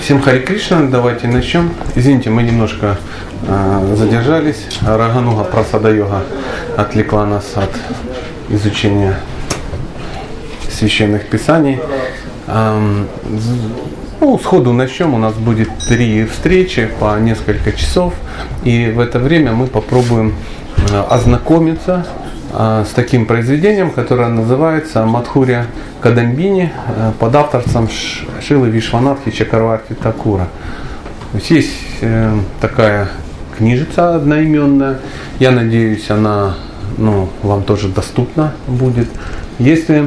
Всем Хари Кришна, давайте начнем. Извините, мы немножко задержались. Рагануга Прасада-йога отвлекла нас от изучения священных писаний. Сходу начнем. У нас будет 3 встречи по несколько часов. И в это время мы попробуем ознакомиться с таким произведением, которое называется Мадхурья Кадамбини под авторством Шрилы Вишванатхи Чакраварти Такура. Есть такая книжица одноименная. Я надеюсь, она вам тоже доступна будет. Если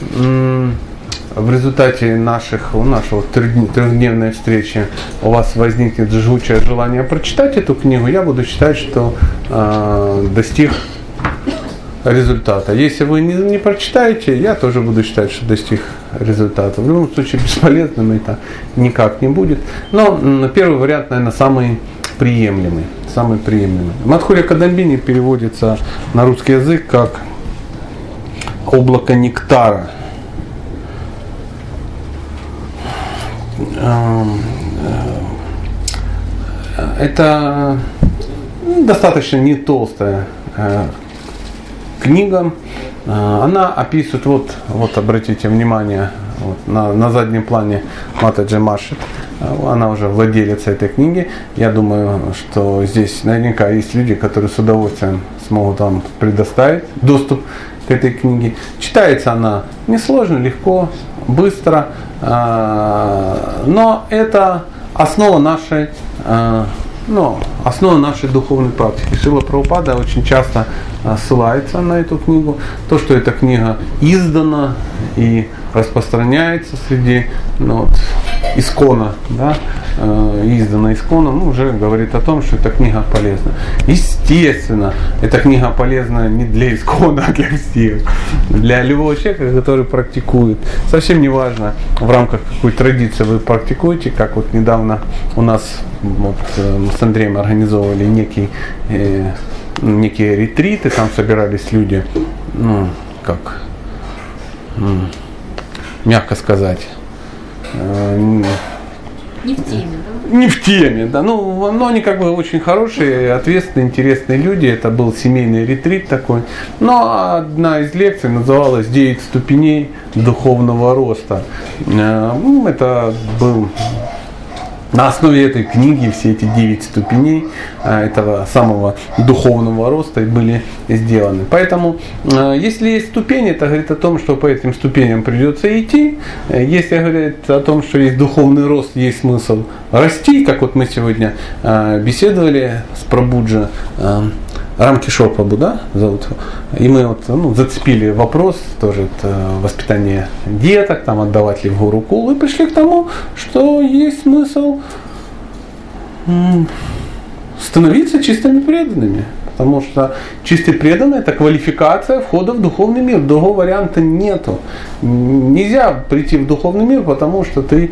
в результате нашей трехдневной встречи у вас возникнет жгучее желание прочитать эту книгу, я буду считать, что достиг результата. Если вы не прочитаете, я тоже буду считать, что достиг результата. В любом случае, бесполезным это никак не будет. Но первый вариант, наверное, самый приемлемый. Мадхурья Кадамбини переводится на русский язык как «облако нектара». Это достаточно не толстая книга. Она описывает, вот обратите внимание, на заднем плане Матаджи машет. Она уже владелица этой книги. Я думаю, что здесь наверняка есть люди, которые с удовольствием смогут вам предоставить доступ к этой книге. Читается она несложно, легко, быстро, но это основа нашей духовной практики. Шрила Прабхупада очень часто ссылается на эту книгу. То, что эта книга издана и распространяется среди искона, издана исконом, уже говорит о том, что эта книга полезна. Естественно, эта книга полезна не для искона, а для всех. Для любого человека, который практикует. Совсем не важно, в рамках какой традиции вы практикуете, как недавно у нас с Андреем организовывали некие ретриты, там собирались люди, мягко сказать, не в теме, да. Но они очень хорошие, ответственные, интересные люди. Это был семейный ретрит такой. Но одна из лекций называлась «9 ступеней духовного роста». Это был на основе этой книги все эти 9 ступеней этого самого духовного роста и были сделаны. Поэтому, если есть ступени, это говорит о том, что по этим ступеням придется идти. Если говорит о том, что есть духовный рост, есть смысл расти, как мы сегодня беседовали с Прабуджа, Рамкишор Прабу, зовут его. И мы зацепили вопрос тоже воспитания деток, отдавать ли в Гурукул, и пришли к тому, что есть смысл становиться чистыми преданными. Потому что чистый преданный — это квалификация входа в духовный мир. Другого варианта нету. Нельзя прийти в духовный мир, потому что ты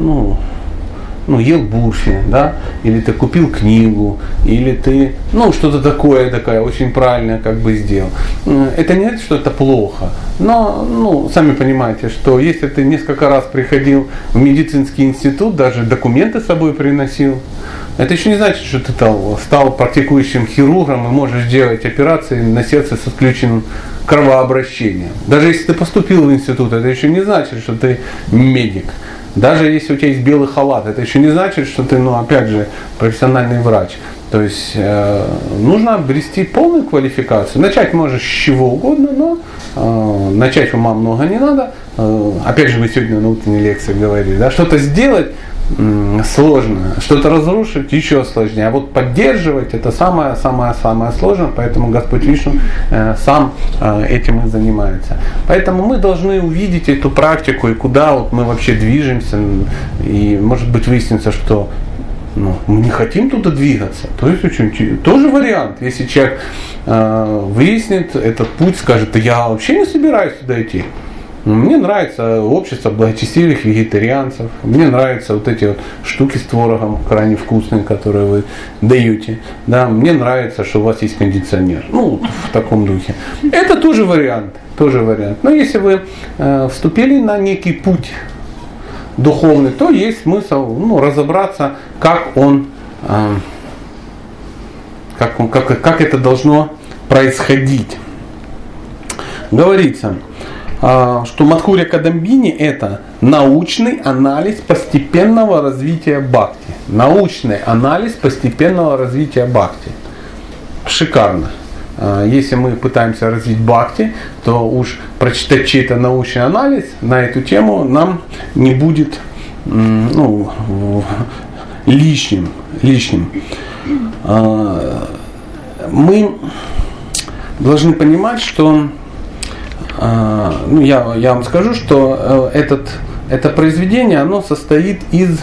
ел буши, или ты купил книгу, или ты, что-то такое очень правильное сделал. Это не значит, что это плохо, но, сами понимаете, что если ты несколько раз приходил в медицинский институт, даже документы с собой приносил, это еще не значит, что ты стал практикующим хирургом и можешь делать операции на сердце с исключенным кровообращением. Даже если ты поступил в институт, это еще не значит, что ты медик. Даже если у тебя есть белый халат, это еще не значит, что ты, опять же, профессиональный врач. То есть нужно обрести полную квалификацию. Начать можешь с чего угодно, но начать ума много не надо. Опять же, мы сегодня на утренней лекции говорили, что-то сделать сложно, что-то разрушить еще сложнее. А поддерживать — это самое сложное, поэтому Господь Вишну сам этим и занимается. Поэтому мы должны увидеть эту практику и куда мы вообще движемся. И может быть выяснится, что мы не хотим туда двигаться. То есть тоже вариант. Если человек выяснит этот путь, скажет: я вообще не собираюсь туда идти. Мне нравится общество благочестивых вегетарианцев, мне нравятся эти штуки с творогом крайне вкусные, которые вы даете. Мне нравится, что у вас есть кондиционер. В таком духе. Это тоже вариант. Но если вы вступили на некий путь, духовный, то есть смысл разобраться, как это должно происходить. Говорится, что Мадхурья Кадамбини это научный анализ постепенного развития бхакти. Научный анализ постепенного развития бхакти. Шикарно. Если мы пытаемся развить бхакти, то уж прочитать чей-то научный анализ на эту тему нам не будет лишним. Мы должны понимать, что я вам скажу, что это произведение, оно состоит из,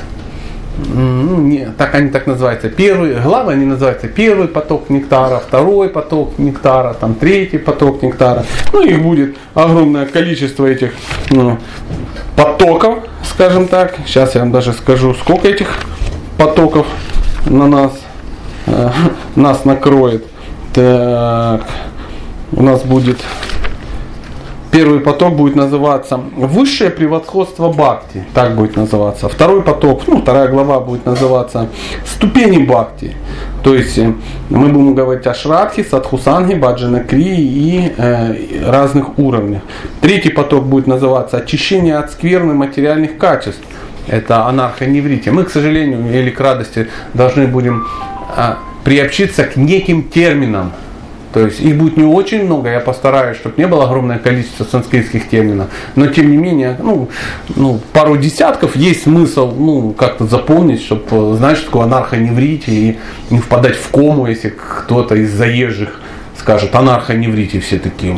они так называются, главы они называются первый поток нектара, второй поток нектара, там третий поток нектара. Их будет огромное количество этих потоков, скажем так. Сейчас я вам даже скажу, сколько этих потоков нас накроет. Так, у нас будет первый поток будет называться «Высшее превосходство бхакти», так будет называться. Второй поток, вторая глава будет называться «Ступени бхакти». То есть мы будем говорить о шрадхи, садхусанге, баджана крии и разных уровнях. Третий поток будет называться «Очищение от скверны материальных качеств». Это анархоневрития. Мы, к сожалению, или к радости, должны будем приобщиться к неким терминам. То есть их будет не очень много, я постараюсь, чтобы не было огромное количество санскритских терминов, но тем не менее, пару десятков есть смысл, как-то запомнить, чтобы знать, что такое анархоневрития, и не впадать в кому, если кто-то из заезжих скажет анархоневрития, все такие,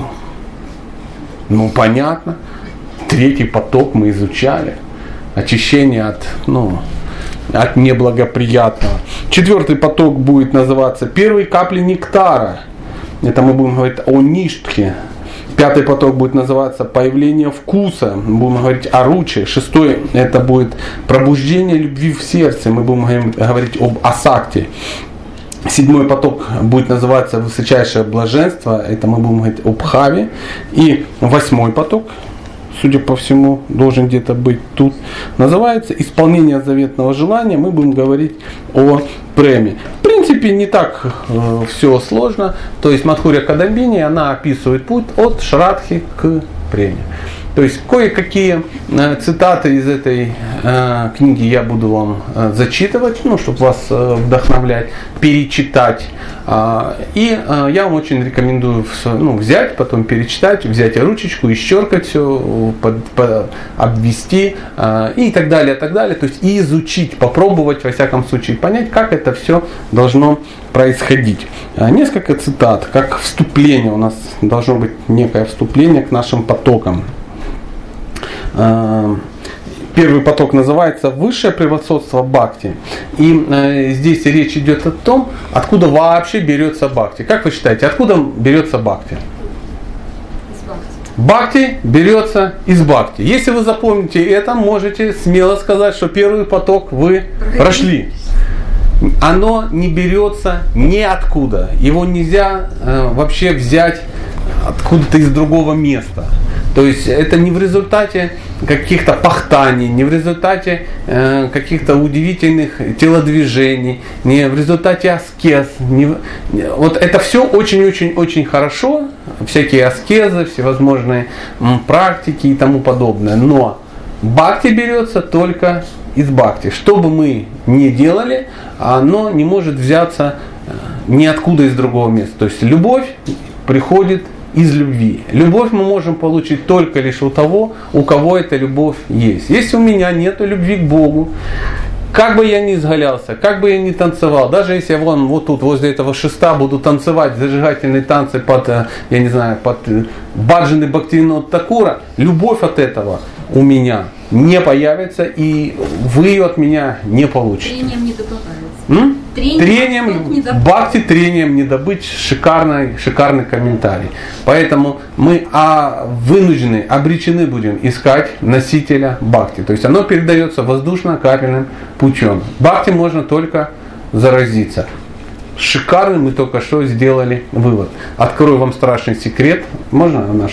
понятно. Третий поток мы изучали, очищение от неблагоприятного. Четвертый поток будет называться «Первые капли нектара». Это мы будем говорить о ништхе. Пятый поток будет называться «Появление вкуса». Мы будем говорить о руче. Шестой это будет «Пробуждение любви в сердце». Мы будем говорить об асакте. Седьмой поток будет называться «Высочайшее блаженство». Это мы будем говорить об бхаве. И восьмой поток, судя по всему, должен где-то быть тут, называется «Исполнение заветного желания». Мы будем говорить о преме. В принципе, не так все сложно. То есть Мадхурья Кадамбини, она описывает путь от шрадхи к преме. То есть кое-какие цитаты из этой книги я буду вам зачитывать, чтобы вас вдохновлять, перечитать. И я вам очень рекомендую взять, потом перечитать, взять ручечку, исчеркать все, обвести и так далее, так далее. То есть и изучить, попробовать, во всяком случае, понять, как это все должно происходить. Несколько цитат, как вступление. У нас должно быть некое вступление к нашим потокам. Первый поток называется «Высшее превосходство бхакти». И здесь речь идет о том, откуда вообще берется бхакти. Как вы считаете, откуда берется бхакти? Из бхакти. Бхакти берется из бхакти. Если вы запомните это, можете смело сказать, что первый поток вы прошли. Оно не берется ниоткуда. Его нельзя вообще взять откуда-то из другого места. То есть это не в результате каких-то пахтаний, не в результате каких-то удивительных телодвижений, не в результате аскез. Вот это все очень-очень-очень хорошо, всякие аскезы, всевозможные практики и тому подобное. Но бхакти берется только из бхакти. Что бы мы ни делали, оно не может взяться ниоткуда из другого места. То есть любовь приходит из любви. Любовь мы можем получить только лишь у того, у кого эта любовь есть. Если у меня нет любви к Богу, как бы я ни изгалялся, как бы я ни танцевал, даже если я вот тут возле этого шеста буду танцевать зажигательные танцы под баджаны Бхактивинода Такура, любовь от этого у меня не появится, и вы ее от меня не получите. Трением не добывается. Трением бхакти, трением не добыть. Шикарный комментарий. Поэтому мы вынуждены, обречены будем искать носителя бхакти. То есть оно передается воздушно-капельным путем. Бхакти можно только заразиться. Шикарный мы только что сделали вывод. Открою вам страшный секрет. Можно нашей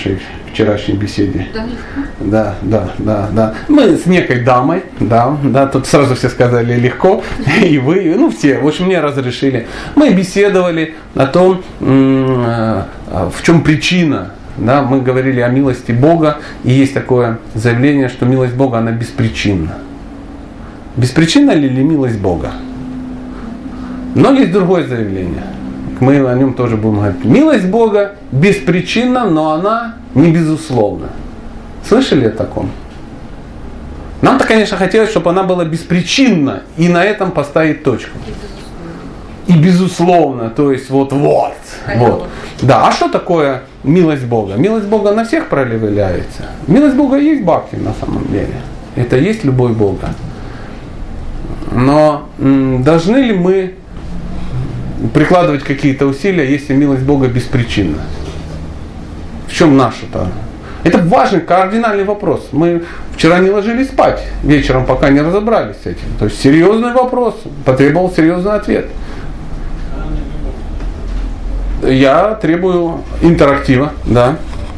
вчерашней беседе. Да, легко. Да. Мы с некой дамой, да, тут сразу все сказали легко, и вы, ну все, в общем, мне разрешили. Мы беседовали о том, в чем причина. Да, мы говорили о милости Бога, и есть такое заявление, что милость Бога, она беспричинна. Беспричинна ли милость Бога? Но есть другое заявление. Мы о нем тоже будем говорить. Милость Бога беспричинна, но она не безусловна. Слышали о таком? Нам-то, конечно, хотелось, чтобы она была беспричинна, и на этом поставить точку. И безусловно, то есть вот. Да, а что такое милость Бога? Милость Бога на всех проявляется. Милость Бога есть бхакти на самом деле. Это есть любовь Бога. Но должны ли мы прикладывать какие-то усилия, если милость Бога беспричинна? В чем наша-то? Это важный, кардинальный вопрос. Мы вчера не ложились спать вечером, пока не разобрались с этим. То есть серьезный вопрос, потребовал серьезный ответ. Я требую интерактива, да.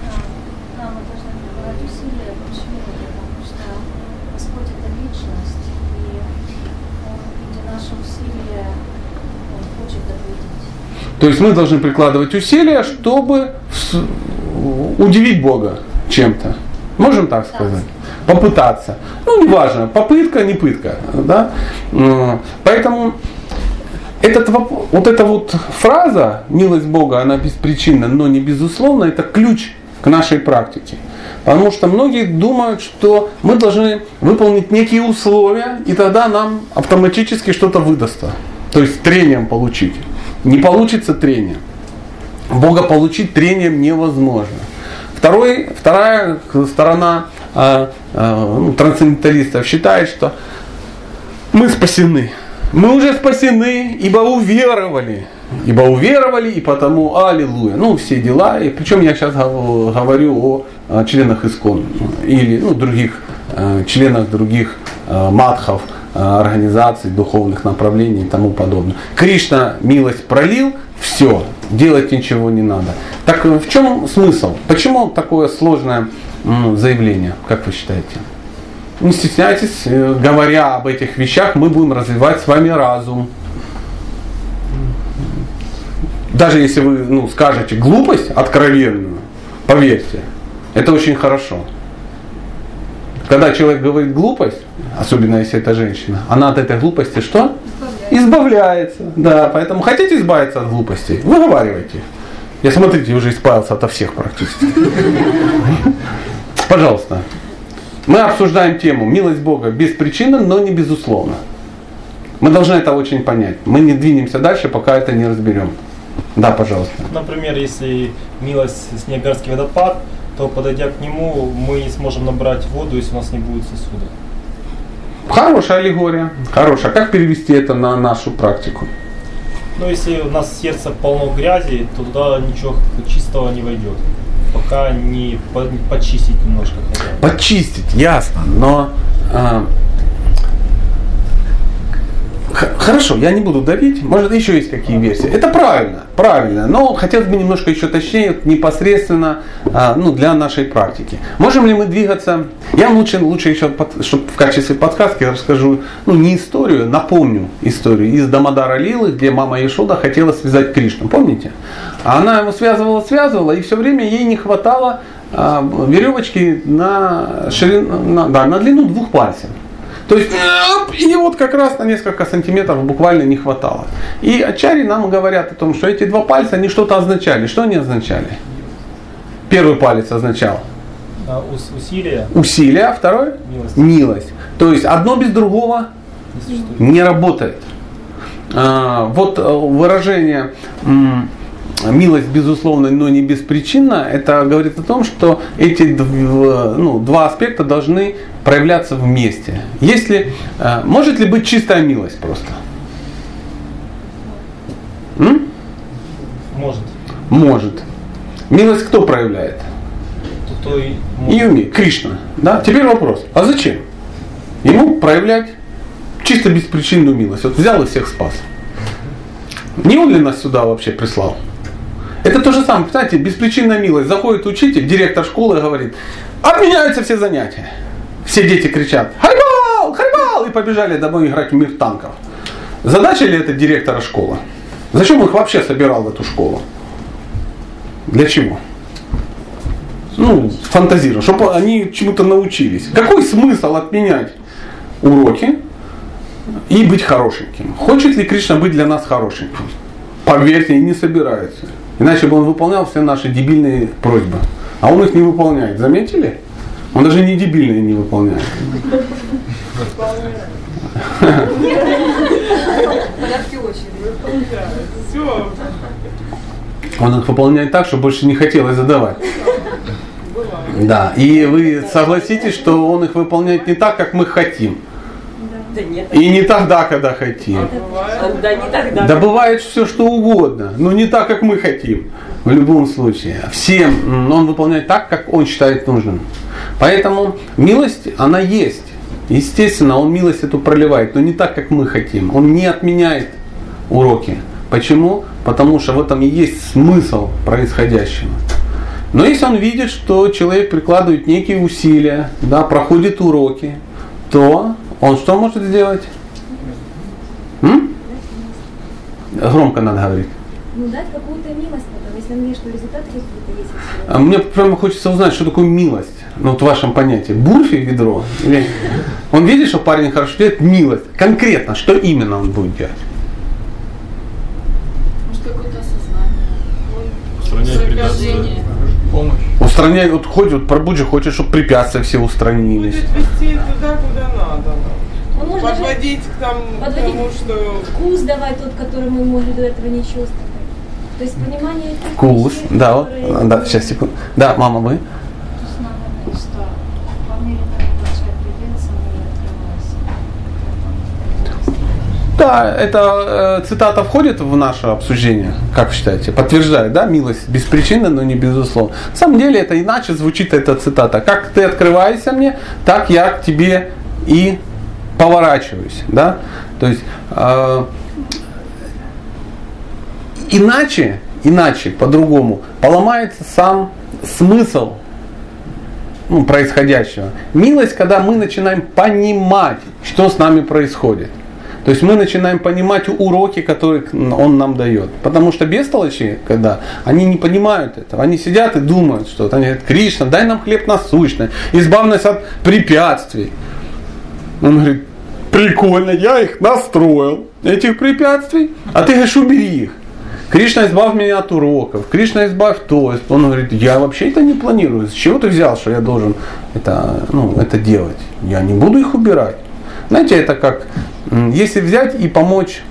То есть мы должны прикладывать усилия, чтобы удивить Бога чем-то. Можем так сказать? Попытаться. Ну, неважно, попытка, не пытка. Да? Поэтому вот эта вот фраза «милость Бога, она беспричинна, но не безусловна» это ключ к нашей практике. Потому что многие думают, что мы должны выполнить некие условия, и тогда нам автоматически что-то выдастся. То есть трением получить. Не получится трение. Бога получить трением невозможно. Вторая сторона трансценденталистов считает, что мы спасены. Мы уже спасены, ибо уверовали. И потому аллилуйя. Ну, все дела. И причем я сейчас говорю о членах ИСККОН или других членах других мадхов, организаций, духовных направлений и тому подобное. Кришна милость пролил, все, делать ничего не надо. Так в чем смысл? Почему такое сложное заявление, как вы считаете? Не стесняйтесь, говоря об этих вещах, мы будем развивать с вами разум. Даже если вы скажете глупость откровенную, поверьте, это очень хорошо. Когда человек говорит глупость, особенно если это женщина, она от этой глупости что? Избавляется. Да, поэтому хотите избавиться от глупостей? Выговаривайте. Я, смотрите, уже избавился ото всех практически. Пожалуйста. Мы обсуждаем тему «Милость Бога беспричинна, но не безусловно». Мы должны это очень понять. Мы не двинемся дальше, пока это не разберем. Да, пожалуйста. Например, если милость с Ниагарский водопад, то подойдя к нему, мы не сможем набрать воду, если у нас не будет сосуда. Хорошая аллегория. Хорошая. Как перевести это на нашу практику? Ну, если у нас сердце полно грязи, то туда ничего чистого не войдет. Пока не почистить немножко. Почистить, ясно. Но хорошо, я не буду давить. Может, еще есть какие версии. Это правильно. Но хотелось бы немножко еще точнее, непосредственно для нашей практики. Можем ли мы двигаться? Я лучше еще, чтобы в качестве подсказки расскажу, не историю, напомню историю из Дамодара Лилы, где мама Яшода хотела связать Кришну. Помните? Она его связывала, и все время ей не хватало веревочки на длину 2 пальцев. То есть, и вот как раз на несколько сантиметров буквально не хватало. И ачарьи нам говорят о том, что эти 2 пальца, они что-то означали. Что они означали? Первый палец означал усилие, а второй милость. То есть одно без другого не работает. Вот выражение милость безусловно, но не беспричинна, это говорит о том, что эти 2 аспекта должны проявляться вместе. Может ли быть чистая милость просто? Может. Милость кто проявляет? Юми, Кришна. Да? Теперь вопрос, а зачем ему проявлять чисто беспричинную милость? Вот взял и всех спас. Не он ли нас сюда вообще прислал? Это то же самое, знаете, беспричинная милость. Заходит учитель, директор школы говорит, отменяются все занятия. Все дети кричат, хайбал, хайбал, и побежали домой играть в мир танков. Задача ли это директора школы? Зачем он их вообще собирал в эту школу? Для чего? Фантазирую, чтобы они чему-то научились. Какой смысл отменять уроки и быть хорошеньким? Хочет ли Кришна быть для нас хорошеньким? Поверьте, не собирается. Иначе бы он выполнял все наши дебильные просьбы. А он их не выполняет. Заметили? Он даже не дебильные не выполняет. Он их выполняет так, что больше не хотелось задавать. Да, и вы согласитесь, что он их выполняет не так, как мы хотим. И не тогда, когда хотим. Да бывает все, что угодно, но не так, как мы хотим. В любом случае. Всем он выполняет так, как он считает нужным. Поэтому милость, она есть. Естественно, он милость эту проливает, но не так, как мы хотим. Он не отменяет уроки. Почему? Потому что в этом и есть смысл происходящего. Но если он видит, что человек прикладывает некие усилия, да, проходит уроки, то он что может сделать? Громко надо говорить. Дать какую-то милость потом, если он видит, что результаты какие-то есть. Мне прямо хочется узнать, что такое милость. В вашем понятии. Бурфи, ведро? Или... Он видит, что парень хорошо делает, милость. Конкретно, что именно он будет делать? Может, какое-то осознание. Устранять препятствия. Помощь. Устраняет, ходит, пробуджи хочет, чтобы препятствия все устранились. Будет вести туда, куда надо. Он может подводить к тому, что... Вкус давать тот, который мы могли до этого не чувствовать. То есть понимание... Вкус, да, вот, да, сейчас, секунду. Да, мама, вы? Да, эта цитата входит в наше обсуждение, как вы считаете? Подтверждает, да, милость беспричинна, но не безусловно. На самом деле это иначе звучит эта цитата. Как ты открываешься мне, так я к тебе и поворачиваюсь, да. То есть иначе, по-другому поломается сам смысл происходящего. Милость, когда мы начинаем понимать, что с нами происходит. То есть мы начинаем понимать уроки, которые он нам дает. Потому что бестолочи, когда они не понимают этого, они сидят и думают, что они говорят, Кришна, дай нам хлеб насущный, избавь нас от препятствий. Он говорит, прикольно, я их настроил, этих препятствий, а ты говоришь, убери их. Кришна, избавь меня от уроков, Кришна, избавь то. Он говорит, я вообще это не планирую. С чего ты взял, что я должен это делать? Я не буду их убирать. Знаете, это как, если взять и помочь,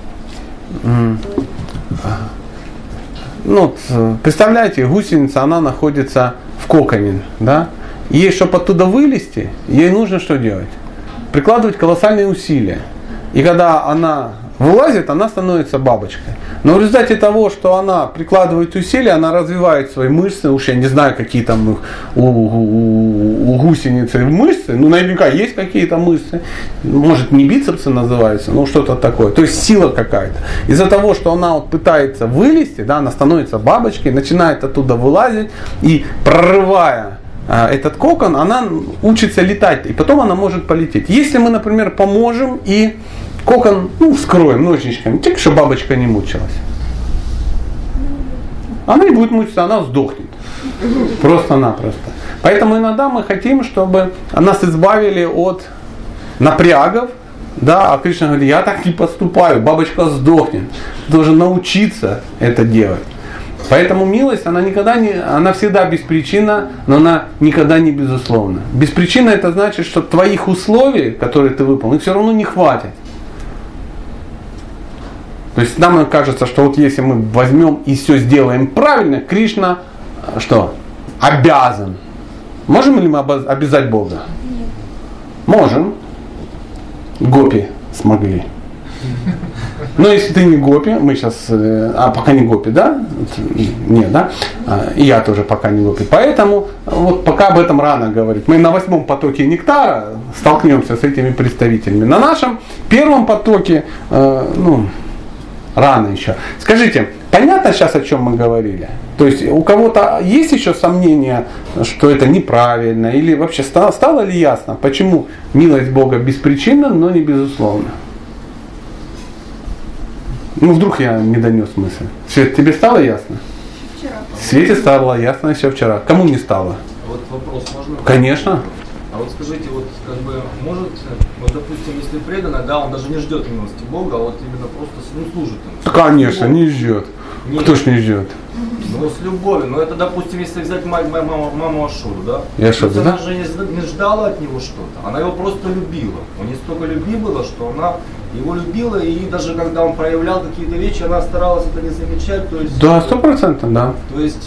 представляете, гусеница, она находится в коконе, да? Ей, чтобы оттуда вылезти, ей нужно что делать? Прикладывать колоссальные усилия. И когда она вылазит, она становится бабочкой. Но в результате того, что она прикладывает усилия, она развивает свои мышцы. Уж я не знаю, какие там у гусеницы мышцы. Наверняка есть какие-то мышцы. Может, не бицепсы называются, но что-то такое. То есть сила какая-то. Из-за того, что она пытается вылезти, да, она становится бабочкой, начинает оттуда вылазить и прорывая этот кокон, она учится летать. И потом она может полететь. Если мы, например, поможем и кокон, вскроем ножничками, так что бабочка не мучилась. Она не будет мучиться, она сдохнет. Просто-напросто. Поэтому иногда мы хотим, чтобы нас избавили от напрягов, да, а Кришна говорит, я так не поступаю, бабочка сдохнет. Ты должен научиться это делать. Поэтому милость, она всегда беспричинна, но она никогда не безусловна. Беспричинна это значит, что твоих условий, которые ты выполнил, все равно не хватит. То есть нам кажется, что вот если мы возьмем и все сделаем правильно, Кришна что? Обязан. Можем ли мы обязать Бога? Можем. Гопи смогли. Но если ты не гопи, мы сейчас, пока не гопи, да? Нет, да? И я тоже пока не гопи. Поэтому вот пока об этом рано говорить. Мы на 8-м потоке нектара столкнемся с этими представителями. На нашем 1-м потоке, рано еще. Скажите, понятно сейчас, о чем мы говорили? То То есть у кого-то есть еще сомнения, что это неправильно, или вообще стало ли ясно, почему милость Бога беспричинна, но не безусловна? Ну вдруг я не донес мысль. Свет, тебе стало ясно? Вчера. Свете стало ясно еще вчера. Кому не стало? Вот вопрос можно? Конечно. А вот скажите, вот как бы может, вот допустим, если преданно, да, он даже не ждет милости Бога, а вот именно просто служит ему. Конечно, не ждет. Нет. Кто ж не ждет? Ну с любовью. Но это, допустим, если взять маму Ашуру, да? Яшоду, да? Она же не ждала от него что-то, она его просто любила. У нее столько любви было, что она его любила, и даже когда он проявлял какие-то вещи, она старалась это не замечать. То есть, Да, 100%, да. То есть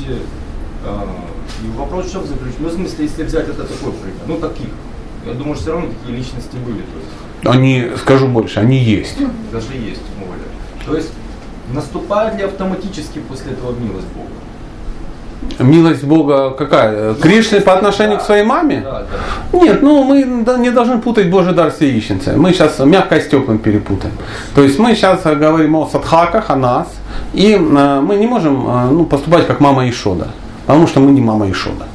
и вопрос в чем заключается? Ну, в смысле, если взять это такой пример, ну таких, я думаю, что все равно такие личности были. То есть, Они, скажу больше, они есть. даже есть воля. То есть наступает ли автоматически после этого милость Бога? Милость Бога какая? Кришны по отношению к своей маме? Да, да. Нет, ну мы не должны путать Божий дар с яичницей. Мы сейчас мягкое с теплым перепутаем. То есть мы сейчас говорим о садхаках, о нас, и мы не можем поступать как мама Ишода, потому что мы не мама Ишода.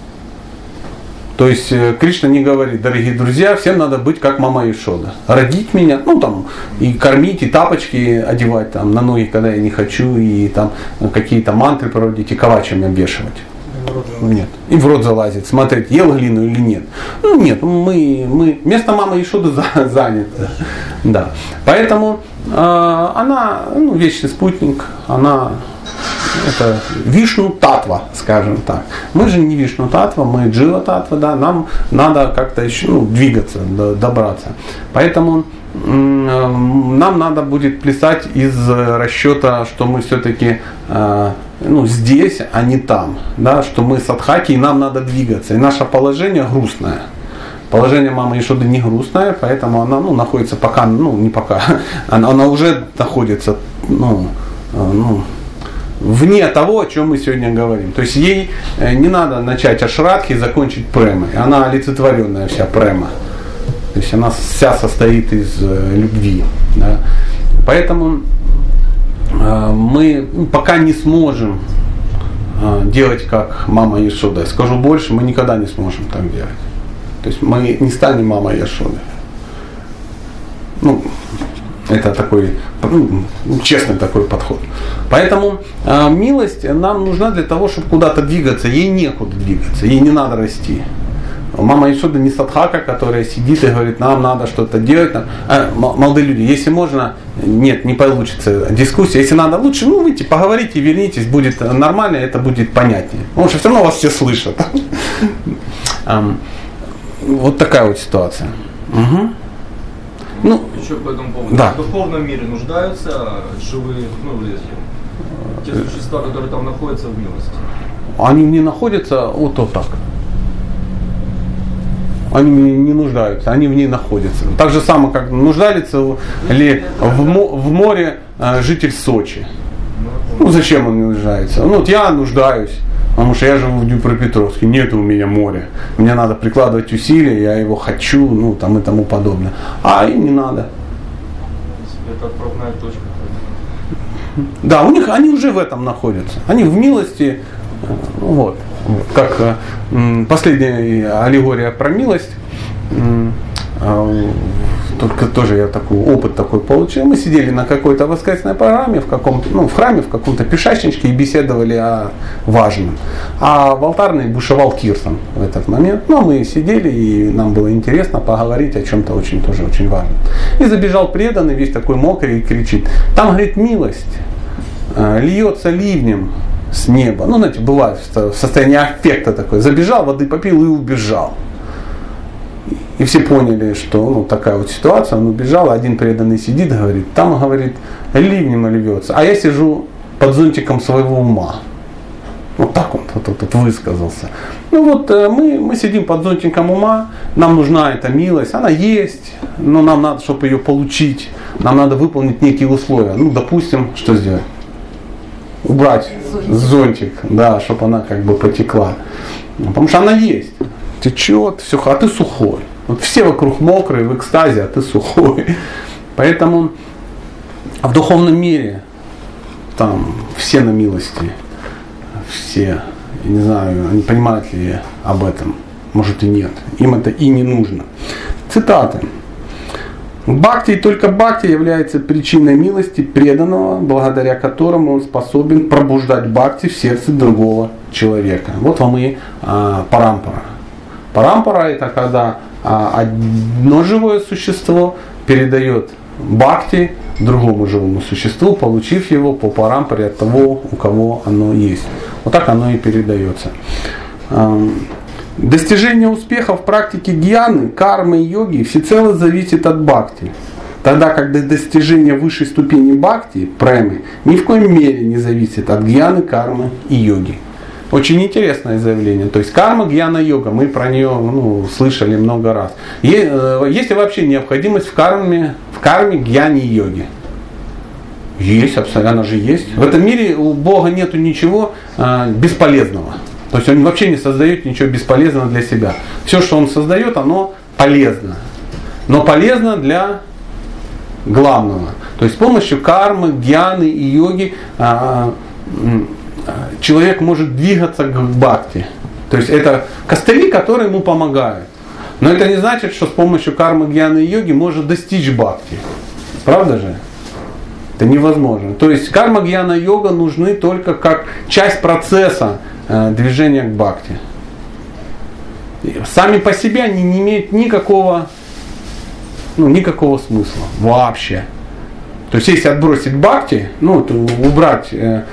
То есть Кришна не говорит: дорогие друзья, всем надо быть как мама Ишода. Родить меня, и кормить, и тапочки одевать на ноги, когда я не хочу, и там какие-то мантры проводить, и кавачами обвешивать. Нет. И в рот залазить, смотреть, ел глину или нет. Нет, мы место мамы Ишоды занято. Да. Поэтому она вечный спутник, она это Вишну Татва, скажем так. Мы же не Вишну Татва, мы Джива Татва, да, нам надо как-то еще двигаться, добраться. Поэтому нам надо будет плясать из расчета, что мы все-таки здесь, а не там, да, что мы садхаки и нам надо двигаться. И наше положение грустное. Положение мамы Ишоды не грустное, поэтому она находится пока, не пока, она уже находится вне того, о чем мы сегодня говорим. То есть ей не надо начать ашрадхи и закончить премой. Она олицетворенная вся према. То есть она вся состоит из любви. Да. Поэтому мы пока не сможем делать как мама Ешода. Скажу больше, мы никогда не сможем так делать. То есть мы не станем мамой Ешоды. Это такой честный такой подход. Поэтому милость нам нужна для того, чтобы куда-то двигаться. Ей некуда двигаться, ей не надо расти. Мама Ишода не садхака, которая сидит и говорит: нам надо что-то делать. Молодые люди, если можно, нет, не получится дискуссия. Если надо, лучше выйти, поговорите, вернитесь, будет нормально, это будет понятнее. Потому что все равно вас все слышат. Вот такая вот ситуация. Еще по этому поводу. Да. В духовном мире нуждаются живые, те существа, которые там находятся в милости. Они не находятся вот так. Они не нуждаются, они в ней находятся. Так же самое, как нуждается ли в море житель Сочи. Зачем он не нуждается? Я нуждаюсь, потому что я живу в Днепропетровске, нет у меня моря. Мне надо прикладывать усилия, я его хочу, и тому подобное. А им не надо. Это отправная точка. Да, они уже в этом находятся. Они в милости. Как последняя аллегория про милость. Только тоже я опыт такой получил. Мы сидели на какой-то воскресной программе в храме, в каком-то пешачничке и беседовали о важном. А в алтарной бушевал Кирсан в этот момент. Мы сидели, и нам было интересно поговорить о чем-то тоже очень важном. И забежал преданный, весь такой мокрый, и кричит: там, говорит, милость льется ливнем с неба. Бывает в состоянии аффекта такой. Забежал, воды попил и убежал. И все поняли, что такая вот ситуация, он убежал, один преданный сидит, говорит, там, говорит, ливнем льется, а я сижу под зонтиком своего ума. Вот так он высказался. Мы сидим под зонтиком ума, нам нужна эта милость, она есть, но нам надо, чтобы ее получить, нам надо выполнить некие условия. Допустим, что сделать? Убрать зонтик, да, чтобы она потекла. Потому что она есть. Течет, все, а ты сухой. Все вокруг мокрые, в экстазе, а ты сухой. Поэтому в духовном мире там все на милости. все. Я не знаю, они понимают ли об этом. Может и нет. Им это и не нужно. Цитаты. Бхакти и только бхакти является причиной милости преданного, благодаря которому он способен пробуждать бхакти в сердце другого человека. Вот вам и парампара. Парампара это когда одно живое существо передает бхакти другому живому существу, получив его по парампаре от того, у кого оно есть. Вот так оно и передается. Достижение успеха в практике гьяны, кармы и йоги всецело зависит от бхакти. Тогда как достижение высшей ступени бхакти, премы, ни в коей мере не зависит от гьяны, кармы и йоги. Очень интересное заявление. То есть карма, гьяна, йога, мы про нее слышали много раз. Есть ли вообще необходимость в карме, гьяне и йоге? Есть, абсолютно, она же есть. В этом мире у Бога нету ничего бесполезного. То есть он вообще не создает ничего бесполезного для себя. Все, что он создает, оно полезно. Но полезно для главного. То есть с помощью кармы, гьяны и йоги человек может двигаться к бхакти. То есть это костыли, которые ему помогают. Но это не значит, что с помощью кармы, гьяны и йоги может достичь бхакти. Правда же? Это невозможно. То есть карма, гьяна, йога нужны только как часть процесса движения к бхакти. Сами по себе они не имеют никакого смысла вообще. То есть если отбросить бхакти, убрать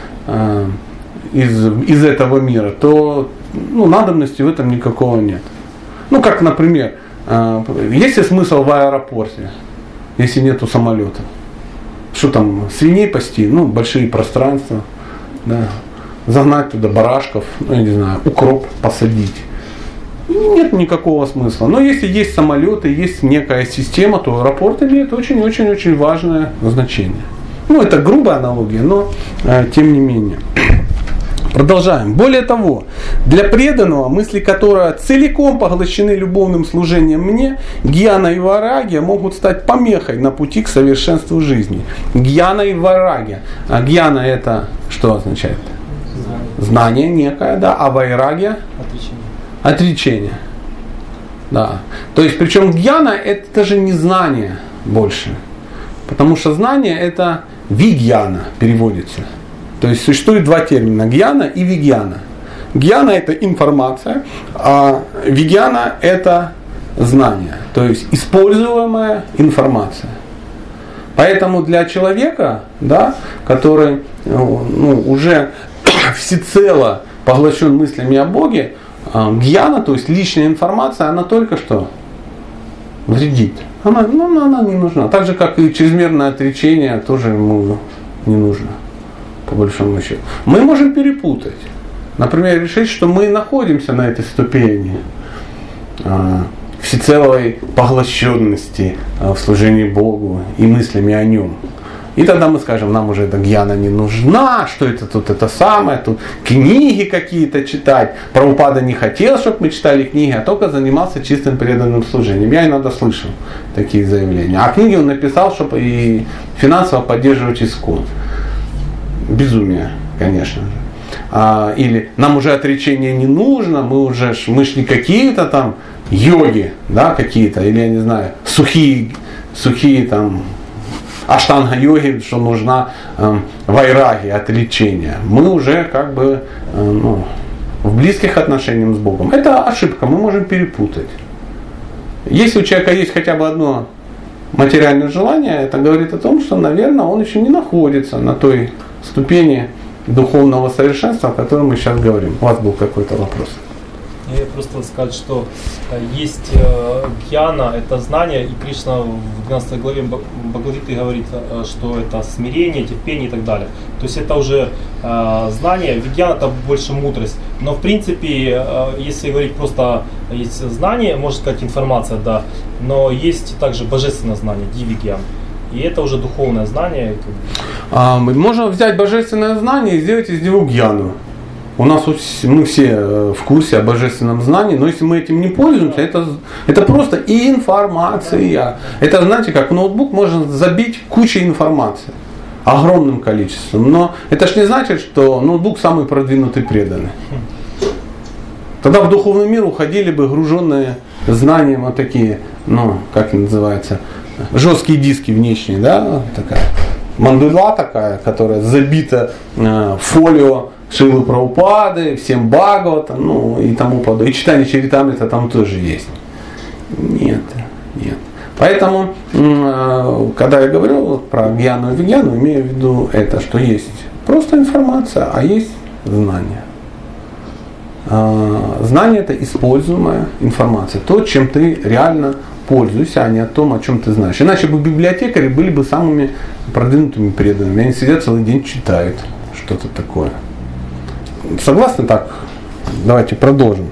из этого мира, то надобности в этом никакого нет. Как, например, есть ли смысл в аэропорте, если нету самолета? Что там, свиней пасти, большие пространства, да, загнать туда барашков, я не знаю, укроп посадить. Нет никакого смысла. Но если есть самолеты, есть некая система, то аэропорт имеет очень-очень-очень важное значение. Это грубая аналогия, но тем не менее. Продолжаем. Более того, для преданного, мысли которого целиком поглощены любовным служением мне, гьяна и вайрагья могут стать помехой на пути к совершенству жизни. Гьяна и вайрагья. А гьяна это что означает? Знание некое, да, а вайрагья? Отречение. Да. То есть, причем гьяна это даже не знание больше. Потому что знание это вигьяна переводится. То есть существует два термина: гьяна и вигьяна. Гьяна это информация, а вигьяна это знание. То есть используемая информация. Поэтому для человека, да, который уже всецело поглощен мыслями о Боге, гьяна, то есть личная информация, она только что вредит. Она не нужна. Так же, как и чрезмерное отречение тоже ему не нужно, по большому счету. Мы можем перепутать. Например, решить, что мы находимся на этой ступени всецелой поглощенности в служении Богу и мыслями о Нем. И тогда мы скажем, нам уже эта гьяна не нужна, что это тут это самое, тут книги какие-то читать. Прабхупада не хотел, чтобы мы читали книги, а только занимался чистым преданным служением. Я иногда слышал такие заявления. А книги он написал, чтобы и финансово поддерживать ИСККОН. Безумие, конечно же. Или нам уже отречение не нужно, мы ж не какие-то там йоги, да, какие-то, или я не знаю, сухие там аштанга-йоги, что нужна вайраги, отречение. Мы уже как бы в близких отношениях с Богом. Это ошибка, мы можем перепутать. Если у человека есть хотя бы одно материальное желание, это говорит о том, что, наверное, он еще не находится на той ступени духовного совершенства, о котором мы сейчас говорим. У вас был какой-то вопрос? Я просто хотел сказать, что есть гьяна, это знание, и Кришна в 12 главе Бхагавад-гиты говорит, что это смирение, терпение и так далее. То есть это уже знание, вигьяна это больше мудрость. Но в принципе, если говорить просто, есть знание, можно сказать информация, да, но есть также божественное знание, дивигьян. И это уже духовное знание. Можно взять божественное знание и сделать из него гьяну. У нас мы все в курсе о божественном знании, но если мы этим не пользуемся, это просто информация. Это, знаете, как в ноутбук можно забить кучей информации. огромным количеством. Но это ж не значит, что ноутбук самый продвинутый преданный. Тогда в духовный мир уходили бы груженные знанием вот такие, как это называется, жесткие диски внешние, да, такая мандула такая, которая забита фолио Шрилы Прабхупады, всем Бхагавата, и тому подобное. И читание Чаритамрита там тоже есть. Нет. Поэтому, когда я говорю про гьяну и вигьяну, имею в виду это, что есть просто информация, а есть знание. Знание – это используемая информация, то, чем ты реально пользуешься, а не о том, о чем ты знаешь. Иначе бы библиотекари были бы самыми продвинутыми преданными. Они сидят целый день, читают что-то такое. Согласны так? Давайте продолжим.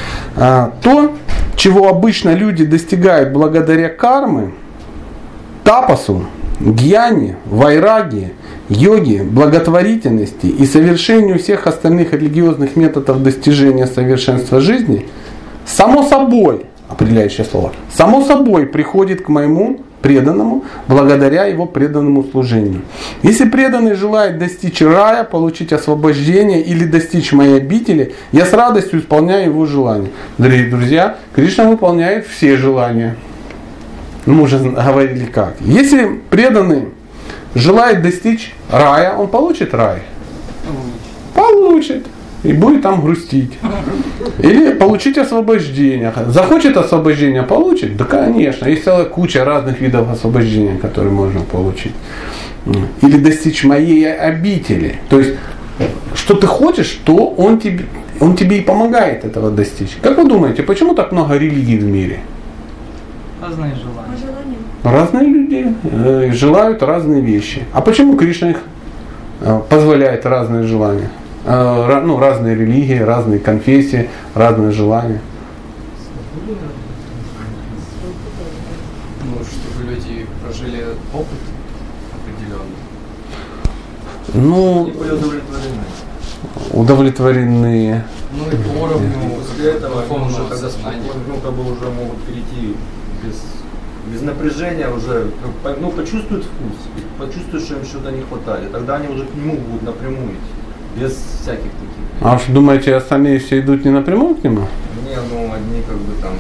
То, чего обычно люди достигают благодаря карме, тапасу, гьяне, вайраги, йоге, благотворительности и совершению всех остальных религиозных методов достижения совершенства жизни, само собой, определяющее слово, само собой приходит к моему преданному благодаря его преданному служению. Если преданный желает достичь рая, получить освобождение или достичь моей обители, я с радостью исполняю его желания. Дорогие друзья, Кришна выполняет все желания. Мы уже говорили как. Если преданный желает достичь рая, он получит рай? Получит. И будет там грустить. Или получить освобождение. Захочет освобождение, получит? Да, конечно. Есть целая куча разных видов освобождения, которые можно получить. Или достичь моей обители. То есть, что ты хочешь, то он тебе и помогает этого достичь. Как вы думаете, почему так много религий в мире? Разные желания. Разные люди желают разные вещи. А почему Кришна их позволяет разные желания? Разные религии, разные конфессии, разные желания. Чтобы люди прожили опыт определенный. Удовлетворены. И по уровню после этого они уже тогда уже могут перейти без напряжения уже, почувствуют вкус, почувствуют, что им что-то не хватает. Тогда они уже к нему будут напрямую идти. Без всяких таких. А вы думаете, остальные все идут не напрямую к нему? Не, одни там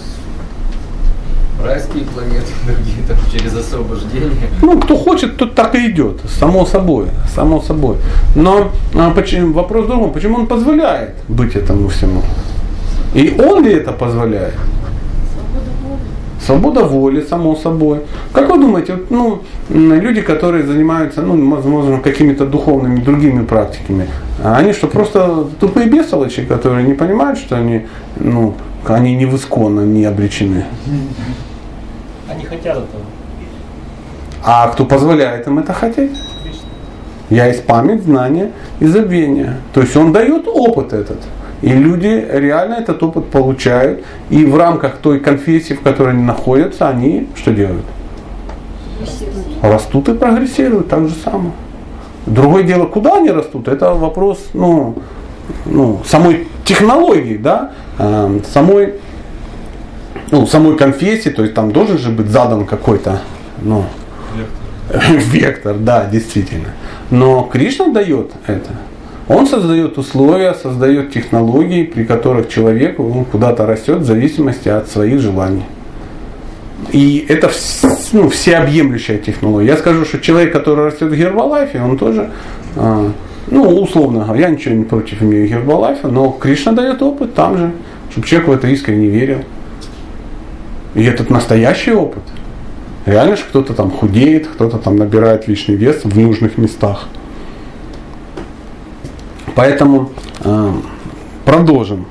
через райские планеты, другие там через освобождение. Кто хочет, тот так и идет. Само собой. Но вопрос в другом, почему он позволяет быть этому всему? И он ли это позволяет? Свобода воли, само собой. Как вы думаете, люди, которые занимаются, возможно, какими-то духовными другими практиками, они что, просто тупые бестолочи, которые не понимают, что они не в исконно, не обречены? Они хотят этого. А кто позволяет им это хотеть? Я есть память, знание и забвение. То есть он дает опыт этот. И люди реально этот опыт получают. И в рамках той конфессии, в которой они находятся, они что делают? Растут и прогрессируют так же самое. Другое дело, куда они растут, это вопрос самой технологии, да? самой конфессии, то есть там должен же быть задан какой-то вектор, да, действительно. Но Кришна дает это. Он создает условия, создает технологии, при которых человек куда-то растет в зависимости от своих желаний. И это всеобъемлющая технология. Я скажу, что человек, который растет в Гербалайфе, он тоже, условно говоря, я ничего не против имею Гербалайфа, но Кришна дает опыт там же, чтобы человек в это искренне верил. И этот настоящий опыт. Реально же кто-то там худеет, кто-то там набирает лишний вес в нужных местах. Поэтому продолжим.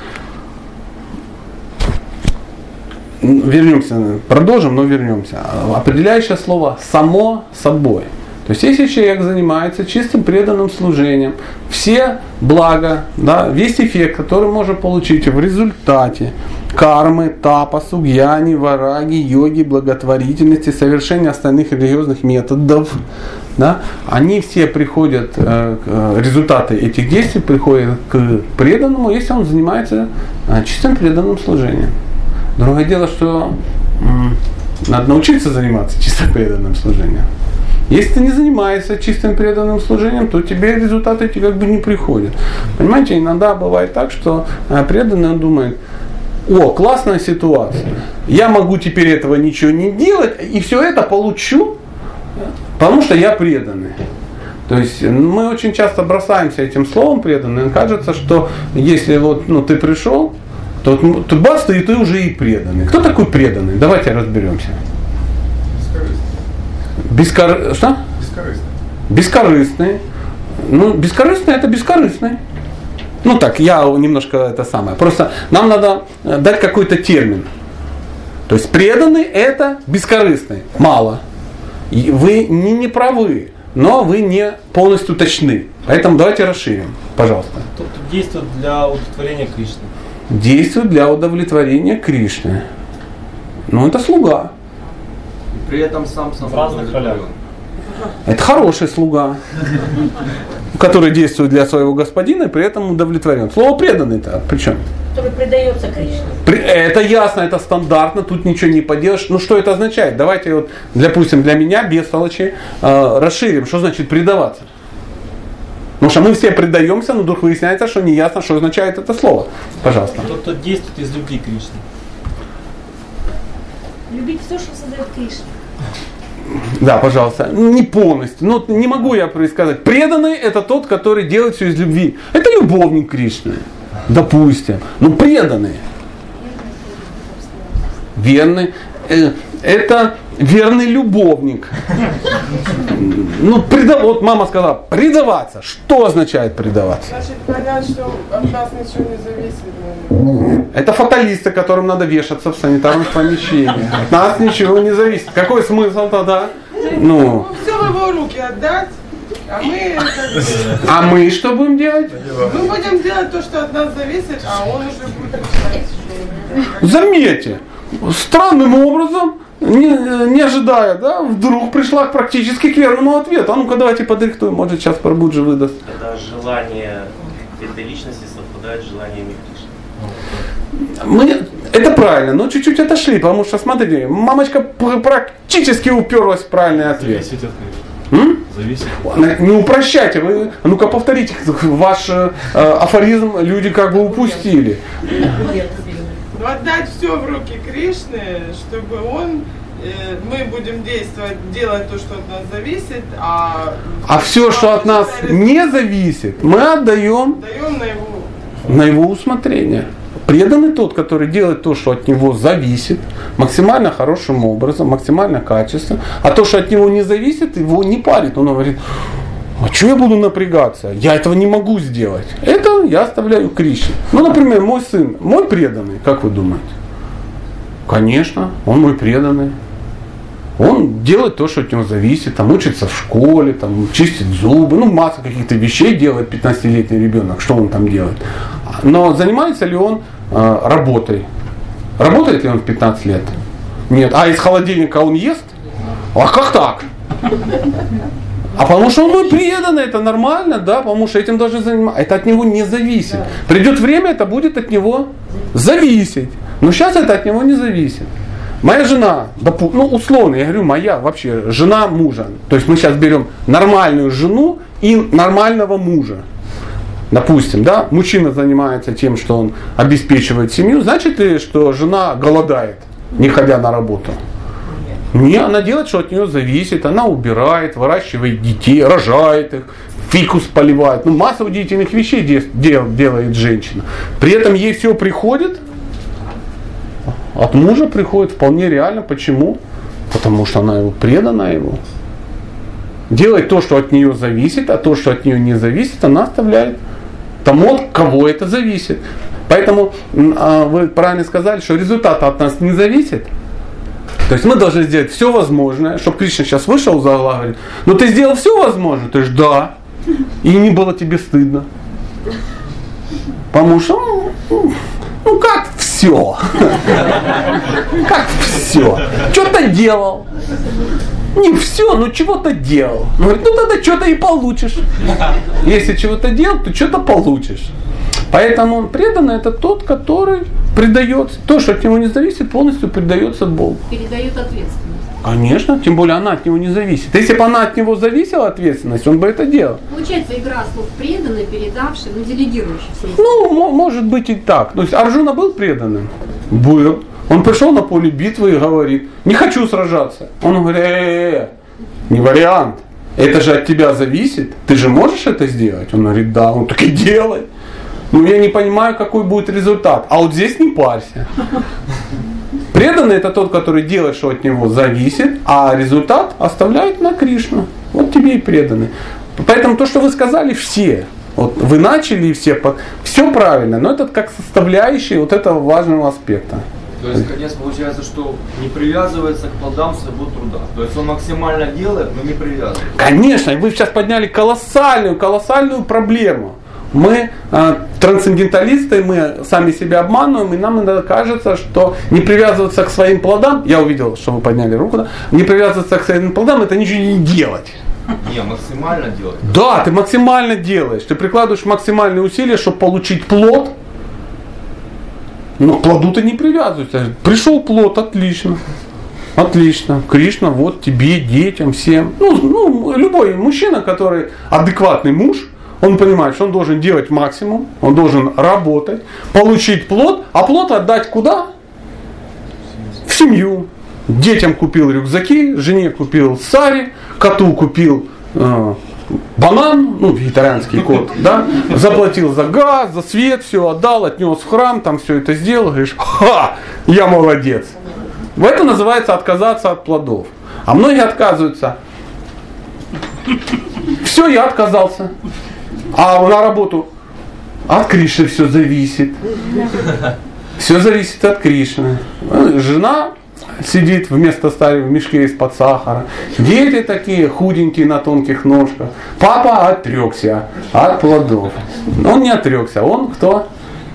Продолжим, но вернемся. Определяющее слово «само собой». То есть, если человек занимается чистым преданным служением, все блага, да, весь эффект, который можно получить в результате кармы, тапасу, гьяни, вараги, йоги, благотворительности, совершения остальных религиозных методов, да, они все приходят, результаты этих действий приходят к преданному, если он занимается чистым преданным служением. Другое дело, что надо научиться заниматься чисто преданным служением. Если ты не занимаешься чистым преданным служением, то тебе результаты эти как бы не приходят. Понимаете, иногда бывает так, что преданный он думает: о, классная ситуация, я могу теперь этого ничего не делать, и все это получу, потому что я преданный. То есть мы очень часто бросаемся этим словом преданный, кажется, что если вот, ты пришел, то бац, и ты уже и преданный. Кто такой преданный? Давайте разберемся. Что? Бескорыстный. Бескорыстный это бескорыстный. Так, я немножко это самое. Просто нам надо дать какой-то термин. То есть преданный это бескорыстный. Мало. И вы не правы, но вы не полностью точны. Поэтому давайте расширим, пожалуйста. Тут действует для удовлетворения Кришны. Действует для удовлетворения Кришны. Это слуга. И при этом сам в разных ролях. Это хороший слуга, который действует для своего господина и при этом удовлетворен. Слово преданный-то при чем? Который предается Кришне. Это ясно, это стандартно, тут ничего не поделаешь. Что это означает? Давайте допустим, для меня, бестолочи, расширим. Что значит предаваться? Потому что мы все предаемся, но вдруг выясняется, что не ясно, что означает это слово. Пожалуйста. Тот, кто действует из любви к Кришне. Любить все, что создает Кришна. Да, пожалуйста. Не полностью. Не могу я предсказать. Преданный это тот, который делает все из любви. Это любовник Кришны. Допустим. Преданный. Верный. Это верный любовник. Вот мама сказала, предаваться. Что означает предаваться? Значит, понять, что от нас ничего не зависит. Это фаталисты, которым надо вешаться в санитарных помещениях. От нас ничего не зависит. Какой смысл тогда? Все в его руки отдать, а мы... А мы что будем делать? Мы будем делать то, что от нас зависит, а он уже будет решать. Заметьте, странным образом, не ожидая, вдруг пришла практически к верному ответу. А ну-ка давайте подрихтуем, может сейчас Прабхуджи выдаст. Когда желание этой личности совпадает с желаниями Кришны. Это правильно, но чуть-чуть отошли, потому что, смотрите, мамочка практически уперлась в правильный ответ. Зависит от Кришны. Зависит. Не упрощайте, вы, ну-ка повторите, ваш афоризм люди как бы упустили. Отдать все в руки Кришны, чтобы мы будем действовать, делать то, что от нас зависит, а все, что от нас не зависит, мы отдаем на его усмотрение. Преданный тот, который делает то, что от него зависит, максимально хорошим образом, максимально качественно, а то, что от него не зависит, его не парит. Он говорит: а что я буду напрягаться? Я этого не могу сделать. Это я оставляю Кришне. Например, мой сын, мой преданный, как вы думаете? Конечно, он мой преданный. Он делает то, что от него зависит, учится в школе, чистит зубы, масса каких-то вещей делает 15-летний ребенок, что он там делает. Но занимается ли он работой? Работает ли он в 15 лет? Нет. А из холодильника он ест? А как так? А потому что он мой преданный, это нормально, потому что этим должны заниматься. Это от него не зависит. Придет время, это будет от него зависеть. Но сейчас это от него не зависит. Моя жена, условно, я говорю, моя вообще жена мужа. То есть мы сейчас берем нормальную жену и нормального мужа. Допустим, мужчина занимается тем, что он обеспечивает семью, значит ли, что жена голодает, не ходя на работу? Не, она делает, что от нее зависит, она убирает, выращивает детей, рожает их, фикус поливает. Масса удивительных вещей делает женщина. При этом ей все приходит, от мужа приходит вполне реально. Почему? Потому что она его предана ему. Делает то, что от нее зависит, а то, что от нее не зависит, она оставляет тому, от кого это зависит. Поэтому вы правильно сказали, что результат от нас не зависит. То есть мы должны сделать все возможное, чтобы Кришна сейчас вышел за угла и говорит: ты сделал все возможное? Ты говоришь: да. И не было тебе стыдно. Потому что, как все? Как все? Что-то делал. Не все, но чего-то делал. Он говорит: тогда что-то и получишь. Если чего-то делал, то что-то получишь. Поэтому преданный это тот, который предается. То, что от него не зависит, полностью предается Богу. Передает ответственность. Конечно, тем более она от него не зависит. Если бы она от него зависела, ответственность, он бы это делал. Получается игра слов преданный, передавший, делегирующий. Ну, может быть и так. То есть Арджуна был преданным? Был. Он пришел на поле битвы и говорит, не хочу сражаться. Он говорит, не вариант. Это же от тебя зависит. Ты же можешь это сделать? Он говорит, да. Он так и делай. Но я не понимаю, какой будет результат. А вот здесь не парься. Преданный это тот, который делает, что от него зависит, а результат оставляет на Кришну. Вот тебе и преданный. Поэтому то, что вы сказали, все. Вот вы начали и все правильно, но это как составляющая вот этого важного аспекта. То есть конец получается, что не привязывается к плодам своего труда. То есть он максимально делает, но не привязывается. Конечно, вы сейчас подняли колоссальную проблему. Мы трансценденталисты, мы сами себя обманываем, и нам иногда кажется, что не привязываться к своим плодам, я увидел, что вы подняли руку, да? Не привязываться к своим плодам, это ничего не делать. Не, максимально делать. Да, ты максимально делаешь, ты прикладываешь максимальные усилия, чтобы получить плод, но к плоду ты не привязываешься. Пришел плод, отлично. Отлично. Кришна, вот тебе, детям, всем. Любой мужчина, который адекватный муж, он понимает, что он должен делать максимум, он должен работать, получить плод, а плод отдать куда? В семью. Детям купил рюкзаки, жене купил сари, коту купил банан, вегетарианский кот, да, заплатил за газ, за свет, все отдал, отнес в храм, там все это сделал, говоришь, ха, я молодец. Это называется отказаться от плодов. А многие отказываются. Все, я отказался. А на работу от Кришны все зависит. Все зависит от Кришны. Жена сидит вместо старой в мешке из-под сахара. Дети такие худенькие на тонких ножках. Папа отрекся от плодов. Он не отрекся, он кто?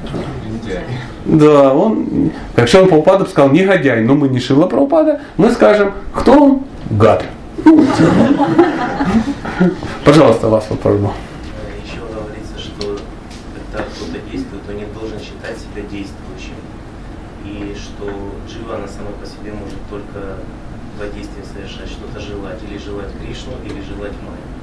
Да, он, как Шрила Прабхупада сказал, негодяй. Но мы не Шрила Прабхупада, мы скажем, кто он? Гад. Пожалуйста, вас попробую. Еще говорится, что когда кто-то действует, он не должен считать себя действующим. И что джива, она сама по себе может только два действия совершать, что-то желать. Или желать Кришну, или желать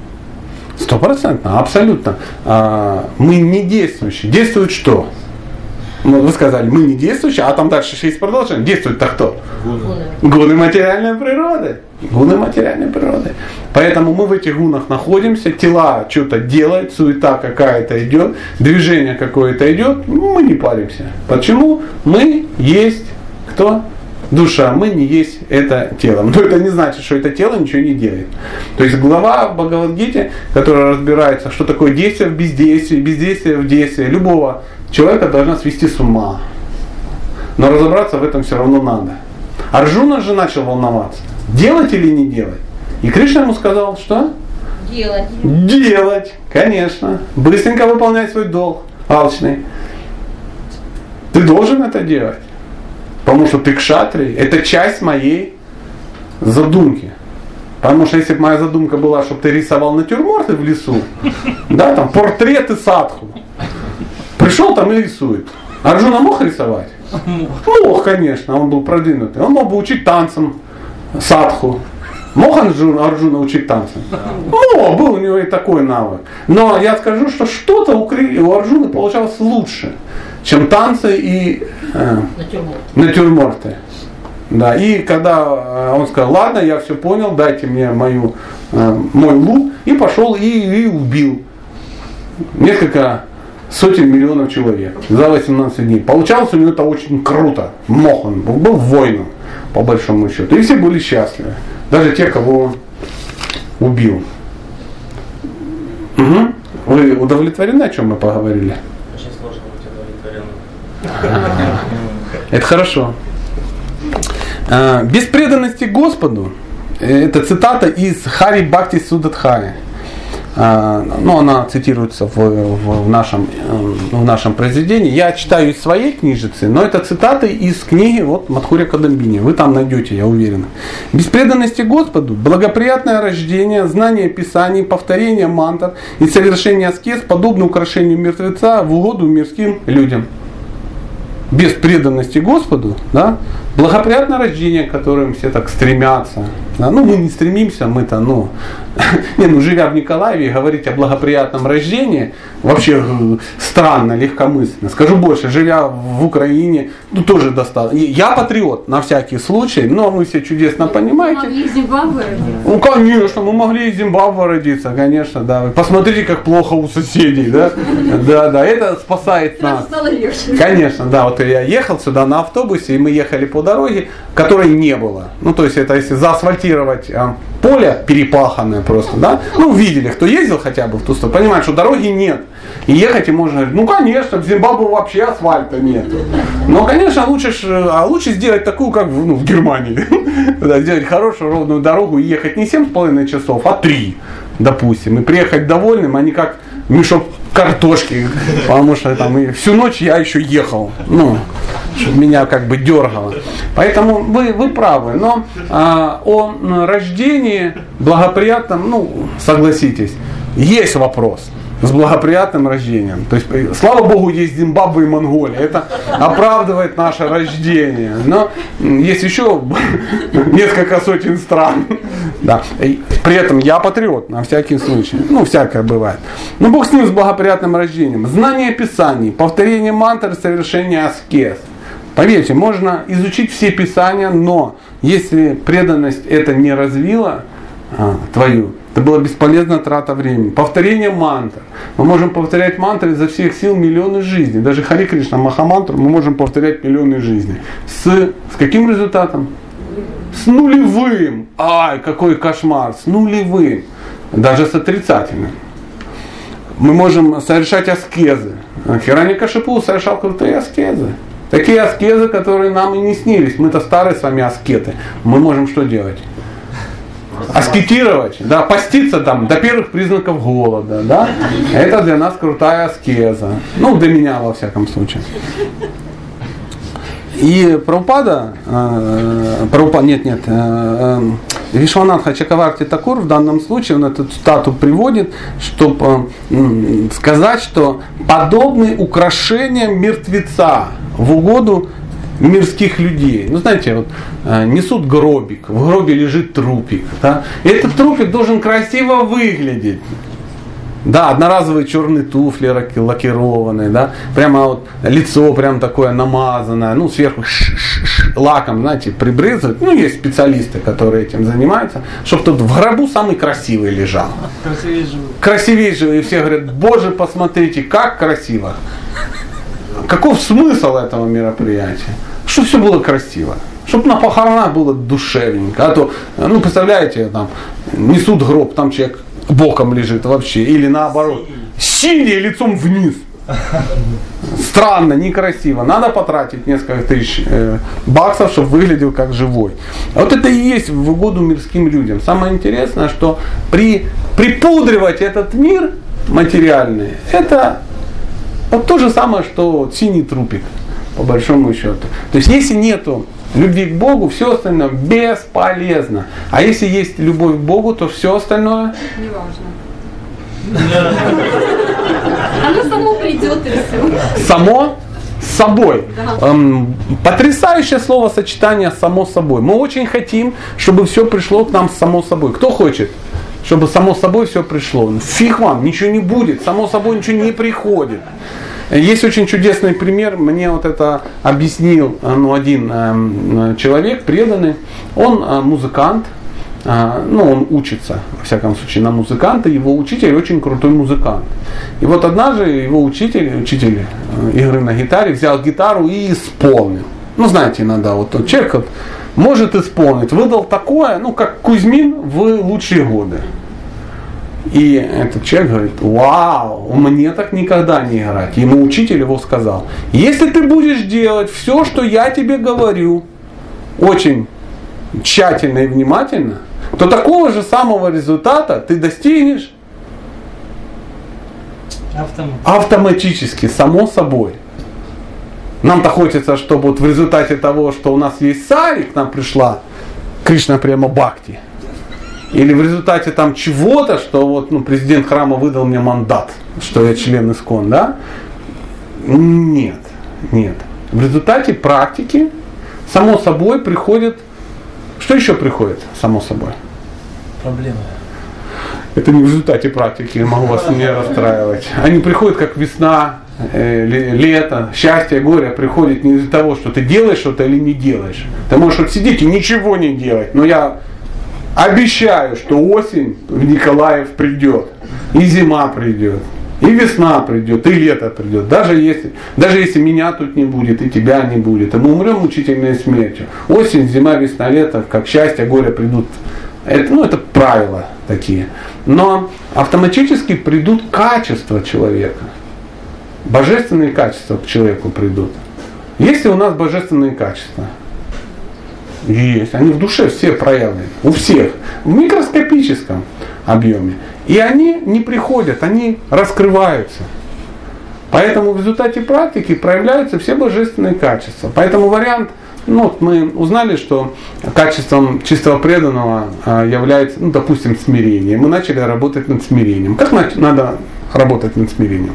Майю. 100%, абсолютно. Мы не действующие. Действует что? Вы сказали, мы не действующие, а там дальше еще есть продолжение. Действует-то кто? Гуны материальной природы. Гуны материальной природы. Поэтому мы в этих гунах находимся, тела что-то делают, суета какая-то идет, движение какое-то идет, мы не паримся. Почему? Мы есть кто? Душа, мы не есть это тело. Но это не значит, что это тело ничего не делает. То есть глава в Бхагавад-гите, которая разбирается, что такое действие в бездействии, бездействие в действии любого человека, должна свести с ума. Но разобраться в этом все равно надо. Арджуна же начал волноваться. Делать или не делать? И Кришна ему сказал, что? Делать. Делать, конечно. Быстренько выполнять свой долг алчный. Ты должен это делать. Потому что ты кшатрий. Это часть моей задумки. Потому что если бы моя задумка была, чтобы ты рисовал натюрморты в лесу, да, там портреты садху. Пришел там и рисует. Арджуна мог рисовать? Мог, конечно, он был продвинутый. Он мог бы учить танцам садху. Мог Арджуна учить танцам? Мог, был у него и такой навык. Но я скажу, что что-то у Арджуны получалось лучше, чем танцы и натюрморты. Да, и когда он сказал, ладно, я все понял, дайте мне мой лук, и пошел и убил несколько сотен миллионов человек за 18 дней. Получалось у него это очень круто. Мог он, был воином, по большому счету. И все были счастливы. Даже те, кого он убил. Угу. Вы удовлетворены, о чем мы поговорили? Очень сложно быть удовлетворенным. Это хорошо. Без преданности Господу, это цитата из Хари Бхакти Суддхаи. Она цитируется в нашем произведении. Я читаю из своей книжицы, но это цитаты из книги Мадхурья Кадамбини. Вы там найдете, я уверен. Без преданности Господу, благоприятное рождение, знание Писаний, повторение мантр и совершение аскез подобно украшению мертвеца в угоду мирским людям. Без преданности Господу, да, Благоприятное рождение, к которым все так стремятся. Да, ну, мы не стремимся, мы-то, живя в Николаеве, говорить о благоприятном рождении вообще странно, легкомысленно. Скажу больше, живя в Украине, тоже достаточно. Я патриот, на всякий случай, но вы все чудесно понимаете. Мы могли из Зимбабве родиться. Ну, конечно, мы могли из Зимбабве родиться, конечно, да. Посмотрите, как плохо у соседей, да. Да, это спасает нас. Стало легче. Конечно, да, вот я ехал сюда на автобусе, и мы ехали по дороге, которой не было. Ну, то есть, это если заасфальтировать поле перепаханное просто, да, видели, кто ездил хотя бы в ту сторону, понимают, что дороги нет. И ехать и можно говорить, конечно, в Зимбабве вообще асфальта нет. Но, конечно, лучше сделать такую, как в Германии. Сделать хорошую ровную дорогу и ехать не 7,5 часов, а 3, допустим. И приехать довольным, а не как мешок картошки, потому что там и всю ночь я еще ехал, чтобы меня как бы дергало. Поэтому вы правы, но о рождении благоприятном, согласитесь, есть вопрос с благоприятным рождением. То есть, слава Богу, есть Зимбабве и Монголия. Это оправдывает наше рождение. Но есть еще несколько сотен стран. Да. И при этом я патриот, на всякий случай. Всякое бывает. Но Бог с ним, с благоприятным рождением. Знание Писаний, повторение мантр, совершение аскез. Поверьте, можно изучить все Писания, но если преданность это не развила твою, это была бесполезная трата времени. Повторение мантр. Мы можем повторять мантры изо всех сил миллионы жизней. Даже Хари Кришна Махамантру мы можем повторять миллионы жизней. С каким результатом? С нулевым. Ай, какой кошмар. С нулевым. Даже с отрицательным. Мы можем совершать аскезы. Хираньякашипу совершал крутые аскезы. Такие аскезы, которые нам и не снились. Мы-то старые с вами аскеты. Мы можем что делать? Аскетировать, да, поститься там до первых признаков голода, да, это для нас крутая аскеза, для меня во всяком случае. И Прабхупада, Вишванатха Чакраварти Такур в данном случае, он эту цитату приводит, чтобы сказать, что подобны украшениям мертвеца в угоду мирских людей. Знаете, несут гробик, в гробе лежит трупик. Да? И этот трупик должен красиво выглядеть. Да, одноразовые черные туфли лакированные, да, прямо лицо прям такое намазанное, сверху лаком, знаете, прибрызывают. Есть специалисты, которые этим занимаются, чтобы тут в гробу самый красивый лежал. Красивее живой. И все говорят, Боже, посмотрите, как красиво. Каков смысл этого мероприятия? Чтобы все было красиво. Чтобы на похоронах было душевненько. А то, представляете, там несут гроб, там человек боком лежит вообще. Или наоборот, сидя лицом вниз. Странно, некрасиво. Надо потратить несколько тысяч баксов, чтобы выглядел как живой. Вот это и есть в угоду мирским людям. Самое интересное, что припудривать этот мир материальный, это то же самое, что синий трупик, по большому счету. То есть, если нету любви к Богу, все остальное бесполезно. А если есть любовь к Богу, то все остальное неважно. Оно само придет и все. Само собой. Да. Потрясающее словосочетание «само собой». Мы очень хотим, чтобы все пришло к нам само собой. Кто хочет, чтобы само собой все пришло? Фиг вам, ничего не будет, само собой ничего не приходит. Есть очень чудесный пример, мне это объяснил один человек, преданный. Он музыкант, он учится, во всяком случае, на музыканта, его учитель очень крутой музыкант. И однажды его учитель игры на гитаре, взял гитару и исполнил. Знаете, иногда тот человек может исполнить, выдал такое, как Кузьмин в лучшие годы. И этот человек говорит, вау, мне так никогда не играть. Ему учитель его сказал, если ты будешь делать все, что я тебе говорю, очень тщательно и внимательно, то такого же самого результата ты достигнешь автоматически, само собой. Нам-то хочется, чтобы в результате того, что у нас есть сари, к нам пришла Кришна прямо Бхакти. Или в результате чего-то, что президент храма выдал мне мандат, что я член ИСККОН, да? Нет. В результате практики само собой приходит. Что еще приходит само собой? Проблемы. Это не в результате практики, я могу вас не расстраивать. Они приходят как весна, лето, счастье, горе приходит не из-за того, что ты делаешь что-то или не делаешь. Ты можешь вот сидеть и ничего не делать, но я обещаю, что осень в Николаев придет, и зима придет, и весна придет, и лето придет. Даже если меня тут не будет, и тебя не будет, и мы умрем мучительной смертью. Осень, зима, весна, лето, как счастье, горе придут. Это правила такие. Но автоматически придут качества человека. Божественные качества к человеку придут. Есть ли у нас божественные качества? Есть. Они в душе все проявлены. У всех. В микроскопическом объеме. И они не приходят, они раскрываются. Поэтому в результате практики проявляются все божественные качества. Поэтому вариант, мы узнали, что качеством чистого преданного является, допустим, смирение. Мы начали работать над смирением. Как надо работать над смирением?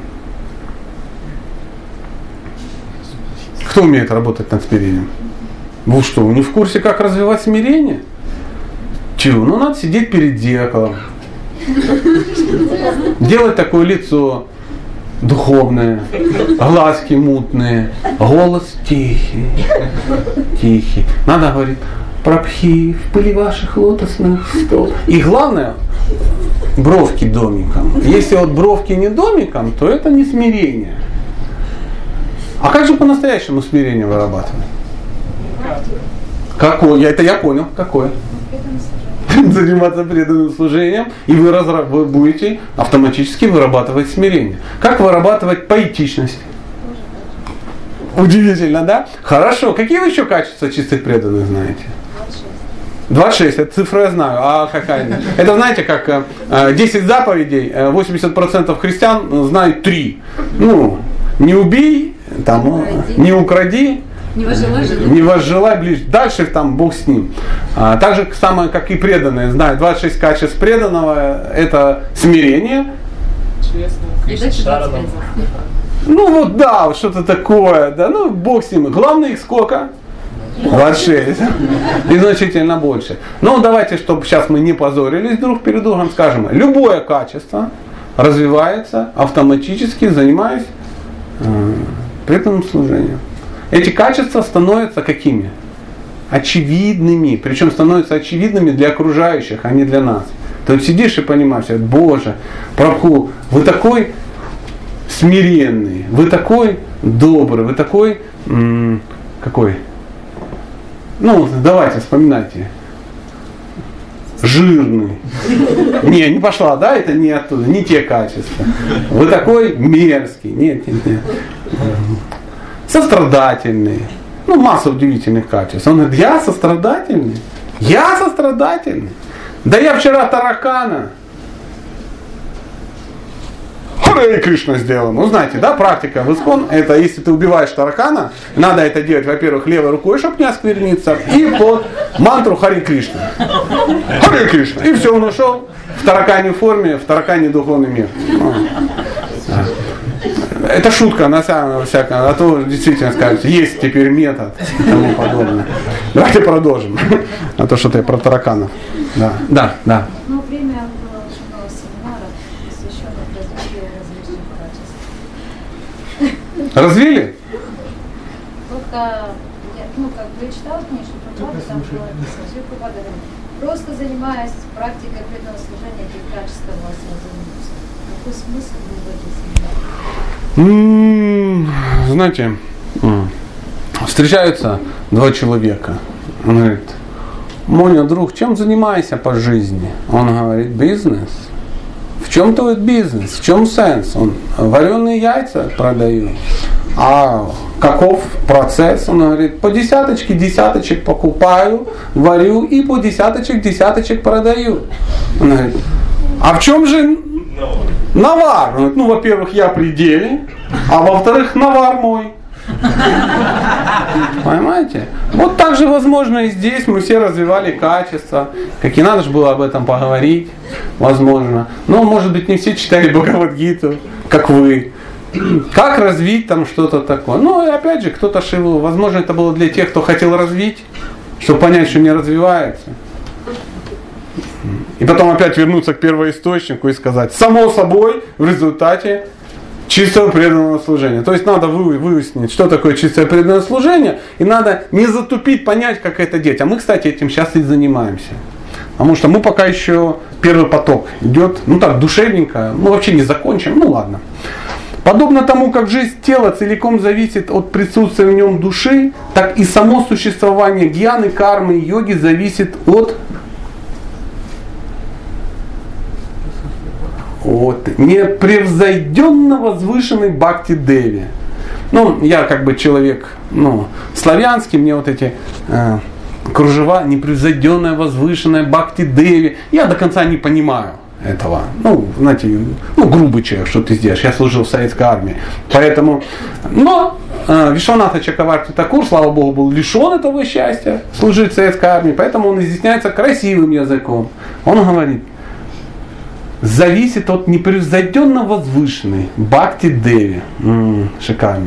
Кто умеет работать над смирением? Вы что, не в курсе, как развивать смирение? Чего? Надо сидеть перед зеркалом. Делать такое лицо духовное, глазки мутные, голос тихий. Тихий. Надо говорить: прабхи в пыли ваших лотосных стоп. И главное, бровки домиком. Если вот бровки не домиком, то это не смирение. А как же по-настоящему смирение вырабатывать? Какое? Это я понял. Какое? Заниматься преданным служением, и вы будете автоматически вырабатывать смирение. Как вырабатывать поэтичность? Удивительно, да? Хорошо. Какие вы еще качества чистых преданных знаете? 26. Это цифру я знаю. А какая? Это знаете, как 10 заповедей, 80% христиан знают 3. Не убей, не укради, не возжелай ближе. Дальше там Бог с ним. Так же самое, как и преданные знают. 26 качеств преданного – это смирение. Что-то такое. Да, Бог с ним. Главное их сколько? 26. И значительно больше. Давайте, чтобы сейчас мы не позорились друг перед другом, скажем, любое качество развивается автоматически, занимаясь преданным служением. Эти качества становятся какими? Очевидными. Причем становятся очевидными для окружающих, а не для нас. Ты вот сидишь и понимаешь: Боже, Прабху, вы такой смиренный, вы такой добрый, вы такой какой? Давайте, вспоминайте. Жирный. Не пошла, да? Это не оттуда, не те качества. Вы такой мерзкий. Нет. Сострадательный. Масса удивительных качеств. Он говорит: я сострадательный. Я сострадательный. Да я вчера таракана. Харе Кришна сделал. Знаете, да, практика в Искон, это если ты убиваешь таракана, надо это делать, во-первых, левой рукой, чтобы не оскверниться, и под мантру Харе Кришна. Харе Кришна. И все, он ушел в тараканьей форме, в тараканьей духовный мир. Это шутка на всякое, а то действительно скажете, есть теперь метод и тому подобное. Давайте продолжим. А то что-то я про тараканов. Да. Время было семинара, посвященного развитию различных качеств. Развили? Только я читала книжку про Прабхупаду, там было написано, что Прабхупада говорит: просто занимаясь практикой преданного служения, этих качеств у вас разумеются. Какой смысл глубокий семинар? Знаете, встречаются два человека. Он говорит: Моня, друг, чем занимаешься по жизни? Он говорит: бизнес. В чем твой бизнес? В чем сенс? Он: вареные яйца продаю. А каков процесс? Он говорит: по десяточек покупаю, варю и по десяточек продаю. Он говорит: а в чем же навар? Он говорит: во-первых, я при деле, а во-вторых, навар мой. Понимаете? Вот так же возможно и здесь. Мы все развивали качества. Как и надо же было об этом поговорить. Возможно. Но может быть не все читали Бхагавад-гиту, как вы. как развить там что-то такое. Ну и опять же, кто-то шивал, возможно, это было для тех, кто хотел развить, чтобы понять, что не развивается. И потом опять вернуться к первоисточнику и сказать, само собой, в результате чистого преданного служения. То есть надо выяснить, что такое чистое преданное служение, и надо не затупить, понять, как это делать. А мы, кстати, этим сейчас и занимаемся. Потому что мы пока еще первый поток идет, ну так, душевненько, мы вообще не закончим, ну ладно. Подобно тому, как жизнь тела целиком зависит от присутствия в нем души, так и само существование гьяны, кармы и йоги зависит от непревзойденно возвышенной бхакти-деви. Ну, я как бы человек, славянский, мне вот эти кружева, непревзойденная возвышенная бхакти-деви, я до конца не понимаю этого. Знаете, грубый человек, что ты сделаешь. Я служил в советской армии. Поэтому, но Вишванатха Чакраварти Такур, слава Богу, был лишен этого счастья служить в советской армии, поэтому он изъясняется красивым языком. Он говорит, зависит от непревзойденно возвышенной бхакти-деви. Шикарно.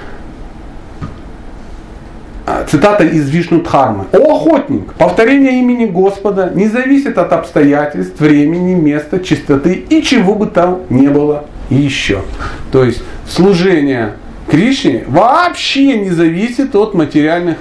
Цитата из Вишну-дхармы. «О охотник, повторение имени Господа не зависит от обстоятельств, времени, места, чистоты и чего бы там ни было еще». То есть служение Кришне вообще не зависит от материальных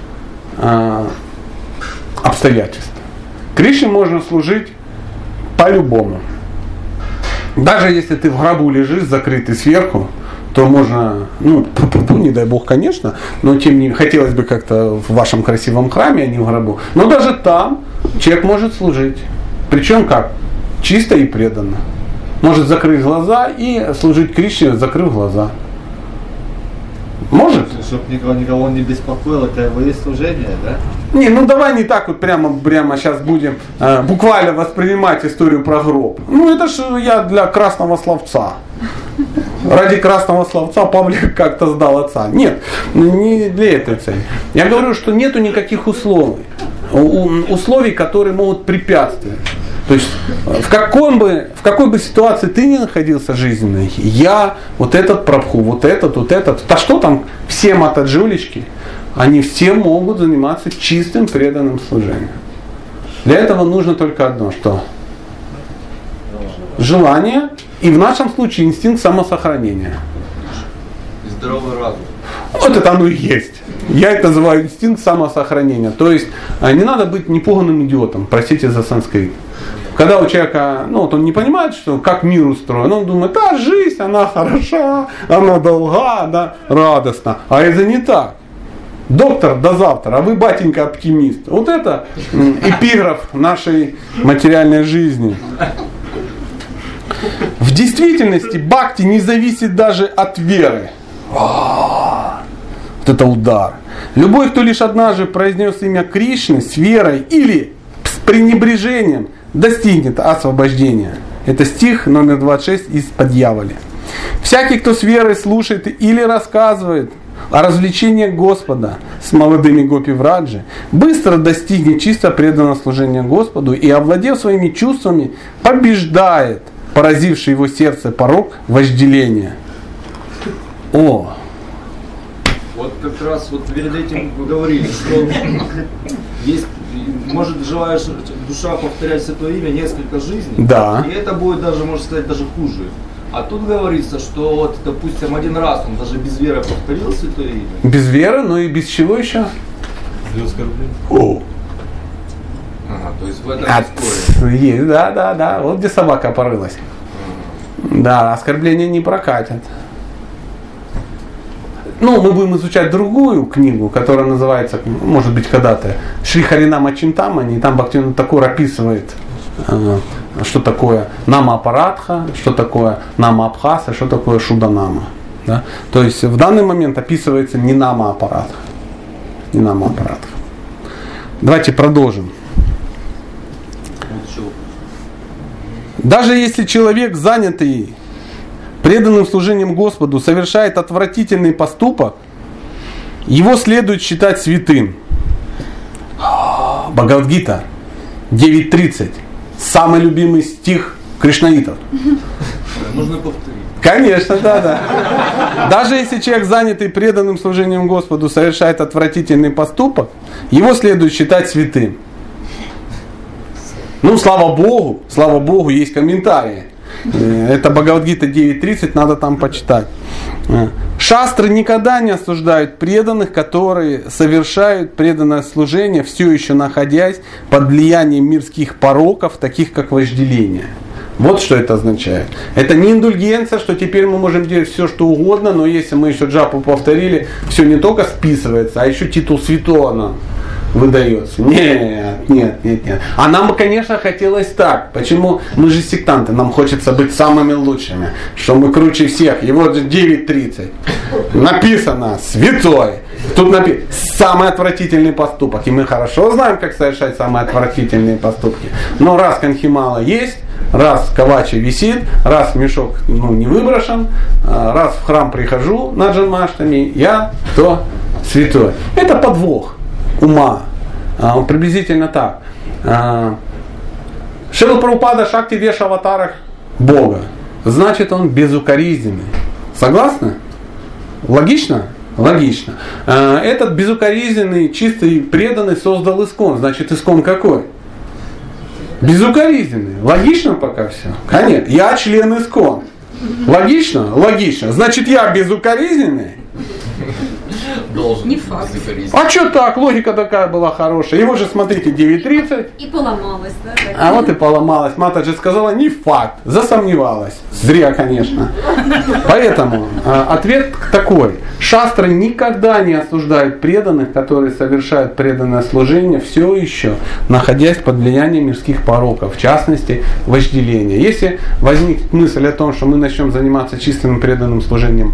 обстоятельств. Кришне можно служить по-любому. Даже если ты в гробу лежишь, закрытый сверху, то можно, не дай бог, конечно, но тем не менее, хотелось бы как-то в вашем красивом храме, а не в гробу. Но даже там человек может служить. Причем как? Чисто и преданно. Может закрыть глаза и служить Кришне, закрыв глаза. Может? Чтобы никого не беспокоило, это его есть служение, да? Давай не так вот прямо сейчас будем буквально воспринимать историю про гроб. Это ж я для красного словца. Ради красного словца Павлик как-то сдал отца. Нет, не для этой цели. Я говорю, что нету никаких условий, которые могут препятствовать. То есть в какой бы ситуации ты ни находился жизненной, я, вот этот прабху, вот этот, да что там, все матаджулечки, они все могут заниматься чистым преданным служением. Для этого нужно только одно, что? Желание и в нашем случае инстинкт самосохранения. И здоровый разум. Вот это оно и есть. Я это называю инстинкт самосохранения. То есть не надо быть непуганным идиотом, простите за санскрит. Когда у человека, он не понимает, что как мир устроен, он думает, жизнь, она хороша, она долга, да, радостна. А это не так. Доктор до завтра, а вы, батенька, оптимист. Вот это эпиграф нашей материальной жизни. В действительности бхакти не зависит даже от веры. Вот это удар. Любой, кто лишь однажды произнес имя Кришны с верой или с пренебрежением, достигнет освобождения. Это стих номер 26 из Падьявали. Всякий, кто с верой слушает или рассказывает о развлечениях Господа с молодыми гопи-враджи, быстро достигнет чисто преданного служения Господу и, овладев своими чувствами, побеждает поразивший его сердце порок вожделения. Вот как раз перед этим вы говорили, что есть, может, желаешь душа повторять святое имя несколько жизней, да. И это будет даже, можно сказать, даже хуже. А тут говорится, что допустим, один раз он даже без веры повторил святое имя. Без веры, но и без чего еще? Без оскорбления. То есть в этом истории. Есть, да. Вот где собака порылась. Да, оскорбления не прокатят. Мы будем изучать другую книгу, которая называется, может быть, когда-то Шри Харинама Чинтамани, и там Бхактивинода Такур описывает, что такое нама-апарадха, что такое нама-абхаса, что такое шуданама. Да? То есть в данный момент описывается не нама-апарадха. Не нама-апарадха. Давайте продолжим. Даже если человек, занятый преданным служением Господу, совершает отвратительный поступок, его следует считать святым. Бхагавад-гита 9.30. Самый любимый стих кришнаитов. Нужно повторить. Конечно, да. Даже если человек, занятый преданным служением Господу, совершает отвратительный поступок, его следует считать святым. Ну, слава Богу, есть комментарии. Это Бхагавад-гита 9.30, надо там почитать. Шастры никогда не осуждают преданных, которые совершают преданное служение, все еще находясь под влиянием мирских пороков, таких как вожделение. Вот что это означает. Это не индульгенция, что теперь мы можем делать все, что угодно, но если мы еще джапу повторили, все не только списывается, а еще титул святого нам выдается. Нет. А нам бы, конечно, хотелось так. Почему? Мы же сектанты, нам хочется быть самыми лучшими, что мы круче всех. И вот 9.30 написано святой. Тут написано самый отвратительный поступок. И мы хорошо знаем, как совершать самые отвратительные поступки. Но раз конхимала есть, раз кавачи висит, раз мешок не выброшен, раз в храм прихожу на джанмаштами, я то святой. Это подвох ума. Приблизительно так. Шрила Прабхупада Шакти Веш аватарах Бога. Значит, он безукоризненный. Согласны? Логично? Логично. Этот безукоризненный, чистый, преданный создал Искон. Значит, Искон какой? Безукоризненный. Логично пока все? Конечно. Я член Искон. Логично? Логично. Значит, я безукоризненный? Должен. Не факт. А что так? Логика такая была хорошая. Его же, смотрите, 9.30. И поломалась, да? А вот и поломалась. Матаджи сказала, не факт. Засомневалась. Зря, конечно. Поэтому ответ такой. Шастры никогда не осуждают преданных, которые совершают преданное служение, все еще находясь под влиянием мирских пороков, в частности, вожделения. Если возникнет мысль о том, что мы начнем заниматься чистым преданным служением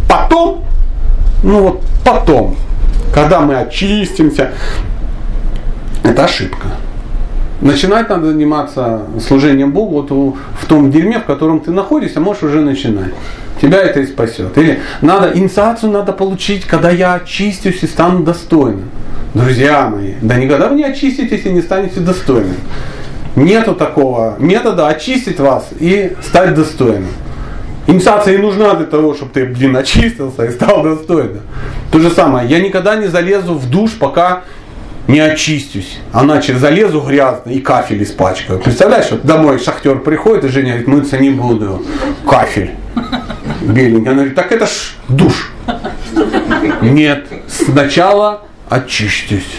потом, когда мы очистимся, это ошибка. Начинать надо заниматься служением Богу в том дерьме, в котором ты находишься, можешь уже начинать. Тебя это и спасет. Или инициацию надо получить, когда я очистюсь и стану достойным. Друзья мои, да никогда вы не очиститесь и не станете достойным. Нету такого метода очистить вас и стать достойным. Инициация и нужна для того, чтобы ты, очистился и стал достойным. То же самое, я никогда не залезу в душ, пока не очистюсь. Иначе залезу грязно и кафель испачкаю. Представляешь, вот домой шахтер приходит, и Женя говорит, мыться не буду. Кафель беленький. Она говорит, так это ж душ. Нет, сначала очистюсь.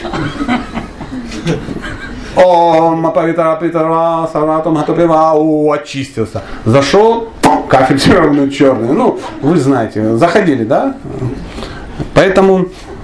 Очистился. Зашел, кафель все равно черный. Вы знаете, заходили, да? Поэтому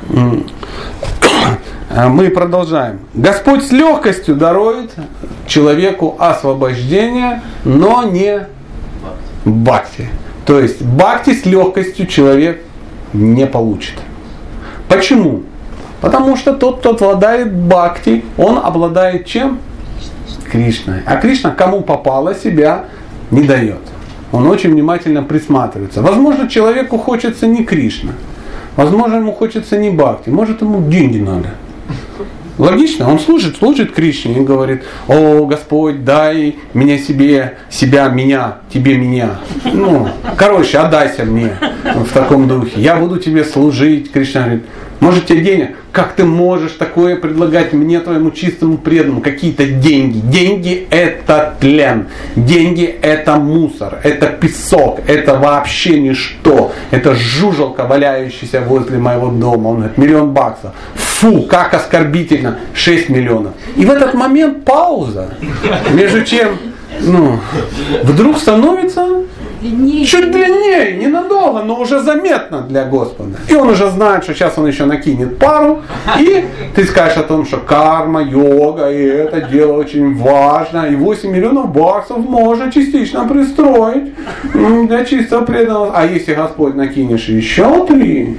мы продолжаем. Господь с легкостью дарует человеку освобождение, но не бхакти. То есть бхакти с легкостью человек не получит. Почему? Потому что тот, кто обладает бхакти, он обладает чем? Кришной. А Кришна кому попало, себя не дает. Он очень внимательно присматривается. Возможно, человеку хочется не Кришна. Возможно, ему хочется не бхакти. Может, ему деньги надо. Логично, он служит Кришне и говорит, о, Господь, дай меня себе, себя, меня, тебе меня. Отдайся мне в таком духе. Я буду тебе служить. Кришна говорит, может тебе денег? Как ты можешь такое предлагать мне, твоему чистому преданному? Какие-то деньги. Деньги это тлен. Деньги это мусор. Это песок. Это вообще ничто. Это жужелка, валяющаяся возле моего дома. Он говорит, $1 000 000. Фу, как оскорбительно. 6 миллионов. И в этот момент пауза. Между чем, вдруг становится чуть длиннее, ненадолго, но уже заметно для Господа. И он уже знает, что сейчас он еще накинет пару, и ты скажешь о том, что карма, йога, и это дело очень важно, и 8 миллионов баксов можно частично пристроить для чистого преданного. А если Господь накинешь еще 3,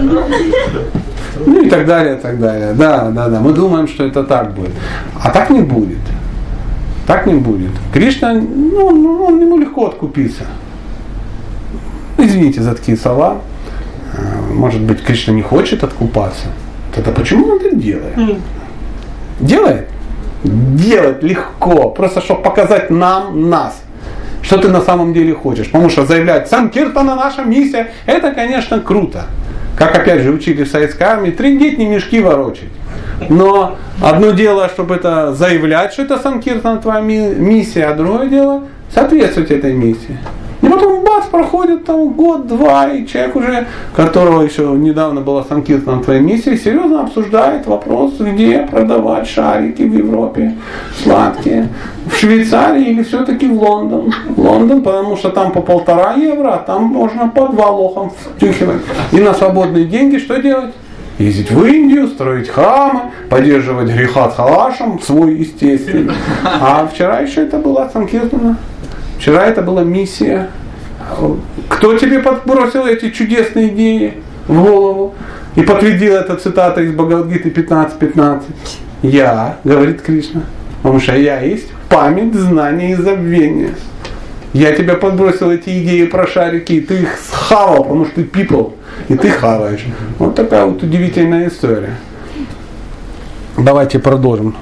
и так далее, и так далее. Да. Мы думаем, что это так будет. А так не будет. Так не будет. Кришна, ему легко откупиться. Извините за такие слова. Может быть, Кришна не хочет откупаться. Тогда почему он это делает? Делает? Делает легко. Просто чтобы показать нам нас. что ты на самом деле хочешь. Потому что заявлять «Санкиртана наша миссия» это, конечно, круто. Как опять же учили в советской армии, трындеть не мешки ворочать. Но одно дело, чтобы это заявлять, что это Санкиртана твоя миссия, а другое дело соответствовать этой миссии. И потом бац, проходит там год-два, и человек уже, которого еще недавно была Санкиртана твоей миссии, серьезно обсуждает вопрос, где продавать шарики в Европе сладкие. В Швейцарии или все-таки в Лондон. В Лондон, потому что там по 1,5 евро, а там можно по 2 лохам втюхивать. И на свободные деньги что делать? Ездить в Индию, строить храмы, поддерживать грехат халашем, свой естественный. А вчера еще это была Санкиртана. Вчера это была миссия. Кто тебе подбросил эти чудесные идеи в голову? И подтвердил это цитата из Бхагавад-гиты 15:15. Я, говорит Кришна. Потому что я есть память, знание и забвение. Я тебе подбросил эти идеи про шарики, и ты их схавал, потому что ты people, и ты хаваешь. Вот такая вот удивительная история. Давайте продолжим.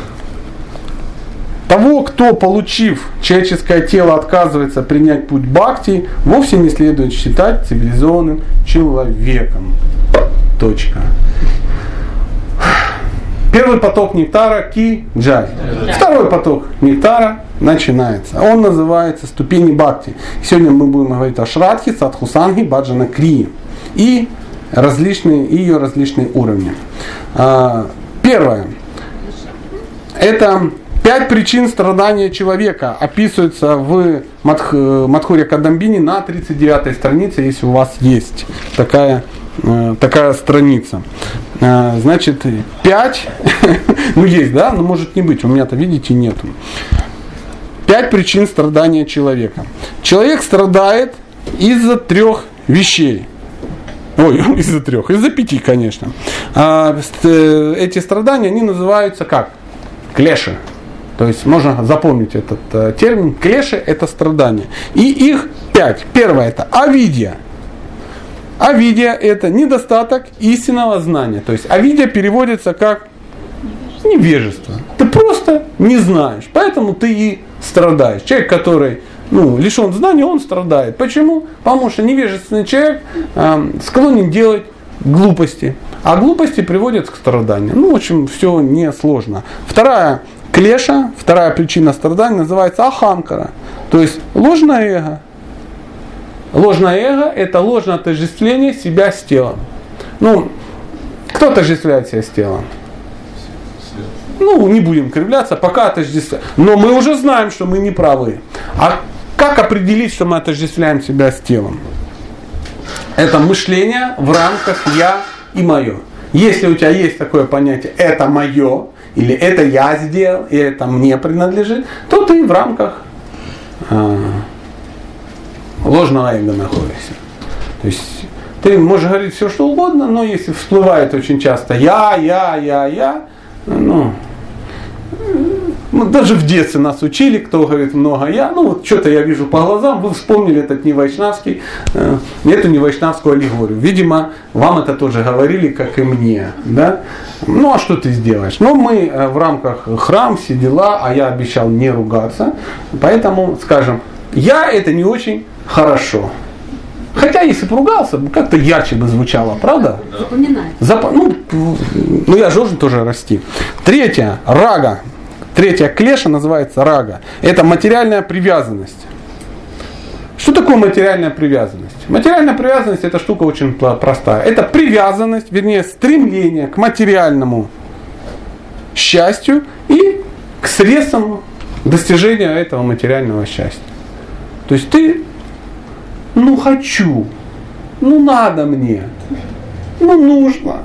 Того, кто, получив человеческое тело, отказывается принять путь бхакти, вовсе не следует считать цивилизованным человеком. Точка. Первый поток нектара ки-джай. Второй поток нектара начинается. Он называется ступени бхакти. Сегодня мы будем говорить о шрадхи, садхусанги, баджана крии и ее различные уровни. Первое. Это 5 причин страдания человека описываются в Мадхурья Кадамбини на 39 странице, если у вас есть такая страница. Значит, 5, ну есть, да, но может не быть, у меня-то, видите, нету. 5 причин страдания человека. Человек страдает из-за 3 вещей. Из-за 5, конечно. Эти страдания, они называются как? Клеши. То есть можно запомнить этот термин. Клеши – это страдания. И их 5. Первое – это авидья. Авидья – это недостаток истинного знания. То есть авидья переводится как невежество. Ты просто не знаешь, поэтому ты и страдаешь. Человек, который лишен знания, он страдает. Почему? Потому что невежественный человек склонен делать глупости. А глупости приводят к страданию. В общем, все несложно. Вторая клеша, вторая причина страдания называется ахамкара. То есть ложное эго. Ложное эго – это ложное отождествление себя с телом. Кто отождествляет себя с телом? Не будем кривляться, пока отождествляем. Но мы уже знаем, что мы не правы. А как определить, что мы отождествляем себя с телом? Это мышление в рамках «я» и «моё». Если у тебя есть такое понятие «это моё», или «это я сделал», и «это мне принадлежит», то ты в рамках ложного эго находишься. То есть ты можешь говорить все, что угодно, но если всплывает очень часто я, даже в детстве нас учили, кто говорит много я, что-то я вижу по глазам, вы вспомнили эту невайшнавскую аллегорию. Видимо, вам это тоже говорили, как и мне. Да? А что ты сделаешь? Мы в рамках храм, все дела, а я обещал не ругаться, поэтому скажем, я это не очень хорошо. Хотя, если бы ругался, как-то ярче бы звучало, правда? Запоминается. Я же должен тоже расти. Третья, рага. Третья клеша называется рага. Это материальная привязанность. Что такое материальная привязанность? Материальная привязанность – это штука очень простая. Это привязанность, стремление к материальному счастью и к средствам достижения этого материального счастья. То есть ты хочу, надо мне, нужно.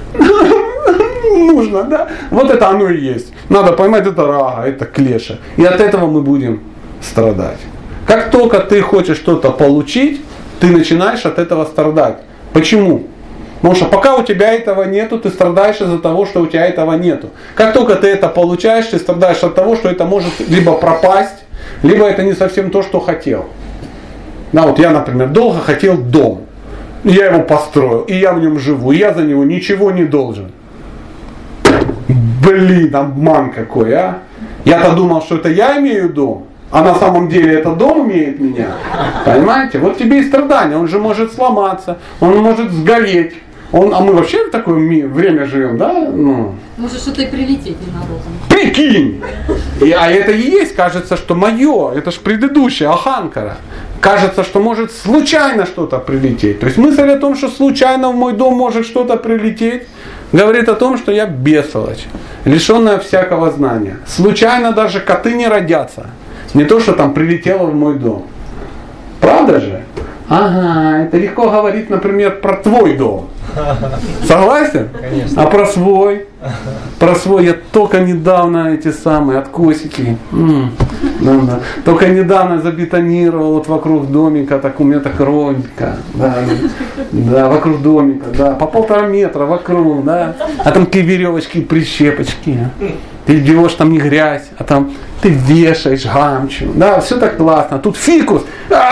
Нужно, да? Вот это оно и есть. Надо поймать, это рага, это клеша. И от этого мы будем страдать. Как только ты хочешь что-то получить, ты начинаешь от этого страдать. Почему? Потому что пока у тебя этого нету, ты страдаешь из-за того, что у тебя этого нету. Как только ты это получаешь, ты страдаешь от того, что это может либо пропасть, либо это не совсем то, что хотел. Я, например, долго хотел дом. Я его построил, и я в нем живу, и я за него ничего не должен. Обман какой, а? Я-то думал, что это я имею дом. а на самом деле этот дом имеет меня. Понимаете? Вот тебе и страдания. Он же может сломаться, он может сгореть. А мы вообще в такое время живем, да? Ну. Может что-то и прилететь ненароком. Прикинь! А это и есть, кажется, что мое. Это же предыдущее, Аханкара. Кажется, что может случайно что-то прилететь. То есть мысль о том, что случайно в мой дом может что-то прилететь, говорит о том, что я бестолочь, лишенная всякого знания. Случайно даже коты не родятся. Не то, что там прилетело в мой дом. Правда же? Ага, это легко говорить, например, про твой дом. Согласен? Конечно. А про свой? Про свой я только недавно эти самые откосики. Да. Только недавно забетонировал вот вокруг домика, так у меня так ровненько. Да, вокруг домика, да. По 1,5 метра вокруг, да. А там такие веревочки, прищепочки. Ты идешь, там не грязь, а там ты вешаешь гамчу. Да, все так классно. Тут фикус.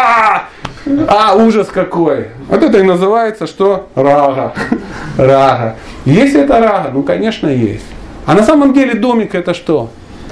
Ужас какой! Вот это и называется, что рага. Рага. Есть это рага? Ну, конечно, есть. А на самом деле домик это что?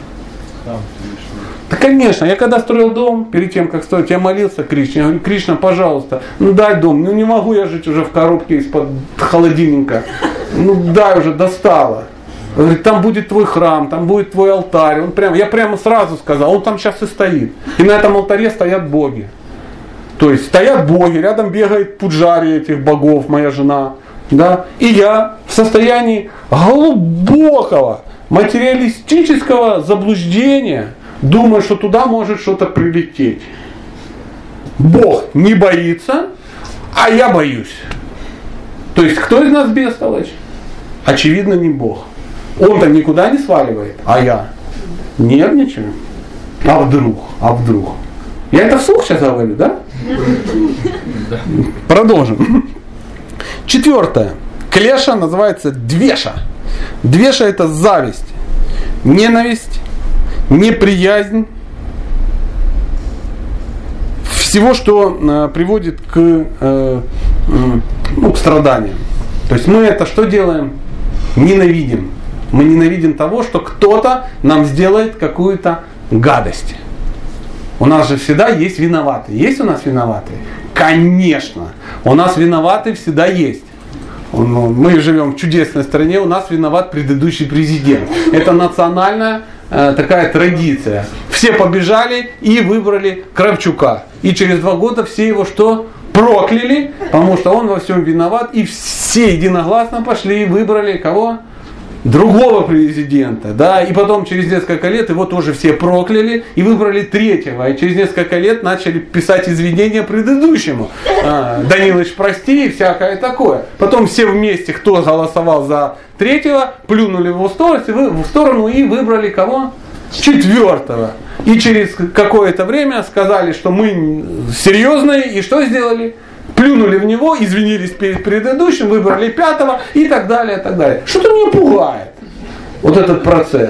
Да, конечно. Я когда строил дом, перед тем, как строить, я молился Кришне. Я говорю, Кришна, пожалуйста, ну дай дом. Ну не могу я жить уже в коробке из-под холодильника. Ну дай уже, достало. Говорит, там будет твой храм, там будет твой алтарь. Я прямо сразу сказал, он там сейчас и стоит. И на этом алтаре стоят боги. То есть стоят боги, рядом бегает пуджари этих богов, моя жена. Да? И я в состоянии глубокого материалистического заблуждения думаю, что туда может что-то прилететь. Бог не боится, а я боюсь. То есть кто из нас бестолочь? Очевидно, не Бог. Он-то никуда не сваливает, а я нервничаю. А вдруг? Я это вслух сейчас говорю, да? Продолжим. 4. Клеша называется двеша. Двеша это зависть, ненависть, неприязнь. Всего, что приводит к страданиям. То есть мы это что делаем? Ненавидим. Мы ненавидим того, что кто-то нам сделает какую-то гадость. У нас же всегда есть виноватые. Есть у нас виноватые? Конечно. У нас виноватые всегда есть. Мы живем в чудесной стране, у нас виноват предыдущий президент. Это национальная такая традиция. Все побежали и выбрали Кравчука. И через 2 года все его что? Прокляли, потому что он во всем виноват. И все единогласно пошли и выбрали кого? Другого президента, да, и потом через несколько лет его тоже все прокляли и выбрали 3-го, и через несколько лет начали писать извинения предыдущему. Данилыч, прости, и всякое такое. Потом все вместе, кто голосовал за 3-го, плюнули в сторону и выбрали кого? 4-го. И через какое-то время сказали, что мы серьезные, и что сделали? Плюнули в него, извинились перед предыдущим, выбрали 5-го и так далее, и так далее. Что-то меня пугает, вот этот процесс.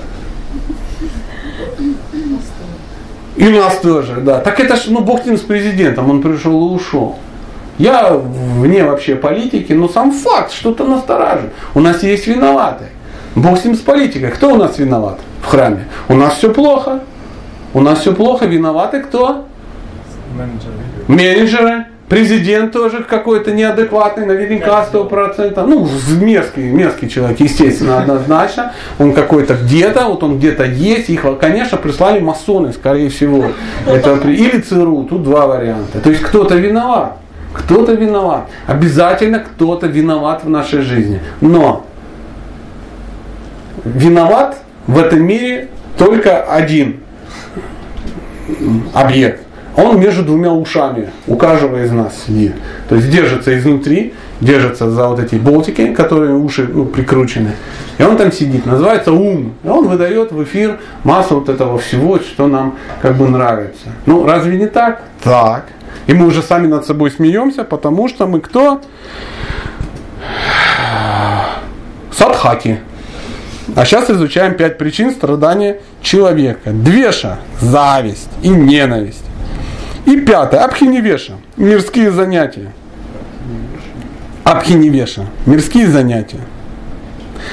И нас тоже, да. Так это ж, Бог с ним, с президентом, он пришел и ушел. Я вне вообще политики, но сам факт что-то настораживает. У нас есть виноватые. Бог с ним, с политикой. Кто у нас виноват в храме? У нас все плохо. У нас все плохо. Виноваты кто? Менеджеры. Президент тоже какой-то неадекватный, наверняка 100%. Мерзкий человек, естественно, однозначно. Он какой-то где-то, он где-то есть. Их, конечно, прислали масоны, скорее всего. Или ЦРУ, тут 2 варианта. То есть кто-то виноват. Кто-то виноват. Обязательно кто-то виноват в нашей жизни. Но виноват в этом мире только один объект. Он между 2 ушами у каждого из нас сидит. То есть держится изнутри, держится за вот эти болтики, которые уши прикручены. И он там сидит, называется ум. И он выдает в эфир массу вот этого всего, что нам нравится. Разве не так? Так. И мы уже сами над собой смеемся, потому что мы кто? Садхаки. А сейчас изучаем 5 причин страдания человека. Двеша, зависть и ненависть. И 5. Абхинивеша. Мирские занятия. Абхинивеша. Мирские занятия.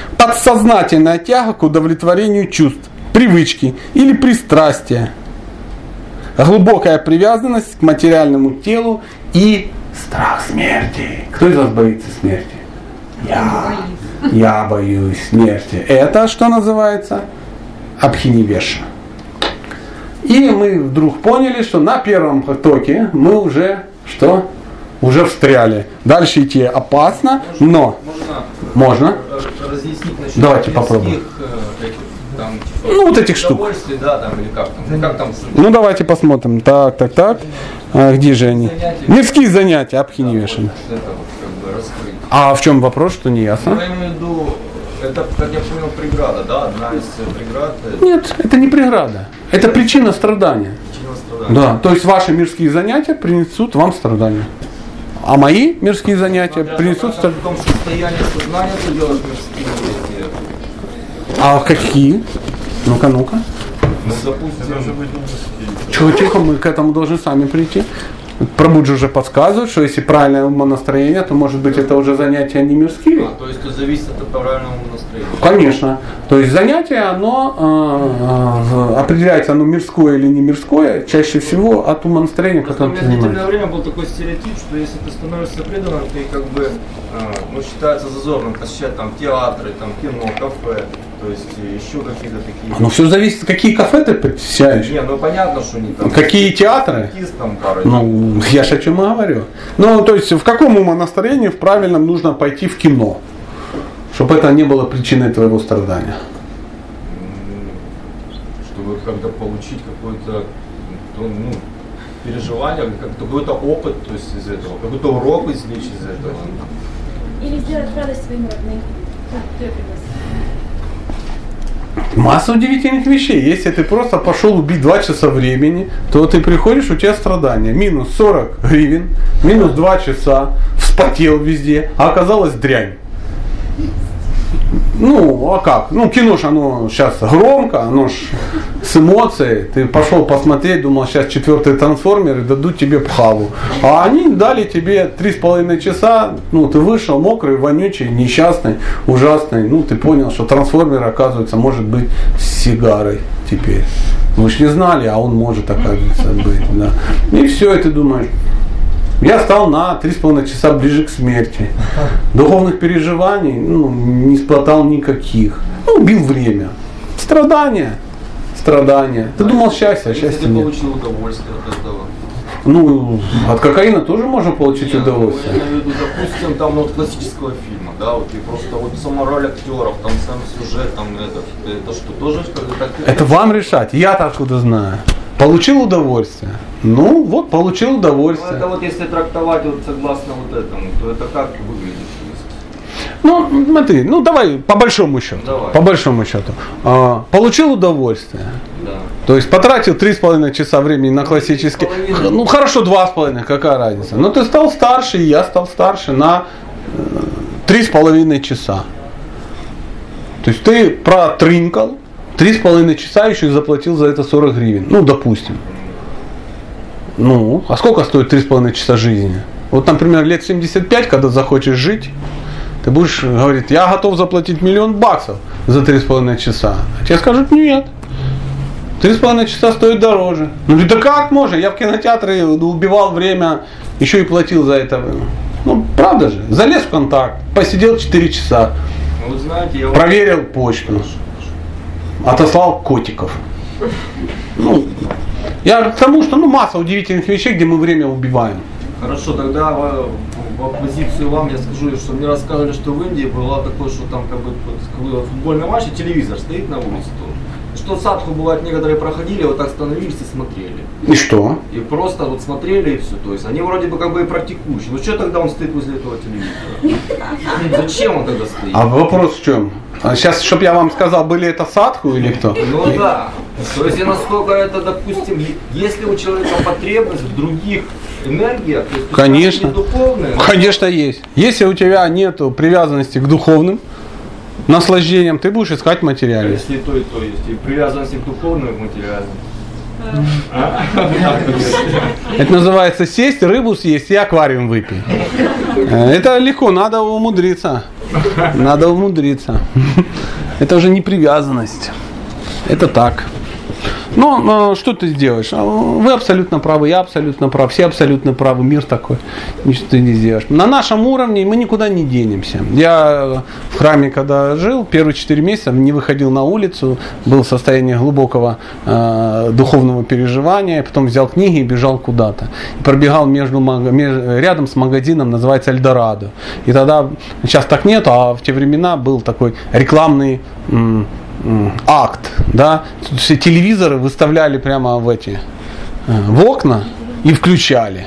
Подсознательная тяга к удовлетворению чувств, привычки или пристрастия. глубокая привязанность к материальному телу и страх смерти. Кто из вас боится смерти? Я боюсь смерти. Это что называется? Абхинивеша. И мы вдруг поняли, что на первом потоке мы уже что? Уже встряли. Дальше идти опасно, но можно разъяснить насчет. Давайте попробуем. Там, типа, ну вот этих штук. Да, там, или как там. Ну давайте посмотрим. Так. А где же они? Мирские занятия, Абхинивеша. А в чем вопрос, что не ясно? Я имею в виду, это, как я понял, преграда, да? Одна из преград. Нет, это не преграда. Это причина страдания. Да, то есть ваши мирские занятия принесут вам страдания. А мои мирские занятия принесут страдания. В том состоянии сознания ты делаешь мирские занятия. А какие? Ну-ка. Ну, допустим, Чего тихо, мы к этому должны сами прийти. Пробуджи уже подсказывает, что если правильное умонастроение, то может быть это уже занятия не мирские. То есть это зависит от правильного умонастроения. Конечно. То есть занятие, оно определяется, оно мирское или не мирское, чаще всего от умонастроения, которым ты занимаешься. В длительное время был такой стереотип, что если ты становишься преданным, ты как бы, считается зазорным посещать там театры, там кино, кафе, то есть еще какие-то такие. Ну все зависит, какие кафе ты посещаешь. Не, ну понятно, что не там. Какие театры? Ну, я же о чем и говорю. Ну, то есть в каком умонастроении в правильном нужно пойти в кино, чтобы это не было причиной твоего страдания. Чтобы как-то получить какое-то переживание, какой-то опыт, то есть из этого, какой-то урок извлечь из этого. Или сделать радость своим родным. Масса удивительных вещей. Если ты просто пошел убить 2 часа времени, то ты приходишь, у тебя страдания. Минус 40 гривен, минус 2 часа, вспотел везде, а оказалось дрянь. Ну, а как? Ну, кино ж оно сейчас громко, оно ж с эмоцией. Ты пошел посмотреть, думал, сейчас 4-й трансформеры дадут тебе пхаву. А они дали тебе 3,5 часа, ну, ты вышел мокрый, вонючий, несчастный, ужасный. Ну, ты понял, что трансформер, оказывается, может быть с сигарой теперь. Вы ж не знали, а он может, оказывается, быть. Да. И все, и ты думаешь, я стал на 3,5 часа ближе к смерти. Духовных переживаний не испытал никаких. Убил время. Страдания. Ты думал счастье, а счастья нет. Ты получил удовольствие от этого. Ну, от кокаина тоже можно получить удовольствие. Я имею в виду, допустим, там от классического фильма, да, вот и просто вот сама роль актеров, там сам сюжет, там это что, тоже так? Это вам решать, я-то откуда знаю. Получил удовольствие. Ну, вот, получил удовольствие. Ну, это вот если трактовать вот согласно вот этому, то это как выглядит? Ну, смотри, давай по большому счету. Давай. По большому счету. Получил удовольствие. Да. То есть потратил 3,5 часа времени на классический. Ну хорошо, 2,5, какая разница. Но ты стал старше, и я стал старше на 3,5 часа. То есть ты протрынкал 3,5 часа, еще заплатил за это 40 гривен. Ну, допустим. Ну, а сколько стоит 3,5 часа жизни? Вот, например, лет 75, когда захочешь жить, ты будешь говорить, я готов заплатить $1 миллион за 3,5 часа. А тебе скажут, нет. 3,5 часа стоит дороже. Ну, да как можно? Я в кинотеатре убивал время, еще и платил за это. Ну, правда же. Залез в контакт, посидел 4 часа. Ну, вы знаете, проверил почту. Отослал котиков. Ну, я к тому, что масса удивительных вещей, где мы время убиваем. Хорошо, тогда в оппозицию вам я скажу, что мне рассказывали, что в Индии было такое, что там как бы футбольный матч, и телевизор стоит на улице тоже. Что садху бывает, некоторые проходили, вот так становились и смотрели. И что? И просто вот смотрели и все. То есть они вроде бы как бы и практикующие. Ну что тогда он стоит возле этого телевизора? Зачем он тогда стоит? А вопрос в чем? Сейчас, чтобы я вам сказал, были это садху или кто? Ну да. То есть насколько это, допустим, если у человека потребность в других энергиях, то есть конечно. Духовные, конечно есть. Если у тебя нет привязанности к духовным наслаждениям, ты будешь искать материальное. Если и то есть. И привязанности к духовным, и к материальным. Это называется сесть, рыбу съесть и аквариум выпить. Это легко, надо умудриться. Надо умудриться. Это уже не привязанность. Это так. Но что ты сделаешь? Вы абсолютно правы, я абсолютно прав, все абсолютно правы, мир такой. Ничего ты не сделаешь. На нашем уровне мы никуда не денемся. Я в храме, когда жил, первые 4 месяца не выходил на улицу, был в состоянии глубокого духовного переживания, потом взял книги и бежал куда-то. И пробегал рядом с магазином, называется Эльдорадо. И тогда, сейчас так нету, а в те времена был такой рекламный акт, да, все телевизоры выставляли прямо в окна и включали.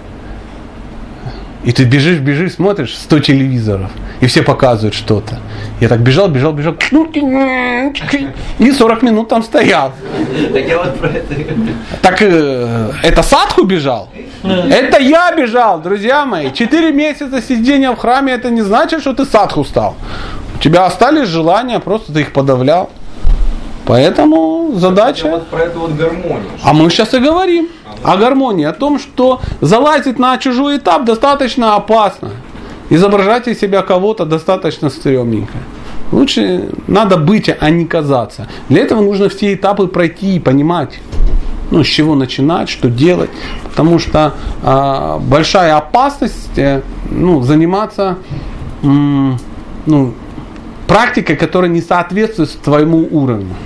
И ты бежишь, смотришь, 100 телевизоров, и все показывают что-то. Я так бежал, и 40 минут там стоял. Так я вот про это. Так это садху бежал? Это я бежал, друзья мои. 4 месяца сидения в храме, это не значит, что ты садху стал. У тебя остались желания, просто ты их подавлял. Поэтому задача... Вот про эту вот гармонию. А мы сейчас и говорим о гармонии, о том, что залазить на чужой этап достаточно опасно. Изображать из себя кого-то достаточно стрёмненько. Лучше надо быть, а не казаться. Для этого нужно все этапы пройти и понимать, с чего начинать, что делать. Потому что большая опасность заниматься практикой, которая не соответствует твоему уровню.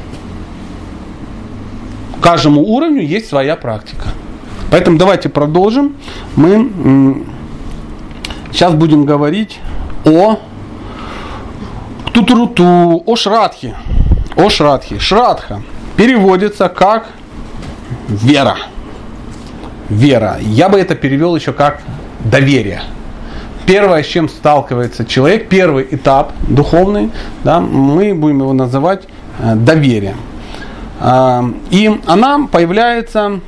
Каждому уровню есть своя практика. Поэтому давайте продолжим. Мы сейчас будем говорить о Шрадхе. О Шрадхе. Шрадха переводится как вера. Вера. Я бы это перевел еще как доверие. Первое, с чем сталкивается человек, первый этап духовный, да, мы будем его называть доверием. И она появляется,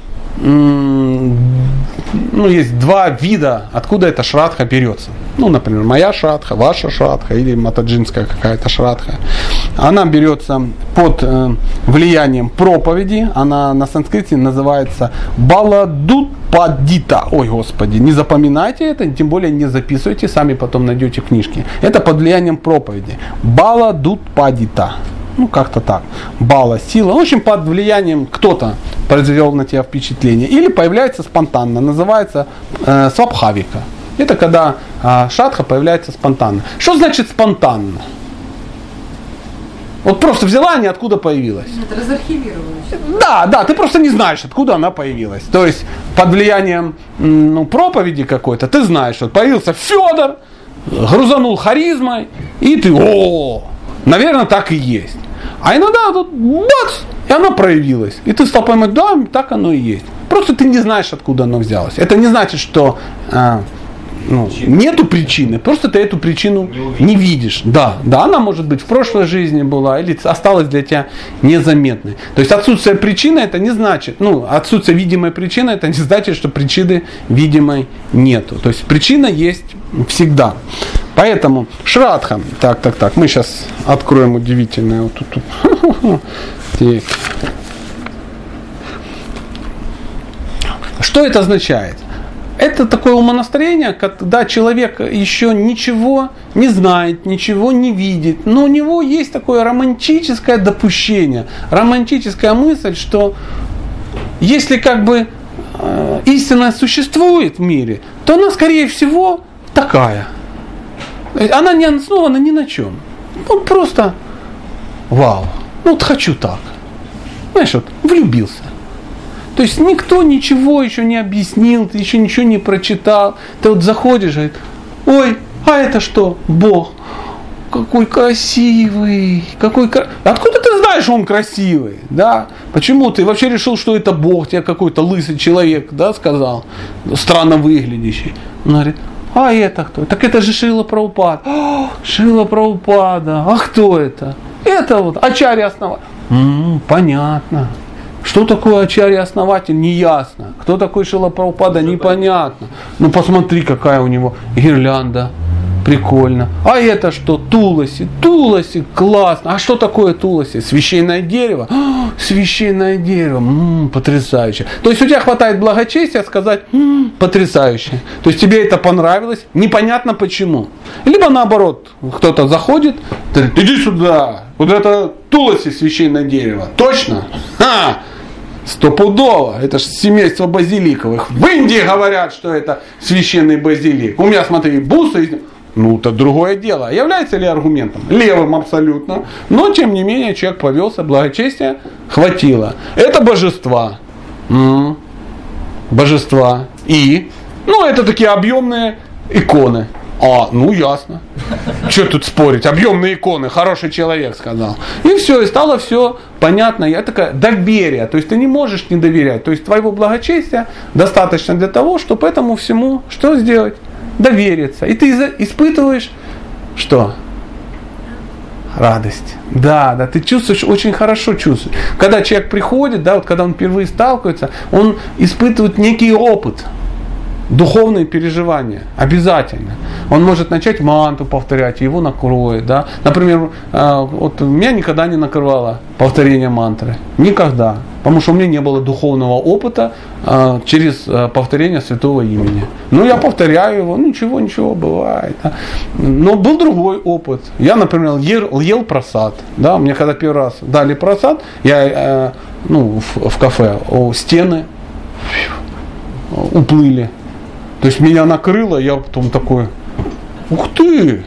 есть 2 вида, откуда эта шрадха берется. Например, моя шрадха, ваша шрадха или матаджинская какая-то шрадха. Она берется под влиянием проповеди. Она на санскрите называется баладутпадита. Ой, Господи, не запоминайте это, тем более не записывайте, сами потом найдете книжки. Это под влиянием проповеди. Баладутпадита. Как-то так. Бала, сила. В общем, под влиянием кто-то произвел на тебя впечатление. Или появляется спонтанно. Называется свабхавика. Это когда шрадха появляется спонтанно. Что значит спонтанно? Вот просто взяла, ниоткуда появилась. Это разархивировалось. Да, ты просто не знаешь, откуда она появилась. То есть под влиянием проповеди какой-то ты знаешь, что появился Федор, грузанул харизмой, и ты, наверное, так и есть. А иногда тут бац, и она проявилась. И ты стал понимать, да, так оно и есть. Просто ты не знаешь, откуда оно взялось. Это не значит, что нету причины, просто ты эту причину не видишь. Да, она может быть в прошлой жизни была или осталась для тебя незаметной. То есть отсутствие причины это не значит, отсутствие видимой причины это не значит, что причины видимой нету. То есть причина есть всегда. Поэтому шрадха, так, мы сейчас откроем удивительное вот тут. Что это означает? Это такое умонастроение, когда человек еще ничего не знает, ничего не видит, но у него есть такое романтическое допущение, романтическая мысль, что если истина существует в мире, то она, скорее всего, такая. Она не основана ни на чем. Просто вау, хочу так. Знаешь, влюбился. То есть никто ничего еще не объяснил, ты еще ничего не прочитал. Ты заходишь и говоришь, ой, а это что? Бог. Какой красивый. Откуда ты знаешь, что он красивый? Да? Почему ты вообще решил, что это Бог? Тебе какой-то лысый человек, да, сказал, странно выглядящий. Он говорит, а это кто? Так это же Шрила Прабхупада. Шрила Прабхупада. А кто это? Это Ачарья-основатель. Понятно. Что такое Ачарья-основатель? Неясно. Кто такой Шрила Прабхупада? Непонятно. Посмотри, какая у него гирлянда. Прикольно. А это что? Туласи. Туласи, классно. А что такое Туласи? Священное дерево? Священное дерево. Потрясающе. То есть у тебя хватает благочестия сказать потрясающе. То есть тебе это понравилось. Непонятно почему. Либо наоборот, кто-то заходит, говорит, иди сюда. Вот это Туласи, священное дерево. Точно? Стопудово. Это же семейство базиликовых. В Индии говорят, что это священный базилик. У меня, смотри, бусы. Ну, это другое дело. Является ли аргументом? Левым абсолютно. Но, тем не менее, человек повелся, благочестия хватило. Это божества. Божества. И? Ну, это такие объемные иконы. Ну ясно. Что тут спорить? Объемные иконы, хороший человек сказал. И все, и стало все понятно. Я такая, доверие. То есть ты не можешь не доверять. То есть твоего благочестия достаточно для того, чтобы этому всему что сделать? Довериться. И ты испытываешь что? Радость. Да, ты чувствуешь, очень хорошо чувствуешь. Когда человек приходит, да, вот когда он впервые сталкивается, он испытывает некий опыт. Духовные переживания. Обязательно. Он может начать манту повторять, его накроет. Да? Например, вот меня никогда не накрывало повторение мантры. Никогда. Потому что у меня не было духовного опыта через повторение святого имени. Ну, я повторяю его, ничего, бывает. Да? Но был другой опыт. Я, например, ел просад. Да? Мне когда первый раз дали просад, я в кафе, стены уплыли. То есть меня накрыло, я потом такой, ух ты,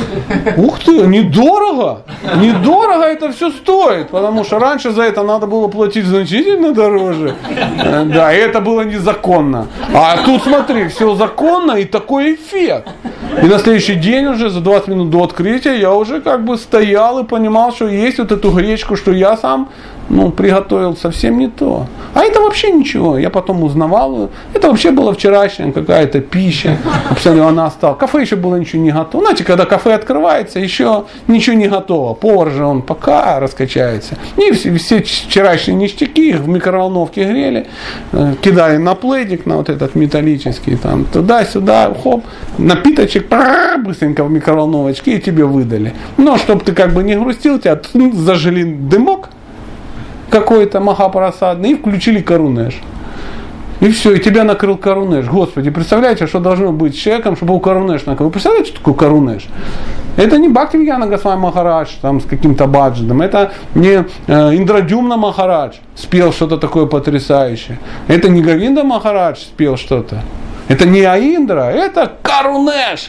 недорого это все стоит, потому что раньше за это надо было платить значительно дороже, да, и это было незаконно, а тут смотри, все законно и такой эффект. И на следующий день уже, за 20 минут до открытия, я уже как бы стоял и понимал, что есть вот эту гречку, что я сам приготовил, совсем не то. А это вообще ничего. Я потом узнавал, это вообще была вчерашняя какая-то пища. Абсолютно она осталась. Кафе еще было ничего не готово. Знаете, когда кафе открывается, еще ничего не готово. Повар же он пока раскачается. И все вчерашние ништяки их в микроволновке грели, кидали на пледик, на вот этот металлический, там, туда-сюда, хоп, напиточек, быстренько в микроволновочке и тебе выдали. Но, чтобы ты как бы не грустил, тебя зажили дымок какой-то махапрасадный и включили карунеш. И все, и тебя накрыл карунеш. Господи, представляете, что должно быть с человеком, чтобы у карунеш накрыл? Вы представляете, что такое карунеш? Это не Бхактивиджана Госвами Махарадж там, с каким-то баджетом. Это не Индрадюмна Махарадж спел что-то такое потрясающее. Это не Говинда Махарадж спел что-то. Это не Аиндра, это карунеш.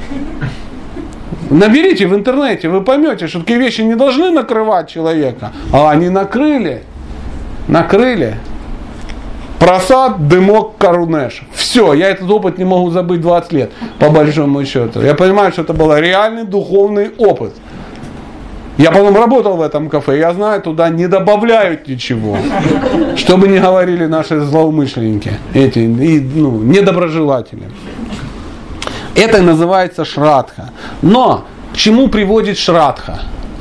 Наберите в интернете, вы поймете, что такие вещи не должны накрывать человека. А они накрыли. Просад, дымок, карунеш. Все, я этот опыт не могу забыть 20 лет, по большому счету. Я понимаю, что это был реальный духовный опыт. Я потом работал в этом кафе, я знаю, туда не добавляют ничего. Что бы ни говорили наши злоумышленники, эти недоброжелатели. Это называется шрадха. Но к чему приводит шрадха?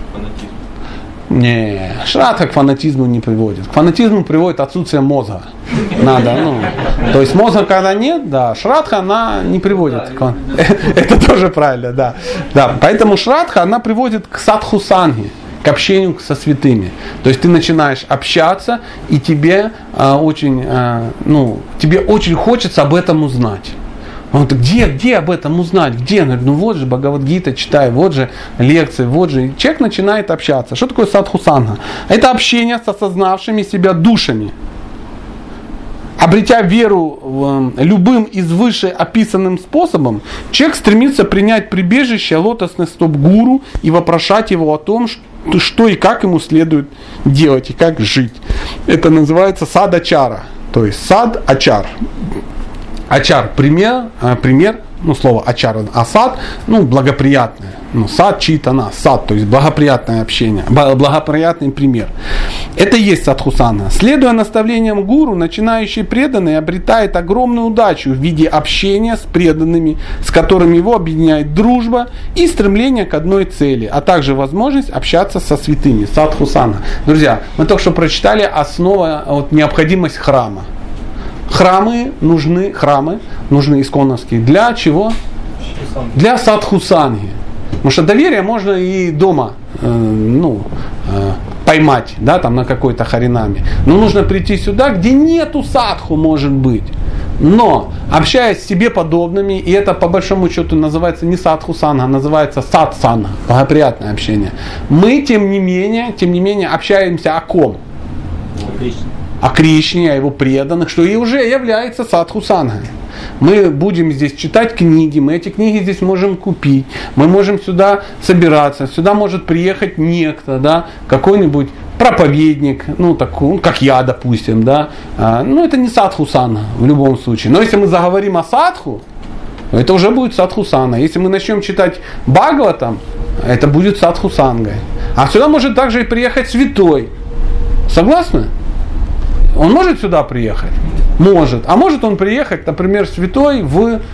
Не, шрадха к фанатизму не приводит. К фанатизму приводит отсутствие мозга. То есть мозга когда нет, да, шрадха она не приводит. Это тоже правильно, да. Да, поэтому шрадха она приводит к садхусанге, к общению со святыми. То есть ты начинаешь общаться, и тебе очень хочется об этом узнать. Он говорит, где об этом узнать? Где? Вот же Бхагавад-гита читай, вот же лекции, вот же. И человек начинает общаться. Что такое садхусанга? Это общение с осознавшими себя душами. Обретя веру любым из выше описанным способом, человек стремится принять прибежище лотосных стоп гуру и вопрошать его о том, что и как ему следует делать, и как жить. Это называется сад-ачара, то есть сад-ачар. Ачар пример, слово ачар, а сад, благоприятное. Сад читана, сад, то есть благоприятное общение, благоприятный пример. Это и есть садхусана. Следуя наставлениям гуру, начинающий преданный обретает огромную удачу в виде общения с преданными, с которыми его объединяет дружба и стремление к одной цели, а также возможность общаться со святыми. Садхусана. Друзья, мы только что прочитали необходимость храма. Храмы нужны исконовские. Для чего? Для садхусанги. Потому что доверие можно и дома поймать, да, там на какой-то харинаме. Но нужно прийти сюда, где нету садху, может быть. Но, общаясь с себе подобными, и это по большому счету называется не садхусанга, а называется сатсанга, благоприятное общение. Мы, тем не менее, общаемся о ком? о Кришне, о его преданных, что и уже является садху сангой. Мы будем здесь читать книги, мы эти книги здесь можем купить, мы можем сюда собираться, сюда может приехать некто, да, какой-нибудь проповедник, ну, такой, как я, допустим, да, ну, это не садху санга в любом случае. Но если мы заговорим о садху, это уже будет садху санга. Если мы начнем читать Бхагаватам, это будет садху сангой. А сюда может также и приехать святой. Согласны? Он может сюда приехать? Может. А может он приехать, например, святой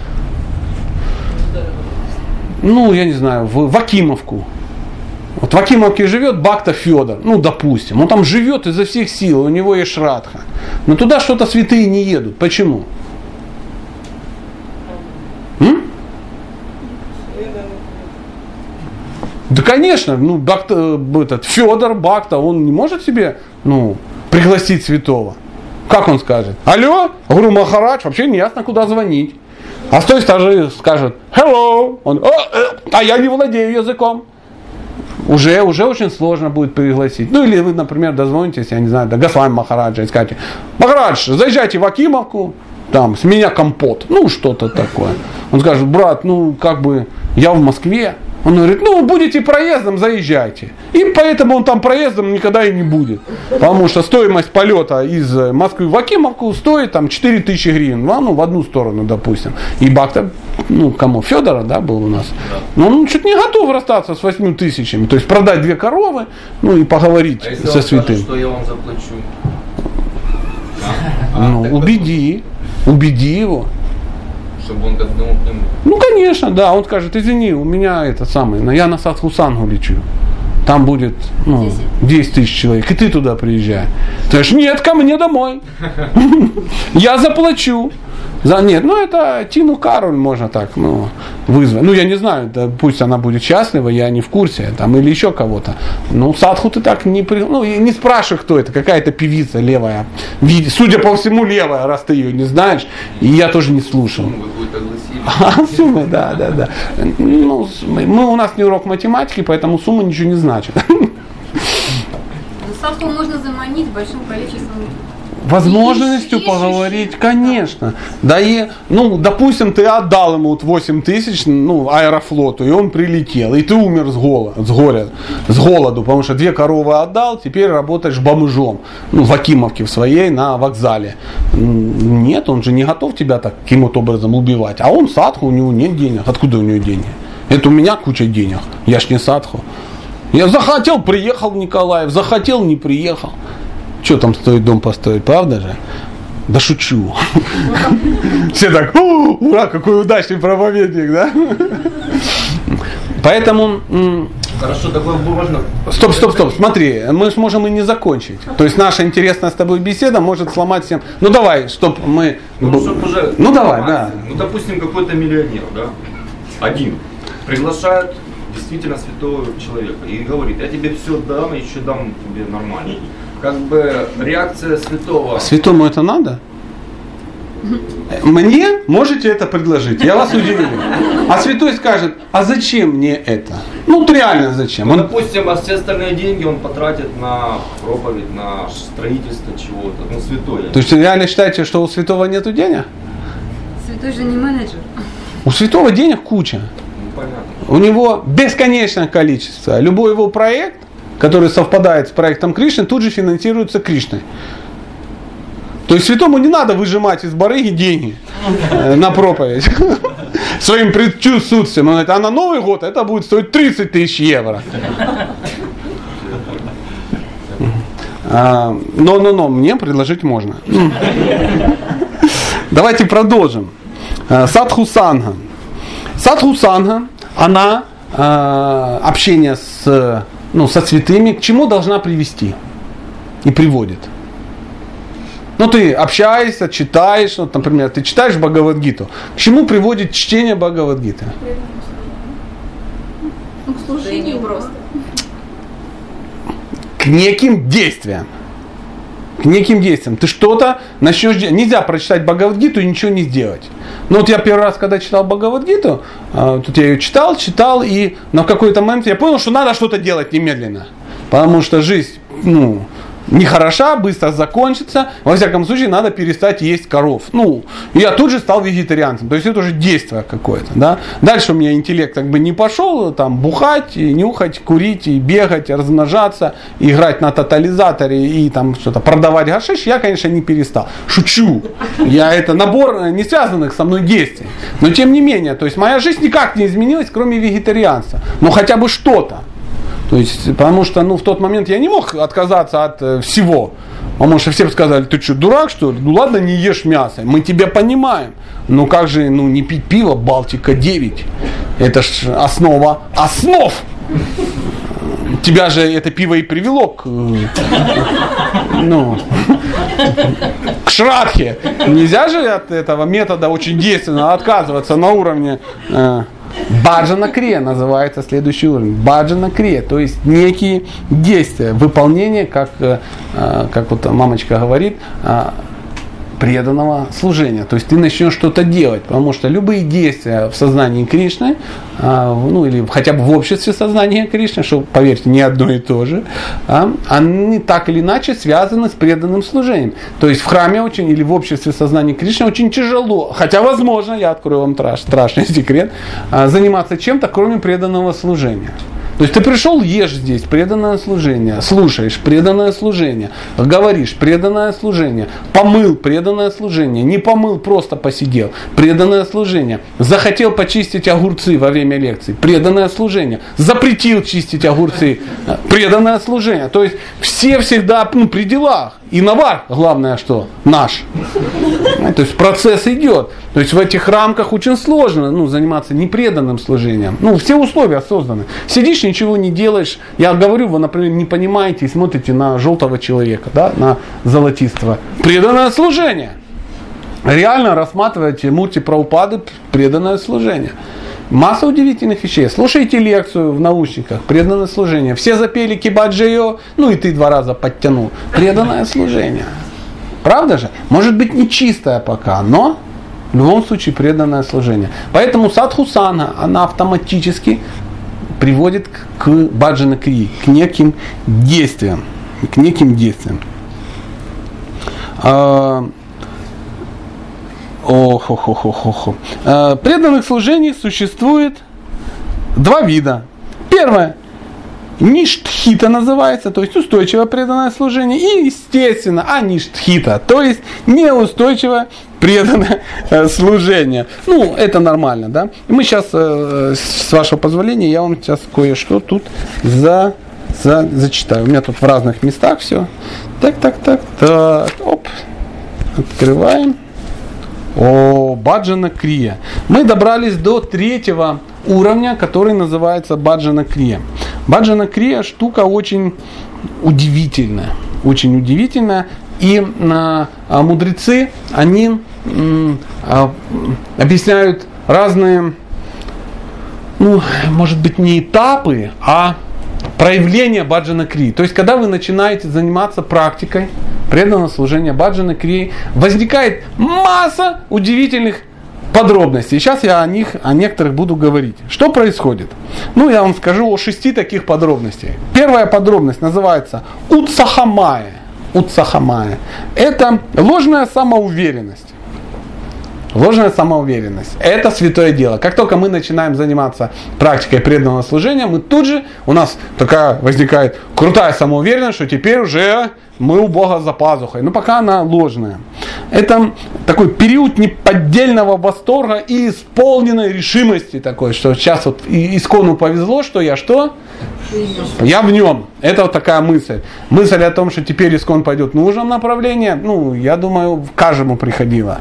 ну, я не знаю, в Акимовку. Вот в Акимовке живет Бхакта Федор, ну, допустим. Он там живет изо всех сил, у него есть шрадха. Но туда что-то святые не едут. Почему? Да, конечно, ну, Федор Бхакта, он не может себе, ну, пригласить святого. Как он скажет? Алло, Гуру Махарадж, вообще не ясно, куда звонить. А с той стороны скажет hello, он, а я не владею языком. Уже очень сложно будет пригласить. Ну или вы, например, дозвонитесь, я не знаю, до Госвами Махараджа и скажете: Махарадж, заезжайте в Акимовку, там, с меня компот, ну что-то такое. Он скажет: брат, ну как бы я в Москве. Он говорит: ну, будете проездом, заезжайте. И поэтому он там проездом никогда и не будет. Потому что стоимость полета из Москвы в Акимовку стоит там 4000 гривен. Ну, в одну сторону, допустим. И Бхакта, ну, кому? Федора, да, был у нас. Но он чуть не готов расстаться с 8000. То есть продать 2 коровы, ну, и поговорить со святым. Скажет, что я вам заплачу? Ну, убеди его. Чтобы он к одному к нему. Ну, конечно, да. Он скажет: извини, у меня это самое, я на садху сангу лечу. Там будет 10 тысяч человек, и ты туда приезжай. Ты говоришь: нет, ко мне домой. Я заплачу. Нет, ну это Тину Кароль можно так, вызвать. Ну, я не знаю, да, пусть она будет счастлива, я не в курсе, там, или еще кого-то. Ну, садху ты так не не спрашивай, кто это, какая-то певица левая. Судя по всему, левая, раз ты ее не знаешь. И я тоже не слушал. Суммы, да. Ну, у нас не урок математики, поэтому сумма ничего не значит. Садху можно заманить большим количеством возможностью поговорить, конечно. Да и, ну, допустим, ты отдал ему 8000, ну, Аэрофлоту, и он прилетел, и ты умер с голоду, потому что 2 коровы отдал, теперь работаешь бомжом, ну, в Акимовке в своей на вокзале. Нет, он же не готов тебя таким-то образом убивать. А он садху, у него нет денег. Откуда у него деньги? Это у меня куча денег. Я ж не садху. Я захотел, приехал в Николаев, захотел, не приехал. Что там стоит дом построить, правда же? Да шучу. Все так: ура, какой удачный проповедник, да? Поэтому... Хорошо, такое можно... Стоп, смотри, мы можем и не закончить. То есть наша интересная с тобой беседа может сломать всем... Ну давай, стоп, мы... Ну давай, да. Ну, допустим, какой-то миллионер, да? Один. Приглашает действительно святого человека и говорит: я тебе все дам, еще дам тебе нормально. Как бы реакция святого. Святому это надо? Мне можете это предложить, я вас удивлю. А святой скажет: а зачем мне это? Ну, вот реально зачем? Ну, допустим, а все остальные деньги он потратит на проповедь, на строительство чего-то. Ну, святой. То есть вы реально считаете, что у святого нету денег? Святой же не менеджер. У святого денег куча. Ну, понятно. У него бесконечное количество. Любой его проект, который совпадает с проектом Кришны, тут же финансируется Кришной. То есть святому не надо выжимать из барыги деньги на проповедь своим предчувствием. Он говорит: а на Новый год это будет стоить 30 000 евро. Но мне предложить можно. Давайте продолжим. Садху санга. Садху санга, она общение со святыми к чему должна привести и приводит. Ну, ты общаешься, читаешь, вот, например, ты читаешь Бхагавад-гиту. К чему приводит чтение Бхагавад-гиты? Ну, к служению просто. К неким действиям. К неким действиям. Ты что-то начнешь делать. Нельзя прочитать Бхагавад-гиту и ничего не сделать. Ну, вот я первый раз, когда читал Бхагавад-гиту, тут я ее читал, и на какой-то момент я понял, что надо что-то делать немедленно. Потому что жизнь, нехороша, быстро закончится. Во всяком случае, надо перестать есть коров. Ну, я тут же стал вегетарианцем. То есть это уже действие какое-то. Да? Дальше у меня интеллект как бы не пошел. Там бухать, и нюхать, курить, и бегать, и размножаться, играть на тотализаторе и там что-то продавать гашиш. Я, конечно, не перестал. Шучу. Это набор не связанных со мной действий. Но тем не менее, то есть моя жизнь никак не изменилась, кроме вегетарианства. Но хотя бы что-то. То есть, потому что, в тот момент я не мог отказаться от всего. Потому что все бы сказали, ты что, дурак, что ли? Ну ладно, не ешь мясо, мы тебя понимаем. Но как же, не пить пиво, Балтика 9. Это ж основа основ. Тебя же это пиво и привело к шрадхе. Нельзя же от этого метода очень действенно отказываться на уровне... Баджана крия называется следующий уровень. Баджана крия, то есть некие действия, выполнение, как вот мамочка говорит, преданного служения. То есть ты начнешь что-то делать, потому что любые действия в сознании Кришны, или хотя бы в обществе сознания Кришны, что, поверьте, не одно и то же, они так или иначе связаны с преданным служением. То есть в храме или в обществе сознания Кришны очень тяжело, хотя возможно, я открою вам страшный секрет, заниматься чем-то, кроме преданного служения. То есть ты пришел, ешь здесь, преданное служение, слушаешь, преданное служение, говоришь, преданное служение, помыл, преданное служение, не помыл, просто посидел, преданное служение, захотел почистить огурцы во время лекции, преданное служение, запретил чистить огурцы, преданное служение. То есть все всегда при делах. И навар, главное, что наш. То есть процесс идет. То есть в этих рамках очень сложно заниматься непреданным служением. Все условия созданы. Сидишь, ничего не делаешь. Я говорю, вы, например, не понимаете и смотрите на желтого человека, да, на золотистого. Преданное служение. Реально рассматривайте Мурти Прабхупады, преданное служение. Масса удивительных вещей. Слушайте лекцию в наушниках, преданное служение. Все запели Кибаджио, и ты 2 раза подтянул. Преданное служение. Правда же? Может быть не чистое пока, но в любом случае преданное служение. Поэтому садху санга, она автоматически приводит к баджана крии, к неким действиям. Преданных служений существует 2 вида. Первое. Ништхита называется, то есть устойчивое преданное служение. И, естественно, аништхита, то есть неустойчивое преданное служение. Это нормально, да? Мы сейчас, с вашего позволения, я вам сейчас кое-что тут зачитаю. У меня тут в разных местах все. Так. Оп. Открываем. Баджана крия. Мы добрались до 3-го уровня, который называется баджана крия. Баджана крия штука очень удивительная. Очень удивительная. И мудрецы, они объясняют разные, может быть, не этапы, а проявления баджана крии. То есть, когда вы начинаете заниматься практикой преданного служения баджана крии, возникает масса удивительных подробностей. Сейчас я о некоторых буду говорить. Что происходит? Я вам скажу о 6 таких подробностей. Первая подробность называется утсахамая. Утсахамая. Это ложная самоуверенность. Ложная самоуверенность. Это святое дело. Как только мы начинаем заниматься практикой преданного служения, у нас такая возникает крутая самоуверенность, что теперь уже мы у Бога за пазухой. Но пока она ложная. Это такой период неподдельного восторга и исполненной решимости такой, что сейчас вот Искону повезло, что я что? Я в нем. Это вот такая мысль. Мысль о том, что теперь Искон пойдет в нужном направлении, я думаю, каждому приходило.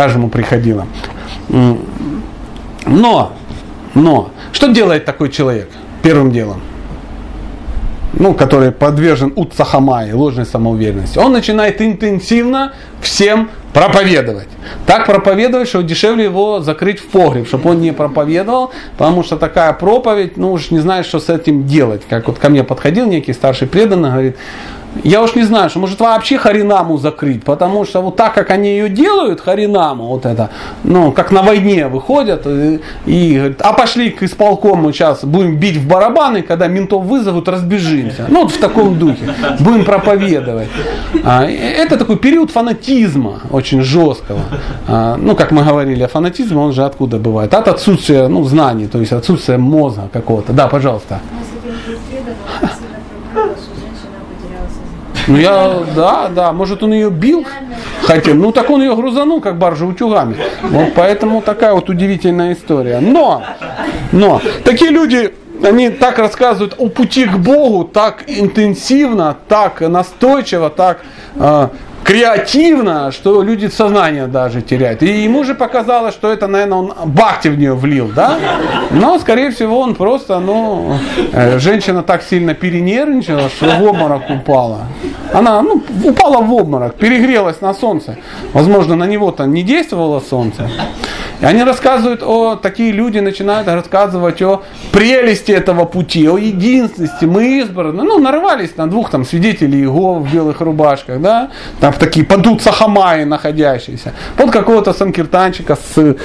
Но, что делает такой человек первым делом? Который подвержен утсахамае, ложной самоуверенности. Он начинает интенсивно всем проповедовать. Так проповедовать, что дешевле его закрыть в погреб, чтобы он не проповедовал, потому что такая проповедь, уж не знаешь, что с этим делать. Как вот ко мне подходил некий старший преданный, говорит, я уж не знаю, что может вообще харинаму закрыть, потому что вот так, как они ее делают, харинаму, вот это, ну, как на войне выходят и говорят, а пошли к исполкому, сейчас будем бить в барабаны, когда ментов вызовут, разбежимся. Ну, вот в таком духе. Будем проповедовать. Это такой период фанатизма, очень жесткого. Ну, как мы говорили, фанатизм, он же откуда бывает? От отсутствия, ну, знаний, то есть отсутствия мозга какого-то. Да, пожалуйста. Ну да, может он ее бил хотел, ну так он ее грузанул, как баржу утюгами. Вот поэтому такая вот удивительная история. Но такие люди, они так рассказывают о пути к Богу, так интенсивно, так настойчиво, так креативно, что люди сознание даже теряют. И ему же показалось, что это, наверное, он бхакти в нее влил, да? Но, скорее всего, он просто, женщина так сильно перенервничала, что в обморок упала. Она, упала в обморок, перегрелась на солнце. Возможно, на него-то не действовало солнце. И они рассказывают такие люди начинают рассказывать о прелести этого пути, о единственности. Мы избраны. Нарывались на двух там свидетелей Иеговы в белых рубашках, да? Там такие подут сахамаи находящиеся. Вот какого-то санкиртанчика с...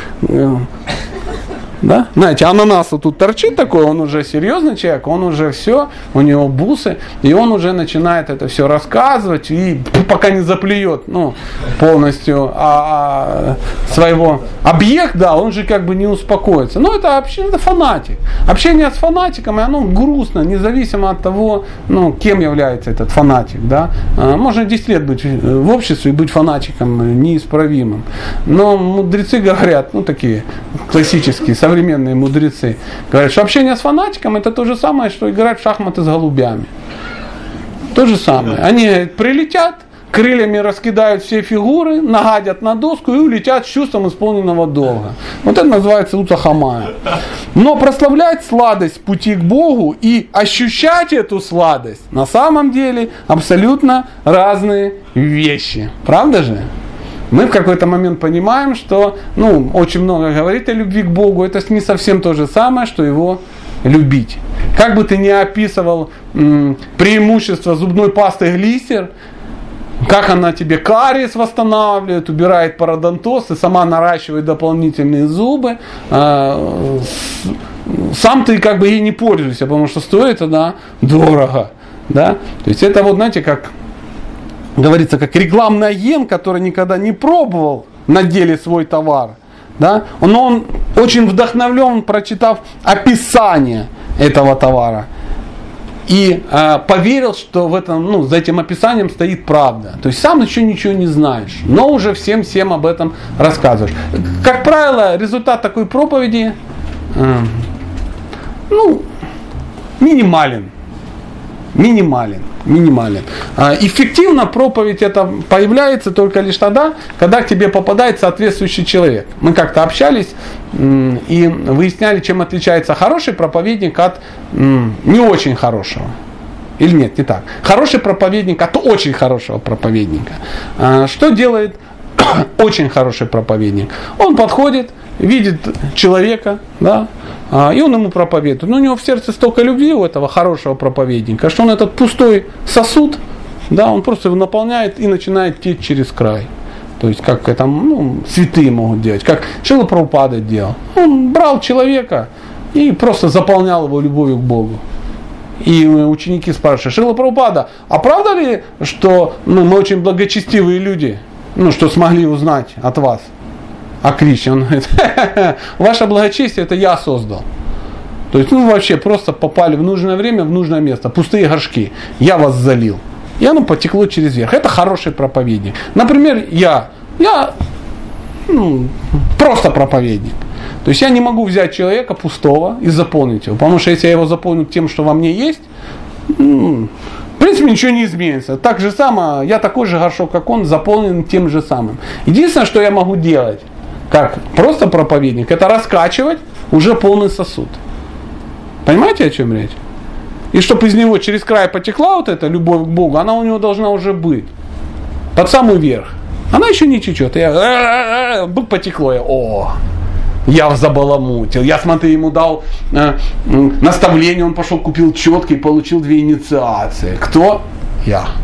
Да? Знаете, ананас вот тут торчит такой, он уже серьезный человек, он уже все, у него бусы, и он уже начинает это все рассказывать, и пока не заплюет полностью своего объекта, он же как бы не успокоится. Но это фанатик. Общение с фанатиком, оно грустно, независимо от того, кем является этот фанатик. Да? Можно 10 лет быть в обществе и быть фанатиком неисправимым. Но мудрецы говорят, такие классические, современные мудрецы, говорят, что общение с фанатиком это то же самое, что играть в шахматы с голубями. То же самое. Они прилетят, крыльями раскидают все фигуры, нагадят на доску и улетят с чувством исполненного долга. Вот это называется уцахамая. Но прославлять сладость пути к Богу и ощущать эту сладость на самом деле абсолютно разные вещи. Правда же? Мы в какой-то момент понимаем, что очень много говорить о любви к Богу, это не совсем то же самое, что его любить. Как бы ты ни описывал преимущество зубной пасты Глиссер, как она тебе кариес восстанавливает, убирает пародонтоз и сама наращивает дополнительные зубы, сам ты как бы ей не пользуешься, потому что стоит она дорого. Да? То есть это знаете, как... говорится, как рекламный агент, который никогда не пробовал на деле свой товар. Да? Но он очень вдохновлен, прочитав описание этого товара. И поверил, что в этом, за этим описанием стоит правда. То есть сам еще ничего не знаешь, но уже всем об этом рассказываешь. Как правило, результат такой проповеди минимален. Эффективно проповедь это появляется только лишь тогда, когда к тебе попадает соответствующий человек. Мы как-то общались и выясняли, чем отличается хороший проповедник от не очень хорошего. Или нет, не так. Хороший проповедник от очень хорошего проповедника. Что делает очень хороший проповедник? Он подходит, видит человека, да, и он ему проповедует. Но у него в сердце столько любви у этого хорошего проповедника, что он этот пустой сосуд, да, он просто его наполняет и начинает течь через край. То есть, как это, святые могут делать, как Шрила Прабхупада делал. Он брал человека и просто заполнял его любовью к Богу. И ученики спрашивают: Шрила Прабхупада, а правда ли, что мы очень благочестивые люди, что смогли узнать от вас о Кришне? Он говорит: ваше благочестие это я создал. То есть вообще просто попали в нужное время, в нужное место, пустые горшки. Я вас залил. И оно потекло через верх. Это хороший проповедник. Например, я просто проповедник. То есть я не могу взять человека пустого и заполнить его. Потому что если я его заполню тем, что во мне есть, в принципе ничего не изменится. Так же самое, я такой же горшок, как он, заполнен тем же самым. Единственное, что я могу делать, как просто проповедник, это раскачивать уже полный сосуд. Понимаете, о чем речь? И чтобы из него через край потекла вот эта любовь к Богу, она у него должна уже быть. Под самый верх. Она еще не течет. Потекло. Я забаламутил. Я, смотри, ему дал наставление, он пошел, купил четки и получил 2 инициации. Кто? Я.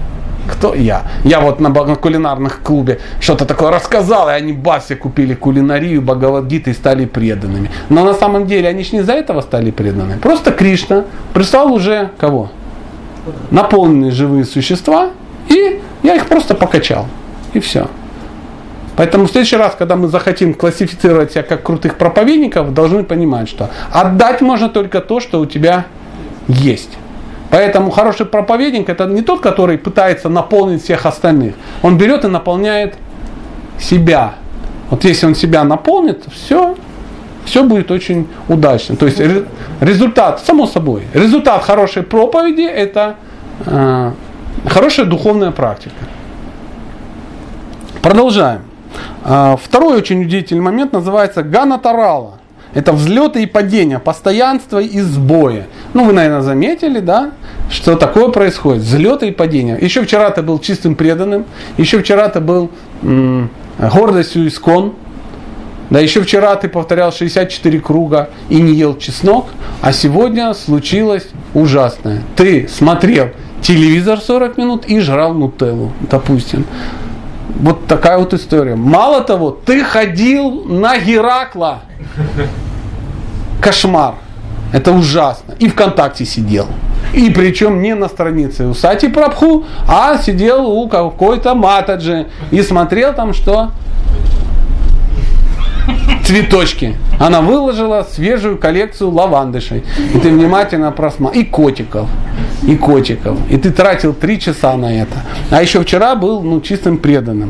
Кто? Я. Я вот на кулинарных клубе что-то такое рассказал, и они все купили кулинарию, Бхагавад-гиты и стали преданными. Но на самом деле они ж не из-за этого стали преданными. Просто Кришна прислал уже кого? Наполненные живые существа, и я их просто покачал. И все. Поэтому в следующий раз, когда мы захотим классифицировать себя как крутых проповедников, должны понимать, что отдать можно только то, что у тебя есть. Поэтому хороший проповедник это не тот, который пытается наполнить всех остальных. Он берет и наполняет себя. Вот если он себя наполнит, все будет очень удачно. То есть результат, само собой, результат хорошей проповеди это хорошая духовная практика. Продолжаем. Второй очень удивительный момент называется ганатарала. Это взлеты и падения, постоянство и сбои. Вы, наверное, заметили, да, что такое происходит. Взлеты и падения. Еще вчера ты был чистым преданным, еще вчера ты был гордостью искон, да, еще вчера ты повторял 64 круга и не ел чеснок, а сегодня случилось ужасное. Ты смотрел телевизор 40 минут и жрал нутеллу, допустим. Вот такая вот история. Мало того, ты ходил на Геракла. Кошмар. Это ужасно. И ВКонтакте сидел. И причем не на странице у Сати Прабху, а сидел у какой-то Матаджи. И смотрел там что? Цветочки. Она выложила свежую коллекцию лавандышей. И ты внимательно просмотрел. И котиков. И ты тратил 3 часа на это. А еще вчера был чистым преданным.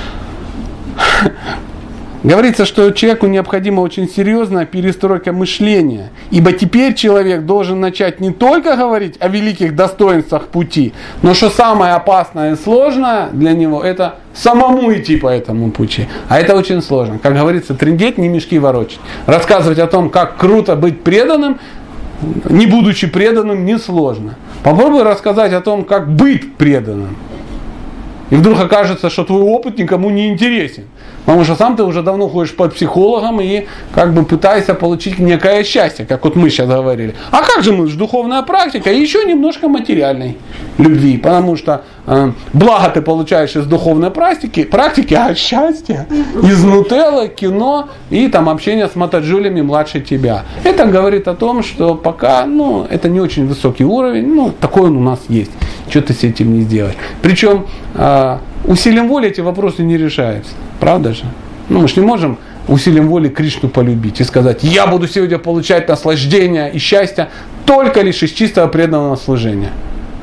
Говорится, что человеку необходима очень серьезная перестройка мышления. Ибо теперь человек должен начать не только говорить о великих достоинствах пути, но что самое опасное и сложное для него, это самому идти по этому пути. А это очень сложно. Как говорится, трындеть, не мешки ворочать. Рассказывать о том, как круто быть преданным, не будучи преданным, несложно. Попробуй рассказать о том, как быть преданным. И вдруг окажется, что твой опыт никому не интересен. Потому что сам ты уже давно ходишь под психологом и пытаешься получить некое счастье, как вот мы сейчас говорили. А как же духовная практика и еще немножко материальной любви. Потому что благо ты получаешь из духовной практики, а счастье из нутеллы, кино и общения с матаджулями младше тебя. Это говорит о том, что пока это не очень высокий уровень, такой он у нас есть. Что ты с этим не сделаешь. Причем усилием воли эти вопросы не решаются. Правда же? Мы же не можем усилием воли Кришну полюбить и сказать, я буду сегодня получать наслаждение и счастье только лишь из чистого преданного служения.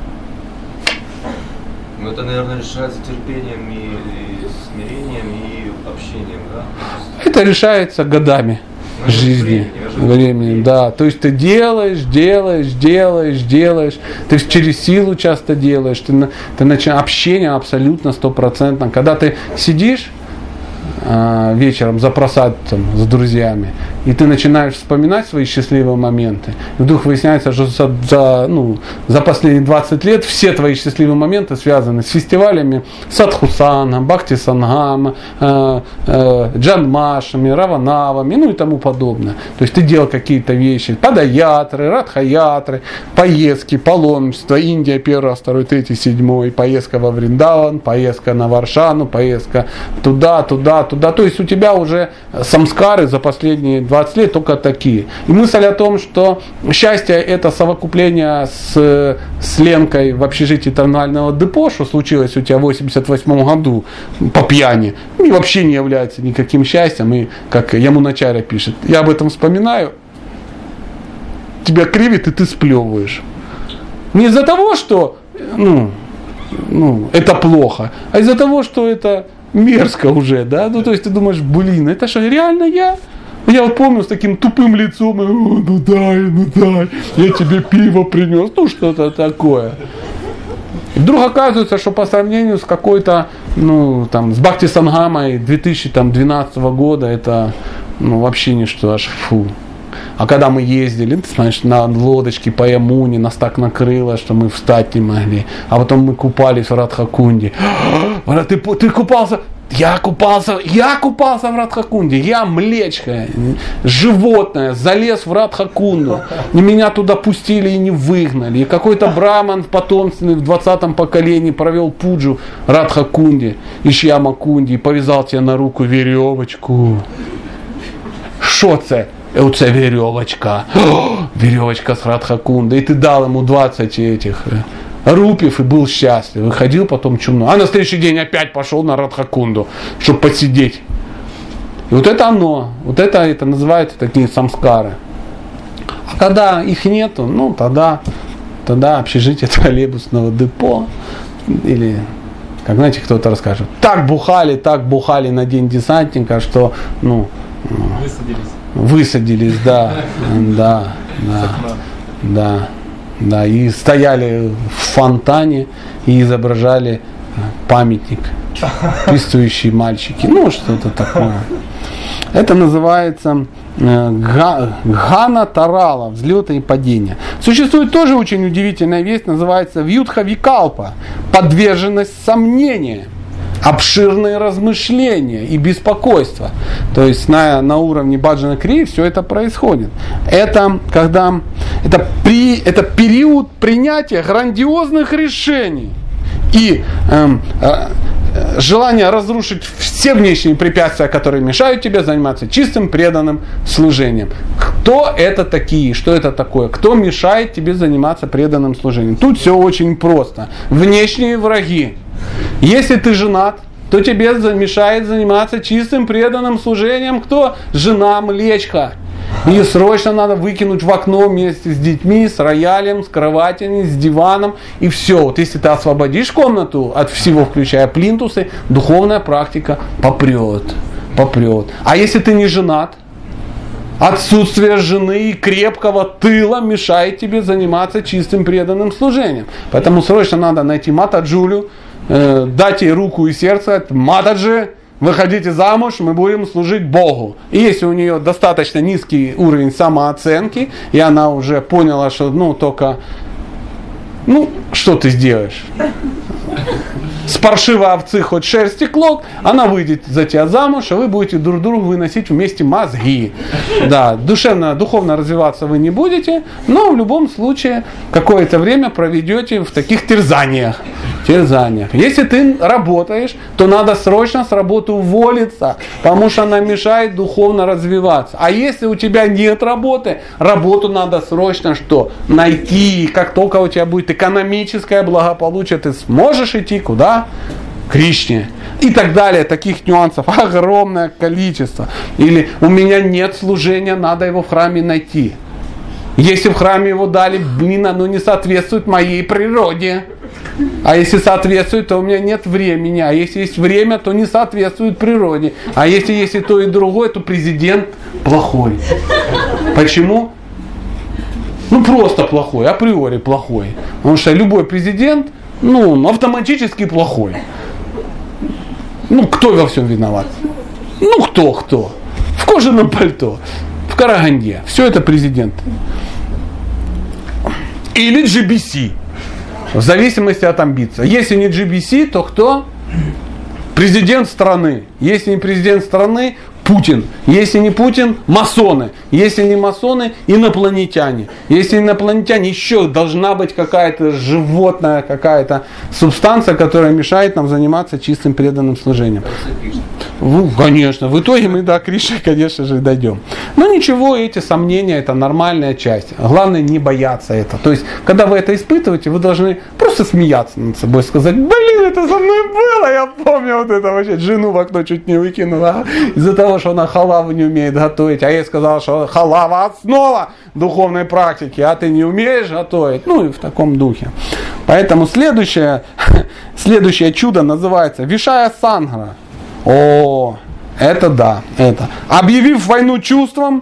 Это, наверное, решается терпением и смирением и общением, да? Это решается годами жизни, времени, да. То есть ты делаешь, ты через силу часто делаешь, ты начинаешь общение абсолютно 100%. Когда ты сидишь вечером за просадцем с друзьями, и ты начинаешь вспоминать свои счастливые моменты, и вдруг выясняется, что за последние 20 лет все твои счастливые моменты связаны с фестивалями Садхусана, Бхакти-сангам, Джанмашами, Раванавами, и тому подобное. То есть ты делал какие-то вещи, Падаятры, Радхаятры, поездки, паломничество, Индия 1, 2, 3, 7, поездка во Вриндаван, поездка на Варшану, поездка туда. То есть у тебя уже самскары за последние 20 лет только такие. И мысль о том, что счастье это совокупление с Ленкой в общежитии тоннельного депо, что случилось у тебя в 1988 году по пьяни, вообще не является никаким счастьем. И как Ямуначарья пишет, я об этом вспоминаю, тебя кривит и ты сплевываешь. Не из-за того, что это плохо, а из-за того, что это мерзко уже, да? То есть ты думаешь, это что, реально я? Я вот помню с таким тупым лицом, ну дай, я тебе пиво принес, что-то такое. И вдруг оказывается, что по сравнению с какой-то, с Бхакти-сангамой 2012 года, это, вообще ничто, аж фу. А когда мы ездили, ты знаешь, на лодочке по Ямуне, нас так накрыло, что мы встать не могли. А потом мы купались в Радхакунде. Ты купался? Я купался в Радхакунде, я млечка, животное, залез в Радхакунду, и меня туда пустили и не выгнали. И какой-то браман потомственный в 20-м поколении провел пуджу Радхакунде, Ишьямакунде, и повязал тебе на руку веревочку. Що це? Оце веревочка. Веревочка с Радхакунды. И ты дал ему 20 этих рупиев и был счастлив. Выходил потом чумной. А на следующий день опять пошел на Радхакунду, чтобы посидеть. И вот это оно. Вот это называется такие самскары. А когда их нету, ну тогда общежитие троллейбусного депо. Или, как знаете, кто-то расскажет. Так бухали на день десантника, что, Высадились, да, и стояли в фонтане и изображали памятник, писающие мальчики, что-то такое. Это называется Гана Тарала, взлеты и падения. Существует тоже очень удивительная вещь, называется Вьютха Викалпа, подверженность сомнения. Обширные размышления и беспокойство. То есть на уровне баджана крии все это происходит. Это период принятия грандиозных решений и желание разрушить все внешние препятствия, которые мешают тебе заниматься чистым преданным служением. Кто это такие? Что это такое? Кто мешает тебе заниматься преданным служением? Тут все очень просто. Внешние враги. Если ты женат, то тебе мешает заниматься чистым преданным служением кто? Жена млечка. И срочно надо выкинуть в окно вместе с детьми, с роялем, с кроватями, с диваном. И все. Вот если ты освободишь комнату от всего, включая плинтусы, духовная практика попрет. А если ты не женат, отсутствие жены и крепкого тыла мешает тебе заниматься чистым преданным служением. Поэтому срочно надо найти Матаджулю, дать ей руку и сердце, сказать: Матаджи, выходите замуж, мы будем служить Богу. И если у нее достаточно низкий уровень самооценки, и она уже поняла, что что ты сделаешь? С паршивой овцы хоть шерсти клок, она выйдет за тебя замуж, а вы будете друг другу выносить вместе мозги. Да, духовно развиваться вы не будете, но в любом случае какое-то время проведете в таких терзаниях. Если ты работаешь, то надо срочно с работы уволиться, потому что она мешает духовно развиваться. А если у тебя нет работы, работу надо срочно найти. Как только у тебя будет экономическое благополучие, ты сможешь идти куда? К Кришне. И так далее. Таких нюансов огромное количество. Или у меня нет служения, надо его в храме найти. Если в храме его дали, оно не соответствует моей природе. А если соответствует, то у меня нет времени. А если есть время, то не соответствует природе. А если есть и то, и другое, то президент плохой. Почему? Просто плохой, априори плохой. Потому что любой президент, автоматически плохой. Кто во всем виноват? Кто? В кожаном пальто, в Караганде. Все это президент. Или GBC. В зависимости от амбиций. Если не GBC, то кто? Президент страны. Если не президент страны, Путин. Если не Путин, масоны. Если не масоны, инопланетяне. Если инопланетяне, еще должна быть какая-то животная, какая-то субстанция, которая мешает нам заниматься чистым преданным служением. Конечно. В итоге мы до Кришны, конечно же, дойдем. Но ничего, эти сомнения, это нормальная часть. Главное не бояться этого. То есть, когда вы это испытываете, вы должны просто смеяться над собой, сказать: это со мной было, я помню это вообще, жену в окно чуть не выкинула из-за того, что она халаву не умеет готовить, а я ей сказал, что халава основа духовной практики, а ты не умеешь готовить, и в таком духе. Поэтому следующее чудо называется Вишая Сангра. Это. Объявив войну чувствам,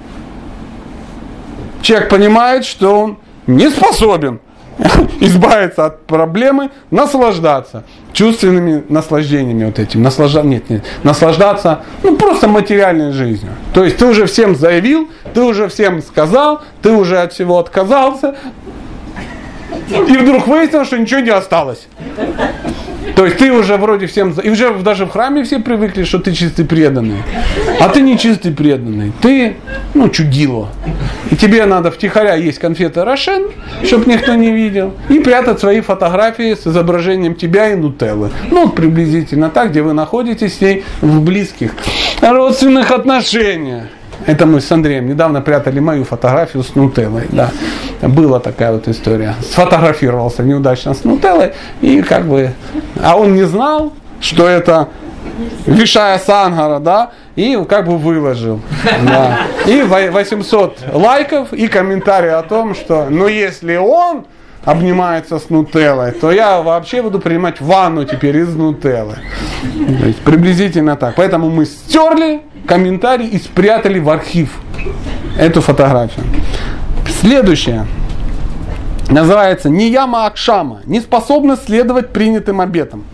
человек понимает, что он не способен избавиться от проблемы, наслаждаться чувственными наслаждениями наслаждаться просто материальной жизнью. То есть ты уже всем заявил, ты уже всем сказал, ты уже от всего отказался, и вдруг выяснилось, что ничего не осталось. То есть ты уже вроде всем, и уже даже в храме все привыкли, что ты чистый преданный. А ты не чистый преданный. Ты, чудило. И тебе надо втихаря есть конфеты Рошен, чтобы никто не видел, и прятать свои фотографии с изображением тебя и нутеллы. Приблизительно так, где вы находитесь с ней в близких родственных отношениях. Это мы с Андреем недавно прятали мою фотографию с нутеллой. Да. Была такая вот история. Сфотографировался неудачно с нутеллой, и а он не знал, что это Вишая Сангара, да, и выложил. Да. И 800 лайков и комментарий о том, что если он обнимается с нутеллой, то я вообще буду принимать ванну теперь из нутеллы. То есть приблизительно так. Поэтому мы стерли комментарий и спрятали в архив эту фотографию. Следующее. Называется Нияма Акшама. Неспособность следовать принятым обетам.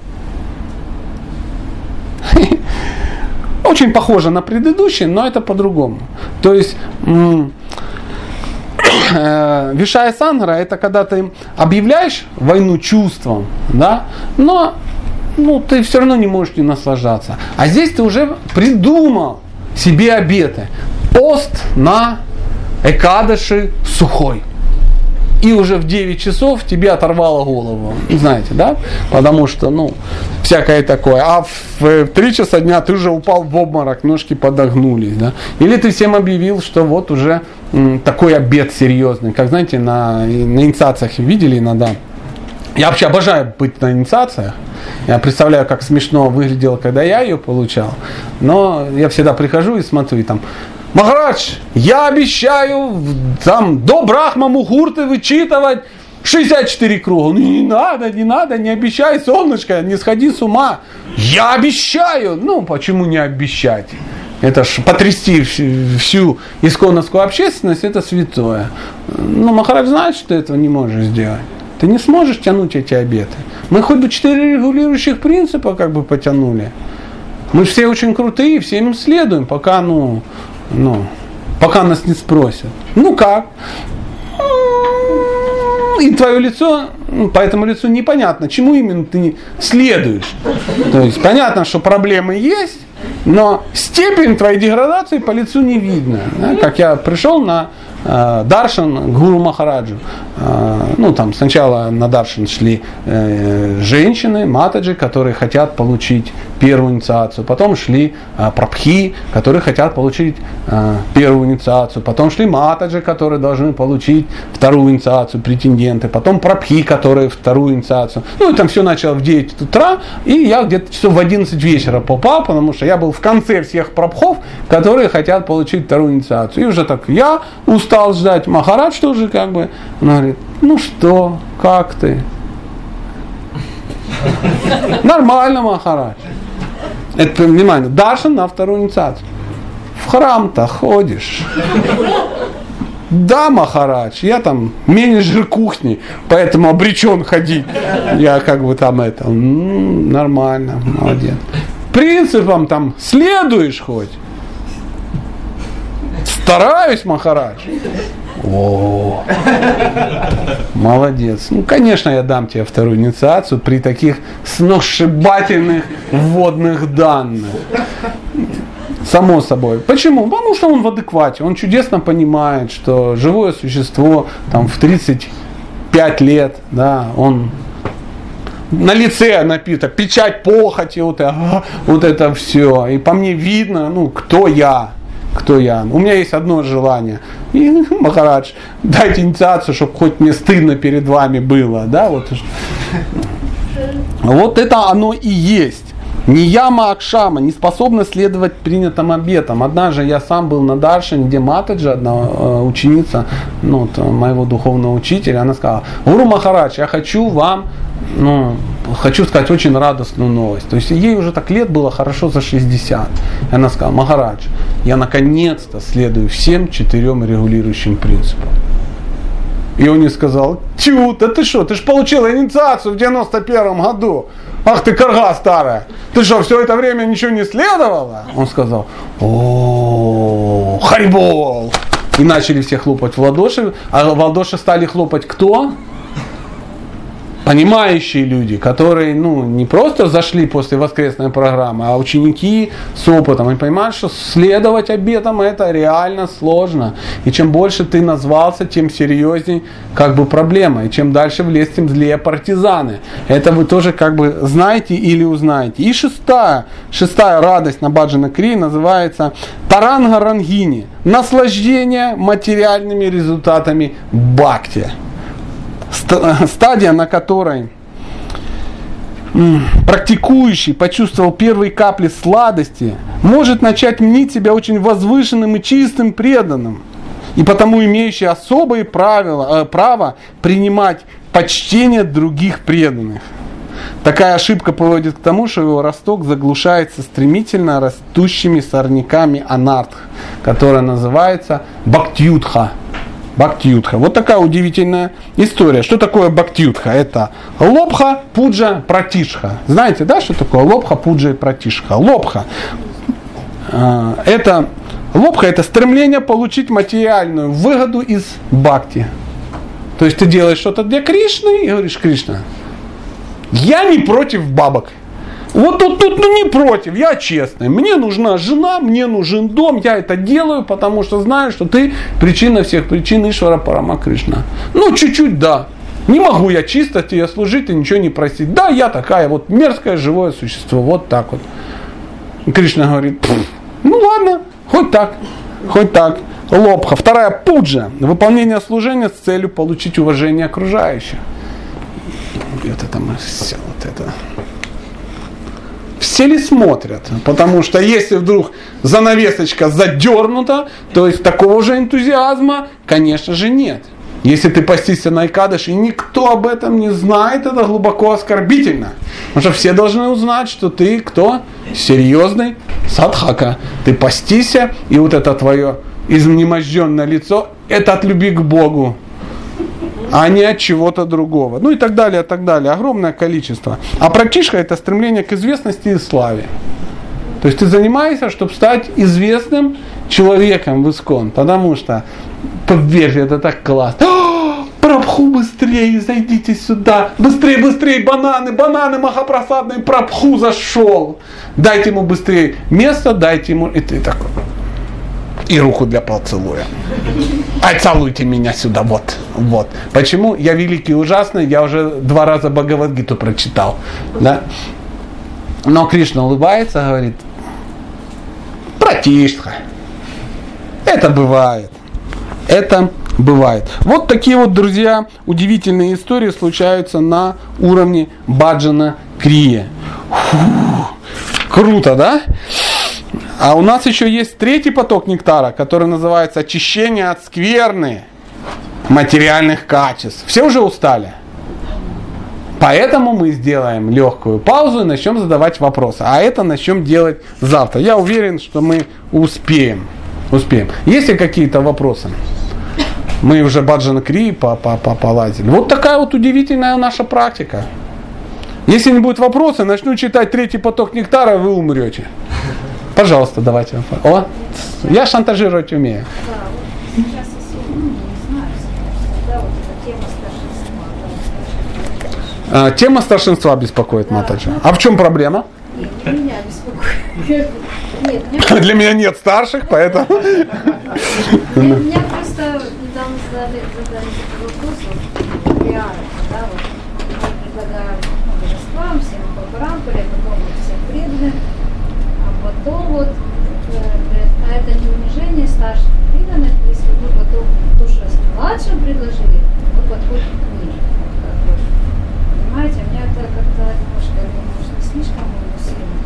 Очень похоже на предыдущее, но это по-другому. То есть Вишая Сангара — это когда ты объявляешь войну чувствам, да, но ты все равно не можешь не наслаждаться. А здесь ты уже придумал себе обеты. Пост на Экадаши сухой. И уже в 9 часов тебе оторвало голову. Знаете, да? Потому что, всякое такое. А в 3 часа дня ты уже упал в обморок, ножки подогнулись. Да? Или ты всем объявил, что вот уже такой обет серьезный. Как, знаете, на инициациях видели иногда. Я вообще обожаю быть на инициациях. Я представляю, как смешно выглядело, когда я ее получал. Но я всегда прихожу и смотрю, и там: Махарадж, я обещаю до Брахма Мухурты вычитывать 64 круга. Не надо, не обещай, солнышко, не сходи с ума. Я обещаю. Почему не обещать? Это ж потрясти всю исконновскую общественность, это святое. Махарадж знает, что ты этого не можешь сделать. Ты не сможешь тянуть эти обеты. Мы хоть бы 4 регулирующих принципа потянули. Мы все очень крутые, всем следуем, пока пока нас не спросят. Как? И твое лицо, по этому лицу непонятно, чему именно ты следуешь. То есть понятно, что проблемы есть, но степень твоей деградации по лицу не видно. Да? Как я пришел на даршан к Гуру Махараджу. Там сначала на даршан шли женщины, матаджи, которые хотят получить первую инициацию. Потом шли прабхи, которые хотят получить первую инициацию. Потом шли матаджи, которые должны получить вторую инициацию, претенденты. Потом прабхи, которые вторую инициацию. И там все начало в 9 утра, и я где-то часов в 11 вечера попал, потому что я был в конце всех прабхов, которые хотят получить вторую инициацию. И уже так я устал ждать. Махарадж тоже говорит: что, как ты? Нормально, Махарадж. Это, внимание, даршан на вторую инициацию. В храм-то ходишь. Да, Махарадж, я там менеджер кухни, поэтому обречен ходить. Я нормально, молодец. Принципам там следуешь хоть? Стараюсь, Махарадж. О, молодец. Конечно, я дам тебе вторую инициацию при таких сногсшибательных вводных данных. Само собой. Почему? Потому что он в адеквате. Он чудесно понимает, что живое существо в 35 лет, да, он на лице написано печать похоти, вот это все. И по мне видно, кто я. У меня есть одно желание. И, Махарадж, дайте инициацию, чтобы хоть мне стыдно перед вами было. Да? Вот это оно и есть. Нияма Акшама, не способна следовать принятым обетам. Однажды я сам был на даршане, где матаджи, одна ученица моего духовного учителя, она сказала: Гуру Махарадж, я хочу вам хочу сказать очень радостную новость. То есть ей уже так лет было хорошо за 60. И она сказала: Махарадж, я наконец-то следую всем 4 регулирующим принципам. И он ей сказал: тю, да ты что, ты ж получила инициацию в 91 году. Ах ты карга старая. Ты что, все это время ничего не следовало? Он сказал: о, харибол. И начали все хлопать в ладоши. А в ладоши стали хлопать кто? понимающие люди, которые не просто зашли после воскресной программы, а ученики с опытом. Они понимают, что следовать обетам это реально сложно. И чем больше ты назвался, тем серьезнее проблема. И чем дальше в лес, тем злее партизаны. Это вы тоже знаете или узнаете. И шестая радость на Баджана Крии называется Таранга Рангини. Наслаждение материальными результатами бхакти. Стадия, на которой практикующий почувствовал первые капли сладости, может начать мнить себя очень возвышенным и чистым преданным, и потому имеющий особое право принимать почтение других преданных. Такая ошибка приводит к тому, что его росток заглушается стремительно растущими сорняками анартх, которая называется бхактиютха. Бхактиютха. Вот такая удивительная история. Что такое бхактиютха? Это лобха, пуджа, пратишха. Знаете, да, что такое лобха, пуджа и пратишха? Лобха это стремление получить материальную выгоду из бхакти. То есть ты делаешь что-то для Кришны и говоришь: Кришна, я не против бабок. Вот тут не против, я честный. Мне нужна жена, мне нужен дом, я это делаю, потому что знаю, что ты причина всех причин Ишвара Парама Кришна. Чуть-чуть, да. Не могу я чисто тебе служить и ничего не просить. Да, я такая вот мерзкое живое существо, вот так вот. Кришна говорит: ладно, хоть так. Лобха. Вторая пуджа. Выполнение служения с целью получить уважение окружающих. Все ли смотрят? Потому что если вдруг занавесочка задернута, то есть такого же энтузиазма, конечно же, нет. Если ты постишься на Экадаши, и никто об этом не знает, это глубоко оскорбительно. Потому что все должны узнать, что ты кто? Серьезный садхака. Ты постишься, и вот это твое изнеможденное лицо, это от любви к Богу, а не от чего-то другого. И так далее, так далее. Огромное количество. А пратишха это стремление к известности и славе. То есть ты занимаешься, чтобы стать известным человеком в Искон. Потому что, поверьте, это так классно. Прабху, быстрее, зайдите сюда. Быстрее, бананы махапрасадные. Прабху зашел. Дайте ему быстрее место, дайте ему... И ты такой... И руку для поцелуя. Целуйте меня сюда, вот. Почему? Я великий и ужасный, я уже 2 раза Бхагавад-гиту прочитал. Да? Но Кришна улыбается, говорит: братишка, это бывает. Вот такие вот, друзья, удивительные истории случаются на уровне Баджана Крия. Круто, да? А у нас еще есть 3-й поток нектара, который называется очищение от скверны материальных качеств. Все уже устали. Поэтому мы сделаем легкую паузу и начнем задавать вопросы. А это начнем делать завтра. Я уверен, что мы успеем. Есть ли какие-то вопросы? Мы уже Баджана Крии полазили. Вот такая вот удивительная наша практика. Если не будет вопросов, начну читать 3-й поток нектара, вы умрете. Пожалуйста, давайте. Я шантажировать умею. Сейчас особо не знаю, всегда вот эта тема старшинства. Тема старшинства беспокоит Матаджи. А в чем проблема? Нет, меня беспокоит. Для меня нет старших, поэтому... Меня просто недавно задали такой вопрос, реально, да, вот мы предлагаем божествам, всем по парампоре, потом всем преданным. Потом а это не унижение старших преданных, если мы потом то, что младшим предложили, мы подходим к ниже. Понимаете, меня это как-то немножко, может, не слишком сильно,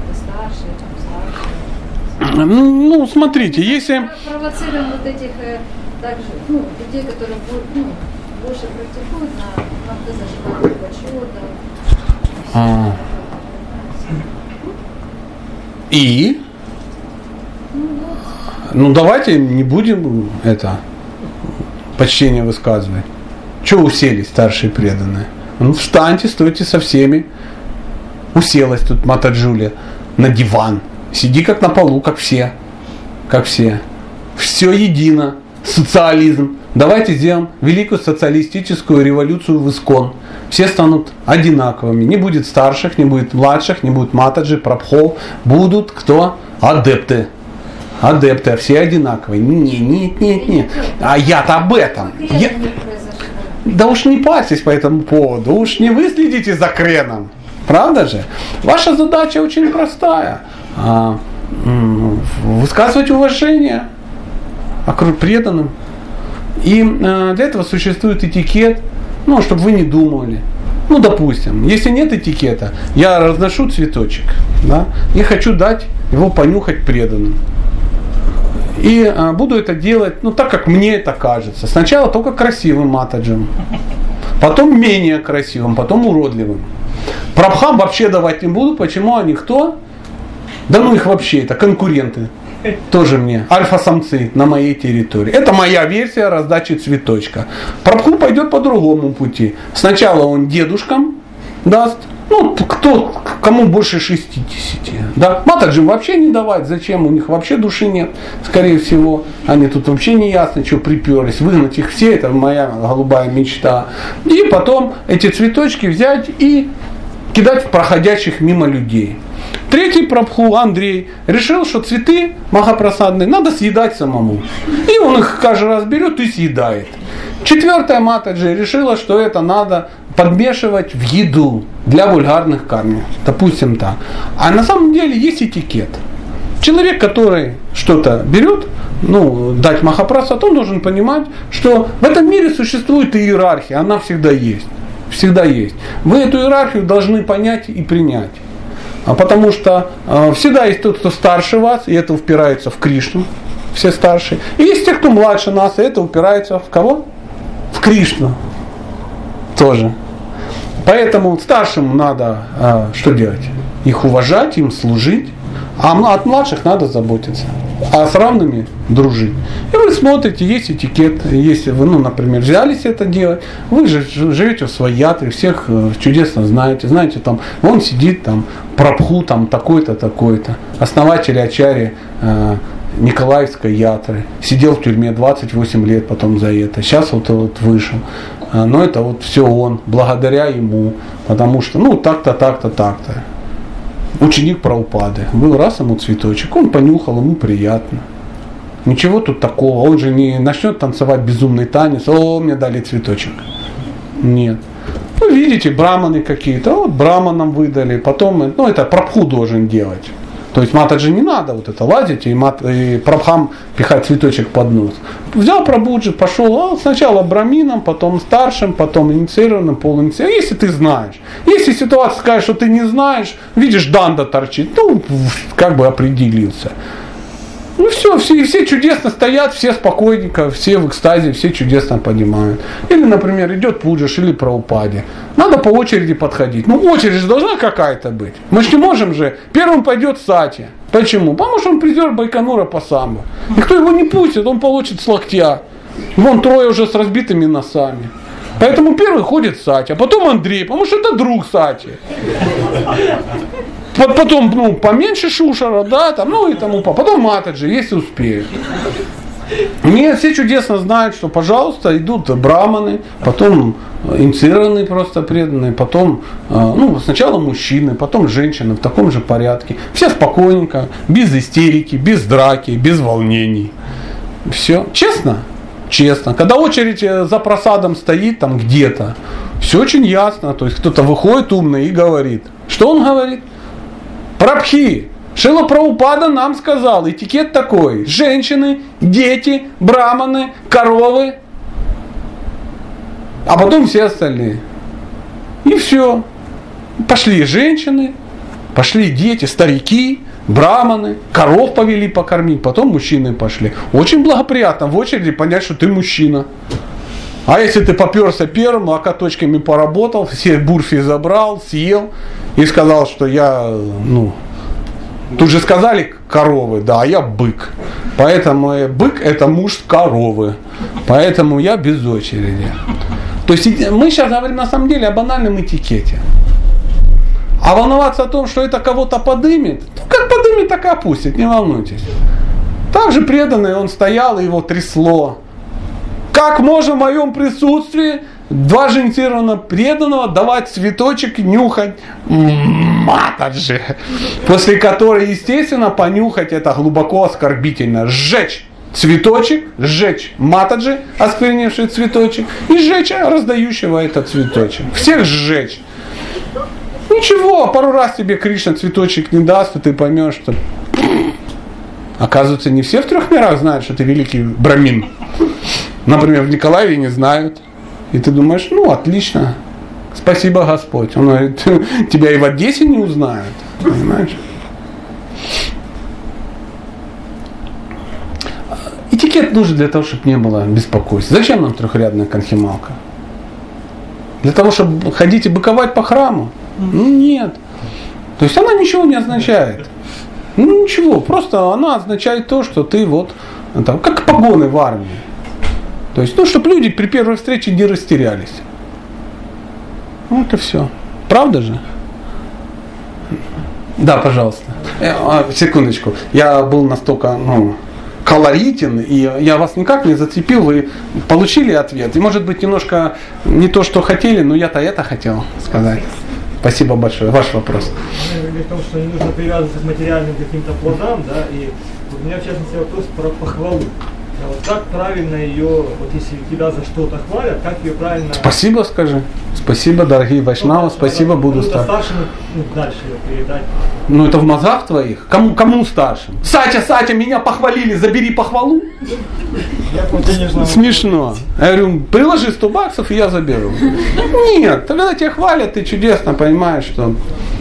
когда старшие, смотрите, если... Провоцируем вот этих также, людей, которые больше практикуют на зажигание почета. И? Давайте не будем почтение высказывать. Чего уселись старшие преданные? Встаньте, стойте со всеми. Уселась тут Матаджуля на диван. Сиди как на полу, как все. Все едино. Социализм. Давайте сделаем великую социалистическую революцию в Искон. все станут одинаковыми. Не будет старших, не будет младших, не будет матаджи, прабхов. Будут кто? Адепты. Адепты, а все одинаковые. Нет. А я-то об этом. Да уж не парьтесь по этому поводу. Уж не вы следите за креном. Правда же? Ваша задача очень простая. Высказывать уважение преданным. И для этого существует этикет, чтобы вы не думали. Допустим, если нет этикета, я разношу цветочек, да, и хочу дать его понюхать преданным. И буду это делать, так как мне это кажется. Сначала только красивым матаджем, потом менее красивым, потом уродливым. Прабхам вообще давать не буду. Почему? Они кто? Да их вообще, это конкуренты. Тоже мне, альфа-самцы на моей территории. Это моя версия раздачи цветочка. Прабху пойдет по другому пути. Сначала он дедушкам даст, кому больше 60. Да? Матаджим вообще не давать. Зачем? У них вообще души нет. Скорее всего, они тут вообще не ясно, что приперлись. Выгнать их все, это моя голубая мечта. И потом эти цветочки взять и кидать в проходящих мимо людей. Третий прабху, Андрей, решил, что цветы махапрасадные надо съедать самому. И он их каждый раз берет и съедает. Четвертая матаджи решила, что это надо подмешивать в еду для вульгарных карми. Допустим так. А на самом деле есть этикет. Человек, который что-то берет, дать махапрасад, он должен понимать, что в этом мире существует иерархия, она всегда есть. Всегда есть. Вы эту иерархию должны понять и принять. Потому что всегда есть тот, кто старше вас, и это упирается в Кришну, все старшие. И есть те, кто младше нас, и это упирается в кого? В Кришну тоже. Поэтому старшим надо что делать? Их уважать, им служить. А от младших надо заботиться. А с равными дружить. И вы смотрите, есть этикет. Если вы, например, взялись это делать, вы же живете в своей ятре, всех чудесно знаете. Знаете, там, вон сидит там прабху, там такой-то, такой-то. Основатель ачарьи Николаевской ятры. Сидел в тюрьме 28 лет потом за это. Сейчас вот вышел. Но это все он, благодаря ему. Потому что, так-то, так-то, так-то. Ученик Прабхупады. Был раз ему цветочек, он понюхал, ему приятно. Ничего тут такого. Он же не начнет танцевать безумный танец. Мне дали цветочек. Нет. Видите, браманы какие-то. Браманам выдали. Потом, это прабху должен делать. То есть матаджи не надо это лазить и прабхам пихать цветочек под нос. Взял прабхуджи, пошел сначала браминам, потом старшим, потом инициированным, полуинициированным. Если ты знаешь. Если ситуация скажет, что ты не знаешь, видишь, данда торчит, определился. Все чудесно стоят, все спокойненько, все в экстазе, все чудесно понимают. Или, например, идет пуджиш или прабхупаде. Надо по очереди подходить. Очередь же должна какая-то быть. Мы же не можем же. Первым пойдет Сати. Почему? Потому что он призер Байконура по самбо. Никто его не пустит, он получит с локтя. Вон трое уже с разбитыми носами. Поэтому первый ходит Сати, а потом Андрей, потому что это друг Сати. Потом, поменьше Шушара, и тому. Потом матаджи, если успеют. Нет, все чудесно знают, что, пожалуйста, идут браманы, потом инициированные просто преданные, потом, сначала мужчины, потом женщины в таком же порядке. Все спокойненько, без истерики, без драки, без волнений. Все. Честно? Честно. Когда очередь за просадом стоит там где-то, все очень ясно. То есть кто-то выходит умный и говорит. Что он говорит? Прабхи, Шрила Прабхупада нам сказал, этикет такой: женщины, дети, браманы, коровы, а потом все остальные. И все. Пошли женщины, пошли дети, старики, браманы, коров повели покормить, потом мужчины пошли. Очень благоприятно в очереди понять, что ты мужчина. А если ты поперся первым, локоточками поработал, все бурфи забрал, съел и сказал, что я, тут же сказали коровы, да, а я бык. Поэтому бык это муж коровы. Поэтому я без очереди. То есть мы сейчас говорим на самом деле о банальном этикете. А волноваться о том, что это кого-то подымет, как подымет, так и опустит, не волнуйтесь. Так же преданный он стоял и его трясло. Как можно в моем присутствии два инициированных преданного давать цветочек, нюхать Матаджи. После которой, естественно, понюхать это глубоко оскорбительно. Сжечь цветочек, сжечь Матаджи, осквернивший цветочек, и сжечь раздающего этот цветочек. Всех сжечь. Ничего, пару раз тебе Кришна цветочек не даст, и ты поймешь, что оказывается, не все в 3 мирах знают, что ты великий брамин. Например, в Николаеве не знают. И ты думаешь, ну, отлично. Спасибо, Господь. Он говорит, тебя и в Одессе не узнают. Понимаешь? Этикет нужен для того, чтобы не было беспокойства. Зачем нам трехрядная конхималка? Для того, чтобы ходить и быковать по храму? Ну, нет. То есть она ничего не означает. Ну, ничего. Просто она означает то, что ты вот, там, как погоны в армии. То есть, ну, чтобы люди при первой встрече не растерялись. Вот и все. Правда же? Да, пожалуйста. Секундочку. Я был настолько, колоритен, и я вас никак не зацепил, вы получили ответ. И, может быть, немножко не то, что хотели, но я-то это хотел сказать. Спасибо большое. Ваш вопрос. Говорит о том, что не нужно привязываться к материальным каким-то плодам, да, и вот у меня, в частности, вопрос про похвалу. Вот как правильно ее, вот если тебя за что-то хвалят, как ее правильно... Спасибо скажи. Спасибо, дорогие вайшнавы, спасибо, буду старшим. Дальше ее передать. Ну это в мозгах твоих? Кому старшим? Сатя, меня похвалили, забери похвалу. Смешно. Я говорю, приложи $100, и я заберу. Нет, когда тебя хвалят, ты чудесно понимаешь, что...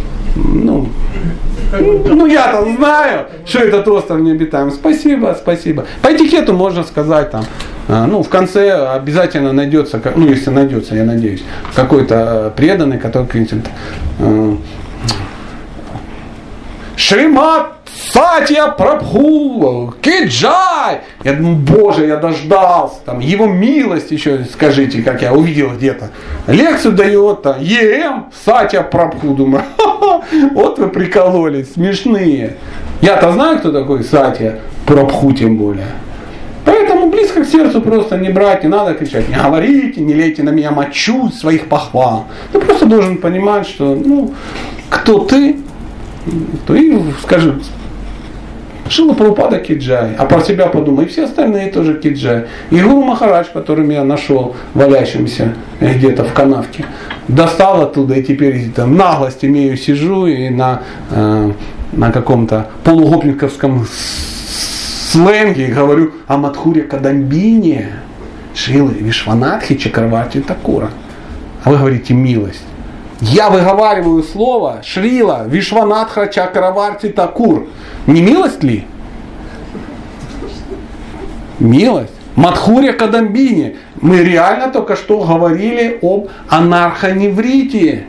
Ну я-то знаю, что этот остров необитаем. Спасибо. По этикету можно сказать там, в конце обязательно найдется, если найдется, я надеюсь, какой-то преданный, который кричит Шримат Сатья Прабху Киджай. Я думаю, Боже, я дождался. Там, его милость еще, скажите, как я увидел где-то. Лекцию дает там, Сатья Прабху. Думаю, вот вы прикололись, смешные. Я-то знаю, кто такой Сатья Прабху, тем более. Поэтому близко к сердцу просто не брать, не надо кричать, не говорите, не лейте на меня мочу своих похвал. Ты просто должен понимать, что, кто ты, то и скажи, Шрила Прабхупада Киджай, а про себя подумай, и все остальные тоже Киджай. И Гуру Махарадж, которым я нашел валящимся где-то в канавке, достал оттуда, и теперь там наглость имею, сижу и на каком-то полугопниковском сленге говорю о Мадхуре Кадамбине, Шрилы Вишванатхи Чакраварти Такура. А вы говорите милость. Я выговариваю слово Шрила Вишванатха Чакраварти Такур. Не милость ли? Милость. Мадхурья Кадамбини. Мы реально только что говорили об анархоневрите.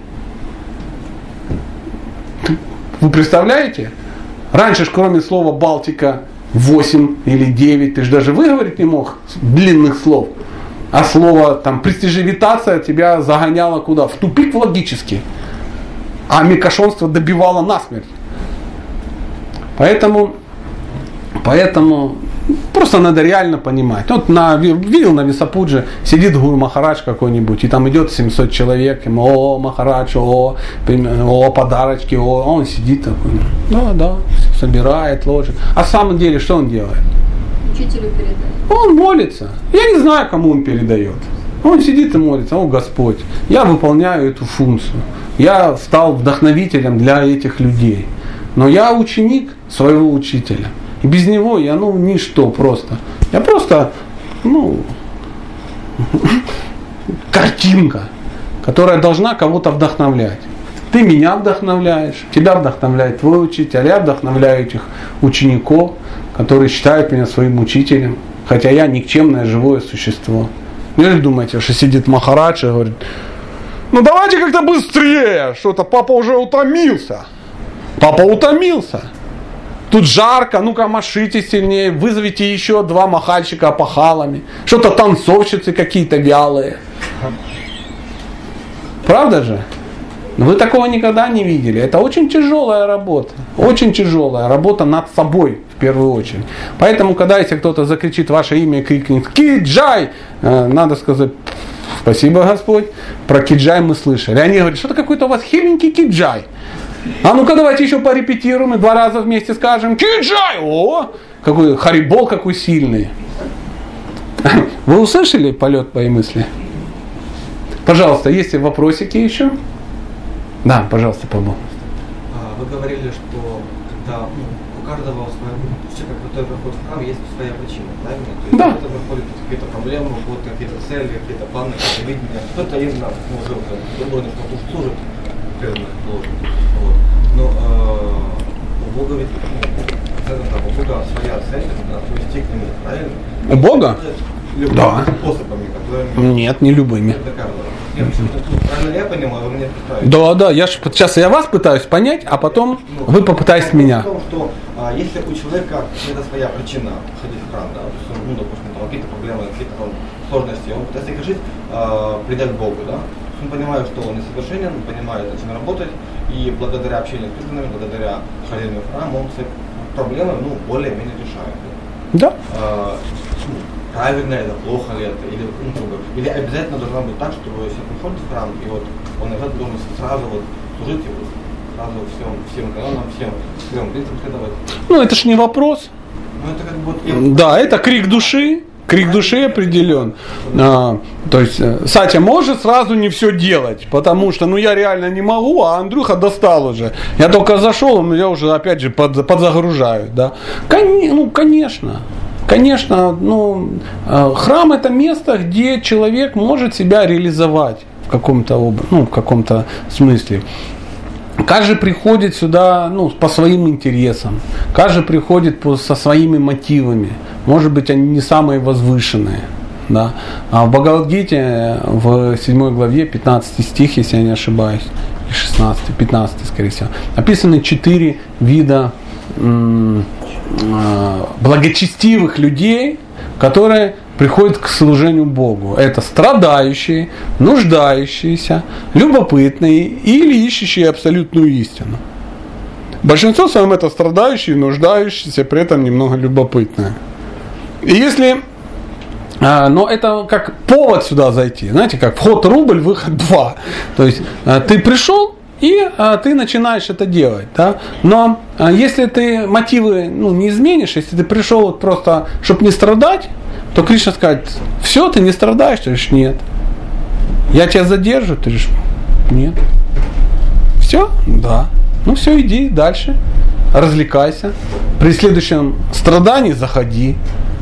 Вы представляете? Раньше, кроме слова Балтика, 8 или 9, ты же даже выговорить не мог длинных слов. А слово там престижевитация тебя загоняло куда? В тупик логически. А мекашонство добивало насмерть. Поэтому просто надо реально понимать. Вот видел на Висапудже, сидит Гуру Махарадж какой-нибудь, и там идет 700 человек, ему, о, Махарадж, о, подарочки, он сидит такой, да, собирает, ложит. А на самом деле, что он делает? Учителю передает. Он молится. Я не знаю, кому он передает. Он сидит и молится, о Господь, я выполняю эту функцию. Я стал вдохновителем для этих людей. Но я ученик своего учителя. И без него я, ничто просто. Я просто, картинка, которая должна кого-то вдохновлять. Ты меня вдохновляешь, тебя вдохновляет твой учитель, я вдохновляю этих учеников, которые считают меня своим учителем, хотя я никчемное живое существо. Неужели думаете, что сидит Махарадж и говорит, давайте как-то быстрее, что-то папа уже утомился. Тут жарко, ну-ка машите сильнее, вызовите еще 2 махальщика опахалами. Что-то танцовщицы какие-то вялые. Правда же? Но вы такого никогда не видели. Это очень тяжелая работа. Очень тяжелая работа над собой в первую очередь. Поэтому, когда если кто-то закричит ваше имя и крикнет «Киджай!», надо сказать Спасибо, Господь. Про киджай мы слышали. Они говорят, что-то какой-то у вас хиленький киджай. А ну-ка давайте еще порепетируем и 2 раза вместе скажем киджай. О, какой харибол, какой сильный. Вы услышали полет моей мысли? Пожалуйста, есть ли вопросики еще? Да, пожалуйста, Павел. Вы говорили, что когда у каждого человека, который приходит в храм, есть своя причина, правильно? То есть кто-то приходит какие-то проблемы, вот какие-то цели, какие-то планы, какие-то видения. Кто-то именно уже другой что служит, вот. Но у Бога ведь, у Бога своя цель, это привести к нему, правильно? У Бога? Любыми способами, которыми... Нет, не любыми. Правильно я понимаю, вы мне представите? Да, сейчас я вас пытаюсь понять, а потом вы попытаетесь меня. В том, что если у человека это своя причина ходить в храм, да, допустим, там какие-то проблемы, какие-то там сложности, он пытается их решить, придя к Богу, да, он понимает, что он несовершенен, он понимает, зачем работать, и благодаря общению с преданными, благодаря хождению в храм, он все проблемы, более-менее решает. Да. Правильно это, плохо ли это, или обязательно должно быть так, чтобы если приходит в храм, и вот он обязательно должен сразу служить его, сразу всем канонам, всем принципам следовать. Это ж не вопрос. Это как бы... Да, это крик души определен. То есть Сатя может сразу не все делать, потому что я реально не могу, а Андрюха достал уже. Я только зашел, меня уже опять же подзагружают. Да? Конечно. Конечно, храм это место, где человек может себя реализовать в каком-то смысле. Каждый приходит сюда по своим интересам, каждый приходит со своими мотивами. Может быть, они не самые возвышенные. Да? А в Бхагавад-гите в 7 главе, 15 стих, если я не ошибаюсь, 16, 15, скорее всего, описаны 4 вида благочестивых людей, которые приходят к служению Богу. Это страдающие, нуждающиеся, любопытные или ищущие абсолютную истину. Большинство своем это страдающие, нуждающиеся, при этом немного любопытные. И если но это как повод сюда зайти. Знаете, как вход рубль, выход 2. То есть ты пришел, и ты начинаешь это делать. Да? Но если ты мотивы не изменишь, если ты пришел просто, чтобы не страдать, то Кришна скажет, все, ты не страдаешь, ты говоришь, нет. Я тебя задержу, ты говоришь, нет. Все? Да. Все, иди дальше, развлекайся. При следующем страдании заходи.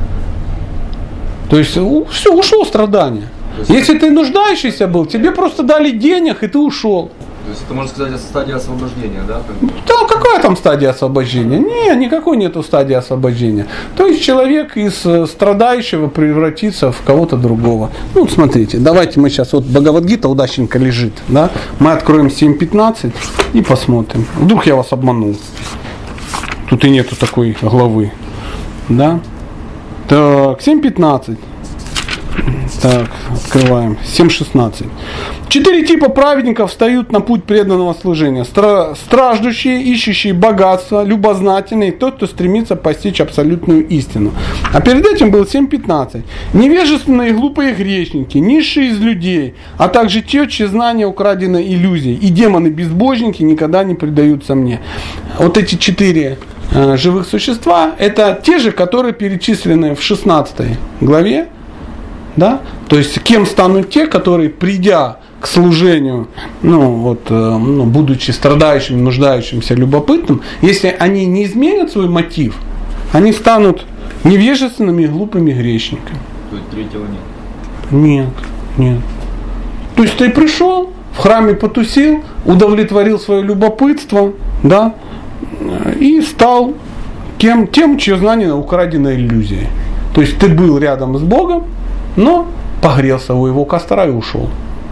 То есть все, ушел страдание. Если ты нуждающийся был, тебе просто дали денег, и ты ушел. То есть это, можно сказать, стадия освобождения, да? Да, какая там стадия освобождения? Нет, никакой нету стадии освобождения. То есть человек из страдающего превратится в кого-то другого. Смотрите, давайте мы сейчас, Бхагавад-гита удачненько лежит, да? Мы откроем 7.15 и посмотрим. Вдруг я вас обманул. Тут и нету такой главы. Да? Так, 7.15. Так, открываем. 7.16. 4 типа праведников встают на путь преданного служения. Страждущие, ищущие богатства, любознательные, тот, кто стремится постичь абсолютную истину. А перед этим был 7.15. Невежественные, глупые грешники, низшие из людей, а также те, чьи знания украдены иллюзией. И демоны-безбожники никогда не предаются мне. Вот эти 4 живых существа, это те же, которые перечислены в 16 главе. Да? То есть кем станут те, которые, придя к служению, будучи страдающим, нуждающимся, любопытным, если они не изменят свой мотив, они станут невежественными и глупыми грешниками. То есть третьего нет? Нет. То есть ты пришел, в храме потусил, удовлетворил свое любопытство, да, и стал тем, чье знание украдено иллюзией. То есть ты был рядом с Богом, но погрелся у его костра и ушел.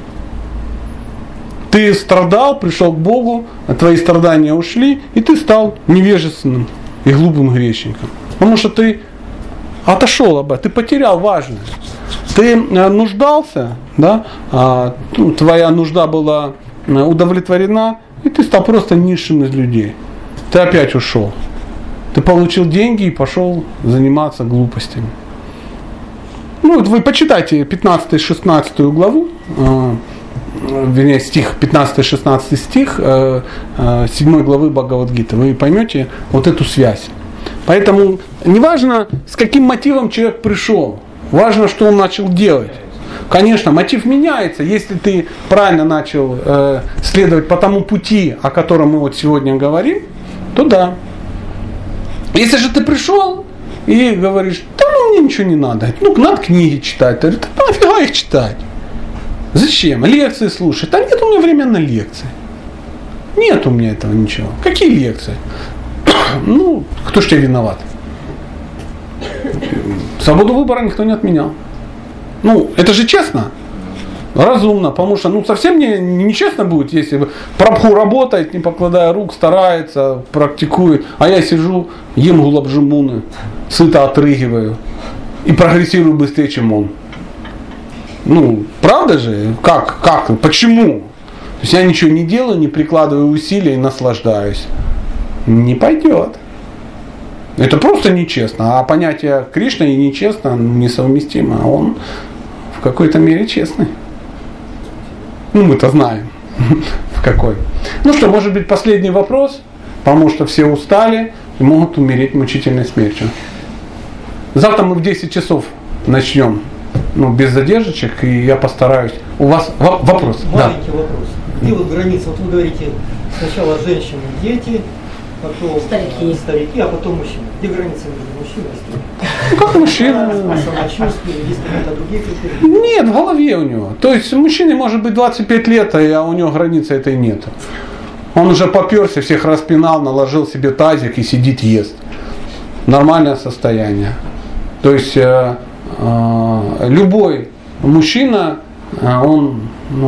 Ты страдал, пришел к Богу, твои страдания ушли, и ты стал невежественным и глупым грешником. Потому что ты отошел об этом, ты потерял важное. Ты нуждался, да, твоя нужда была удовлетворена, и ты стал просто низшим из людей. Ты опять ушел. Ты получил деньги и пошел заниматься глупостями. Ну, вот вы почитайте 15-16 главу, вернее, стих, 15-16 стих 7 главы Бхагавад-гиты, вы поймете вот эту связь. Поэтому неважно, с каким мотивом человек пришел, важно, что он начал делать. Конечно, мотив меняется, если ты правильно начал следовать по тому пути, о котором мы вот сегодня говорим, то да. Если же ты пришел и говоришь, да ну мне ничего не надо, ну надо книги читать, да нафига их читать? Зачем? Лекции слушать? Да нет у меня времени на лекции. Нет у меня этого ничего. Какие лекции? Ну, кто ж тебе виноват? Свободу выбора никто не отменял. Ну, это же честно, разумно, потому что ну, совсем нечестно будет, если прабху работает, не покладая рук, старается, практикует, а я сижу, ем гулабжимуны, сыто отрыгиваю и прогрессирую быстрее, чем он. Ну, правда же? Как? Почему? То есть я ничего не делаю, не прикладываю усилий и наслаждаюсь. Не пойдет. Это просто нечестно. А понятие Кришна и нечестно несовместимо. А он в какой-то мере честный. Ну, мы-то знаем, в какой. Ну что, может быть, последний вопрос, потому что все устали и могут умереть мучительной смертью. Завтра мы в 10 часов начнем. Ну, без задержек, и я постараюсь. У вас вопрос? Маленький вопрос. Где вот граница? Вот вы говорите, сначала женщины, дети, потом старики, а потом мужчины. Где граница между мужчиной и стариком? Ну, как мужчина? Самочувствие, есть какие-то другие критерии? Нет, в голове у него. То есть мужчине может быть 25 лет, а у него границы этой нет. Он уже поперся, всех распинал, наложил себе тазик и сидит ест. Нормальное состояние. То есть любой мужчина, он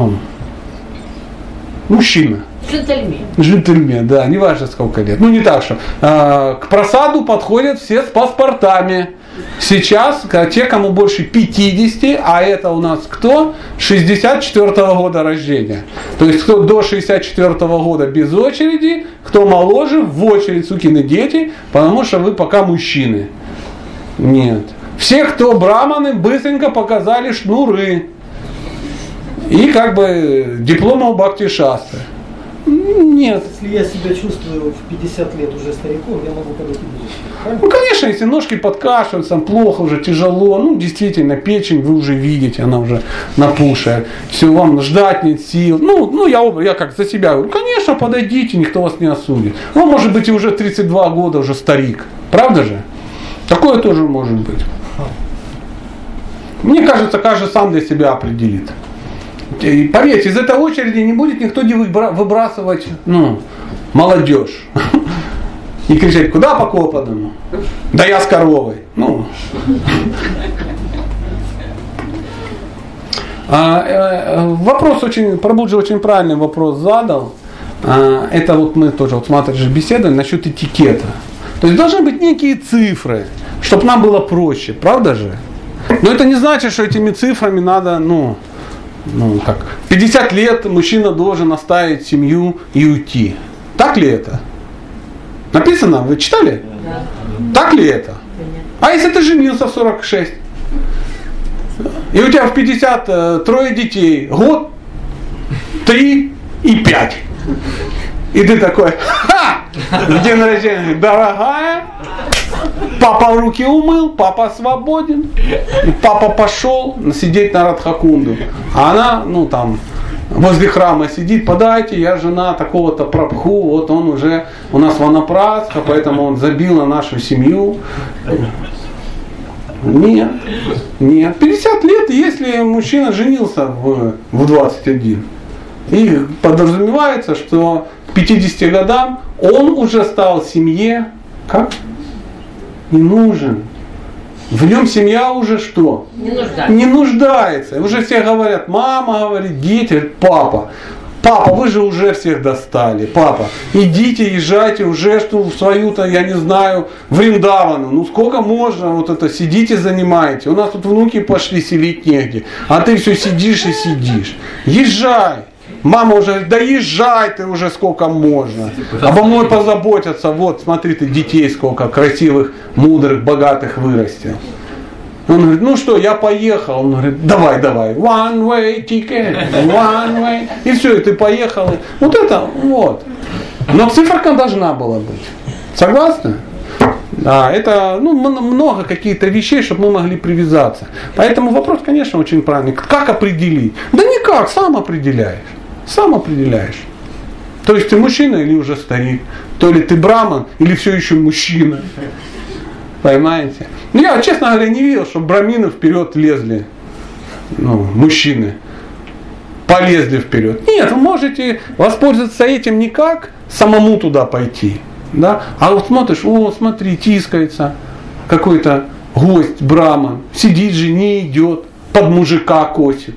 мужчина. Джентльмен, да, не важно сколько лет. Ну не так, что к просаду подходят все с паспортами. Сейчас те, кому больше 50, а это у нас кто? 64-го года рождения. То есть кто до 64-го года без очереди, кто моложе, в очередь, сукины дети, потому что вы пока мужчины. Нет. Все, кто браманы, быстренько показали шнуры. И как бы диплома у Бхакти-шастры. Нет. Если я себя чувствую в 50 лет уже стариком, я могу подойти ближе. Ну, конечно, если ножки подкашиваются, плохо уже, тяжело, ну, действительно, печень вы уже видите, она уже напушает. Все, вам ждать нет сил. Ну я как за себя говорю, конечно, подойдите, никто вас не осудит. Ну, может быть, и уже 32 года уже старик. Правда же? Такое тоже может быть. Мне кажется, каждый сам для себя определит. И поверьте, из этой очереди не будет никто выбрасывать молодежь. И кричать, куда по Копаному? Да я с коровой. Вопрос Пробуджи очень правильный вопрос задал. Это вот мы тоже с Матаджи беседовали насчет этикета. То есть должны быть некие цифры, чтобы нам было проще, правда же? Но это не значит, что этими цифрами надо, 50 лет мужчина должен оставить семью и уйти. Так ли это? Написано? Вы читали? Да. Так ли это? А если ты женился в 46? И у тебя в 50 трое детей, год, 3 и 5. И ты такой, в день рождения, дорогая, папа руки умыл, папа свободен, папа пошел сидеть на Радхакунду. А она, возле храма сидит, подайте, я жена такого-то прабху, вот он уже у нас ванапрастха, поэтому он забил на нашу семью. Нет. 50 лет, если мужчина женился в 21. И подразумевается, что к 50 годам он уже стал семье, не нужен. В нем семья уже что? Не нуждается. Уже все говорят, мама говорит, дети, папа. Папа, вы же уже всех достали. Папа, идите, езжайте уже в свою-то, я не знаю, Вриндавану. Сколько можно сидите, занимаете. У нас тут внуки пошли, селить негде. А ты все сидишь и сидишь. Езжай. Мама уже говорит, да езжай ты уже сколько можно. Обо мной позаботятся. Вот, смотри, ты детей сколько красивых, мудрых, богатых вырастил. Он говорит, ну что, я поехал. Он говорит, давай. One way ticket, one way. И все, и ты поехал. Вот это, вот. Но циферка должна была быть. Согласны? Да, это много каких-то вещей, чтобы мы могли привязаться. Поэтому вопрос, конечно, очень правильный. Как определить? Да никак, сам определяешь. Сам определяешь. То есть ты мужчина или уже старик? То ли ты браман, или все еще мужчина. Понимаете? Я, честно говоря, не видел, чтобы брамины вперед лезли. Мужчины. Полезли вперед. Нет, вы можете воспользоваться этим не как самому туда пойти. Да? А вот смотришь, смотри, тискается какой-то гость, браман, сидит же, не идет, под мужика косит.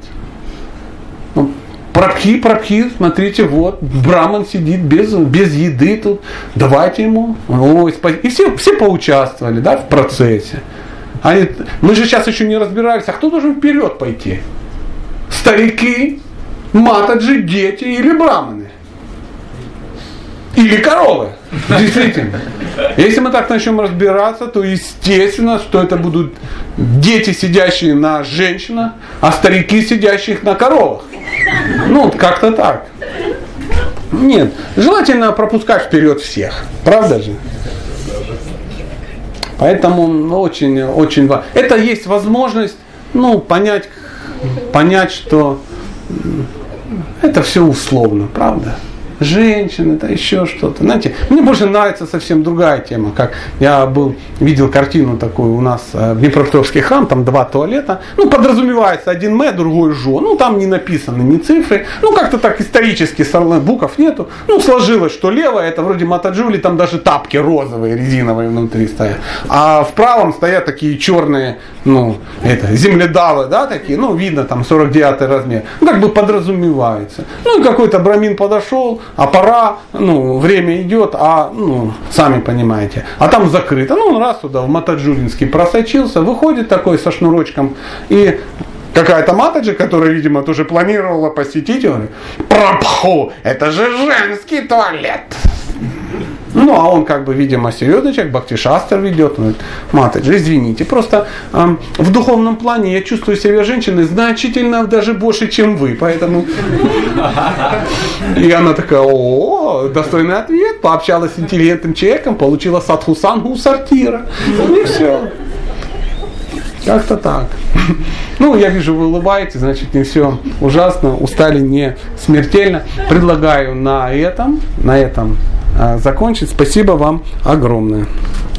Прабхи, смотрите, вот, браман сидит без еды тут, давайте ему. И все поучаствовали, да, в процессе. Мы же сейчас еще не разбирались, а кто должен вперед пойти? Старики, матаджи, дети или браманы? Или коровы. Действительно. Если мы так начнем разбираться, то естественно, что это будут дети, сидящие на женщинах, а старики, сидящих на коровах. Как-то так. Нет, желательно пропускать вперед всех. Правда же? Поэтому очень важно. Это есть возможность, понять, что это все условно, правда? Женщины, это еще что-то. Знаете, мне больше нравится совсем другая тема. Как я видел картину такую у нас в Днепропетровский храм, там 2 туалета. Подразумевается один мэ, другой жо. Там не написаны ни цифры. Как-то так исторически букв нету. Сложилось, что левое, это вроде матаджули, там даже тапки розовые, резиновые внутри стоят. А в правом стоят такие черные, земледавы, да, такие, видно, там 49 размер. Как бы подразумевается. И какой-то брамин подошел, а пора, время идет, сами понимаете, а там закрыто. Он раз туда в матаджулинский просочился, выходит такой со шнурочком, и какая-то матаджи, которая, видимо, тоже планировала посетить, говорит, Прабху, это же женский туалет. А он видимо, серьезный человек, бхакти-шастр ведет. Он говорит, матаджи, извините, просто в духовном плане я чувствую себя женщиной значительно даже больше, чем вы, поэтому... И она такая, достойный ответ, пообщалась с интеллигентным человеком, получила садху-сангу у сортира. И все. Как-то так. Я вижу, вы улыбаетесь, значит, не все ужасно, устали не смертельно. Предлагаю на этом закончить. Спасибо вам огромное.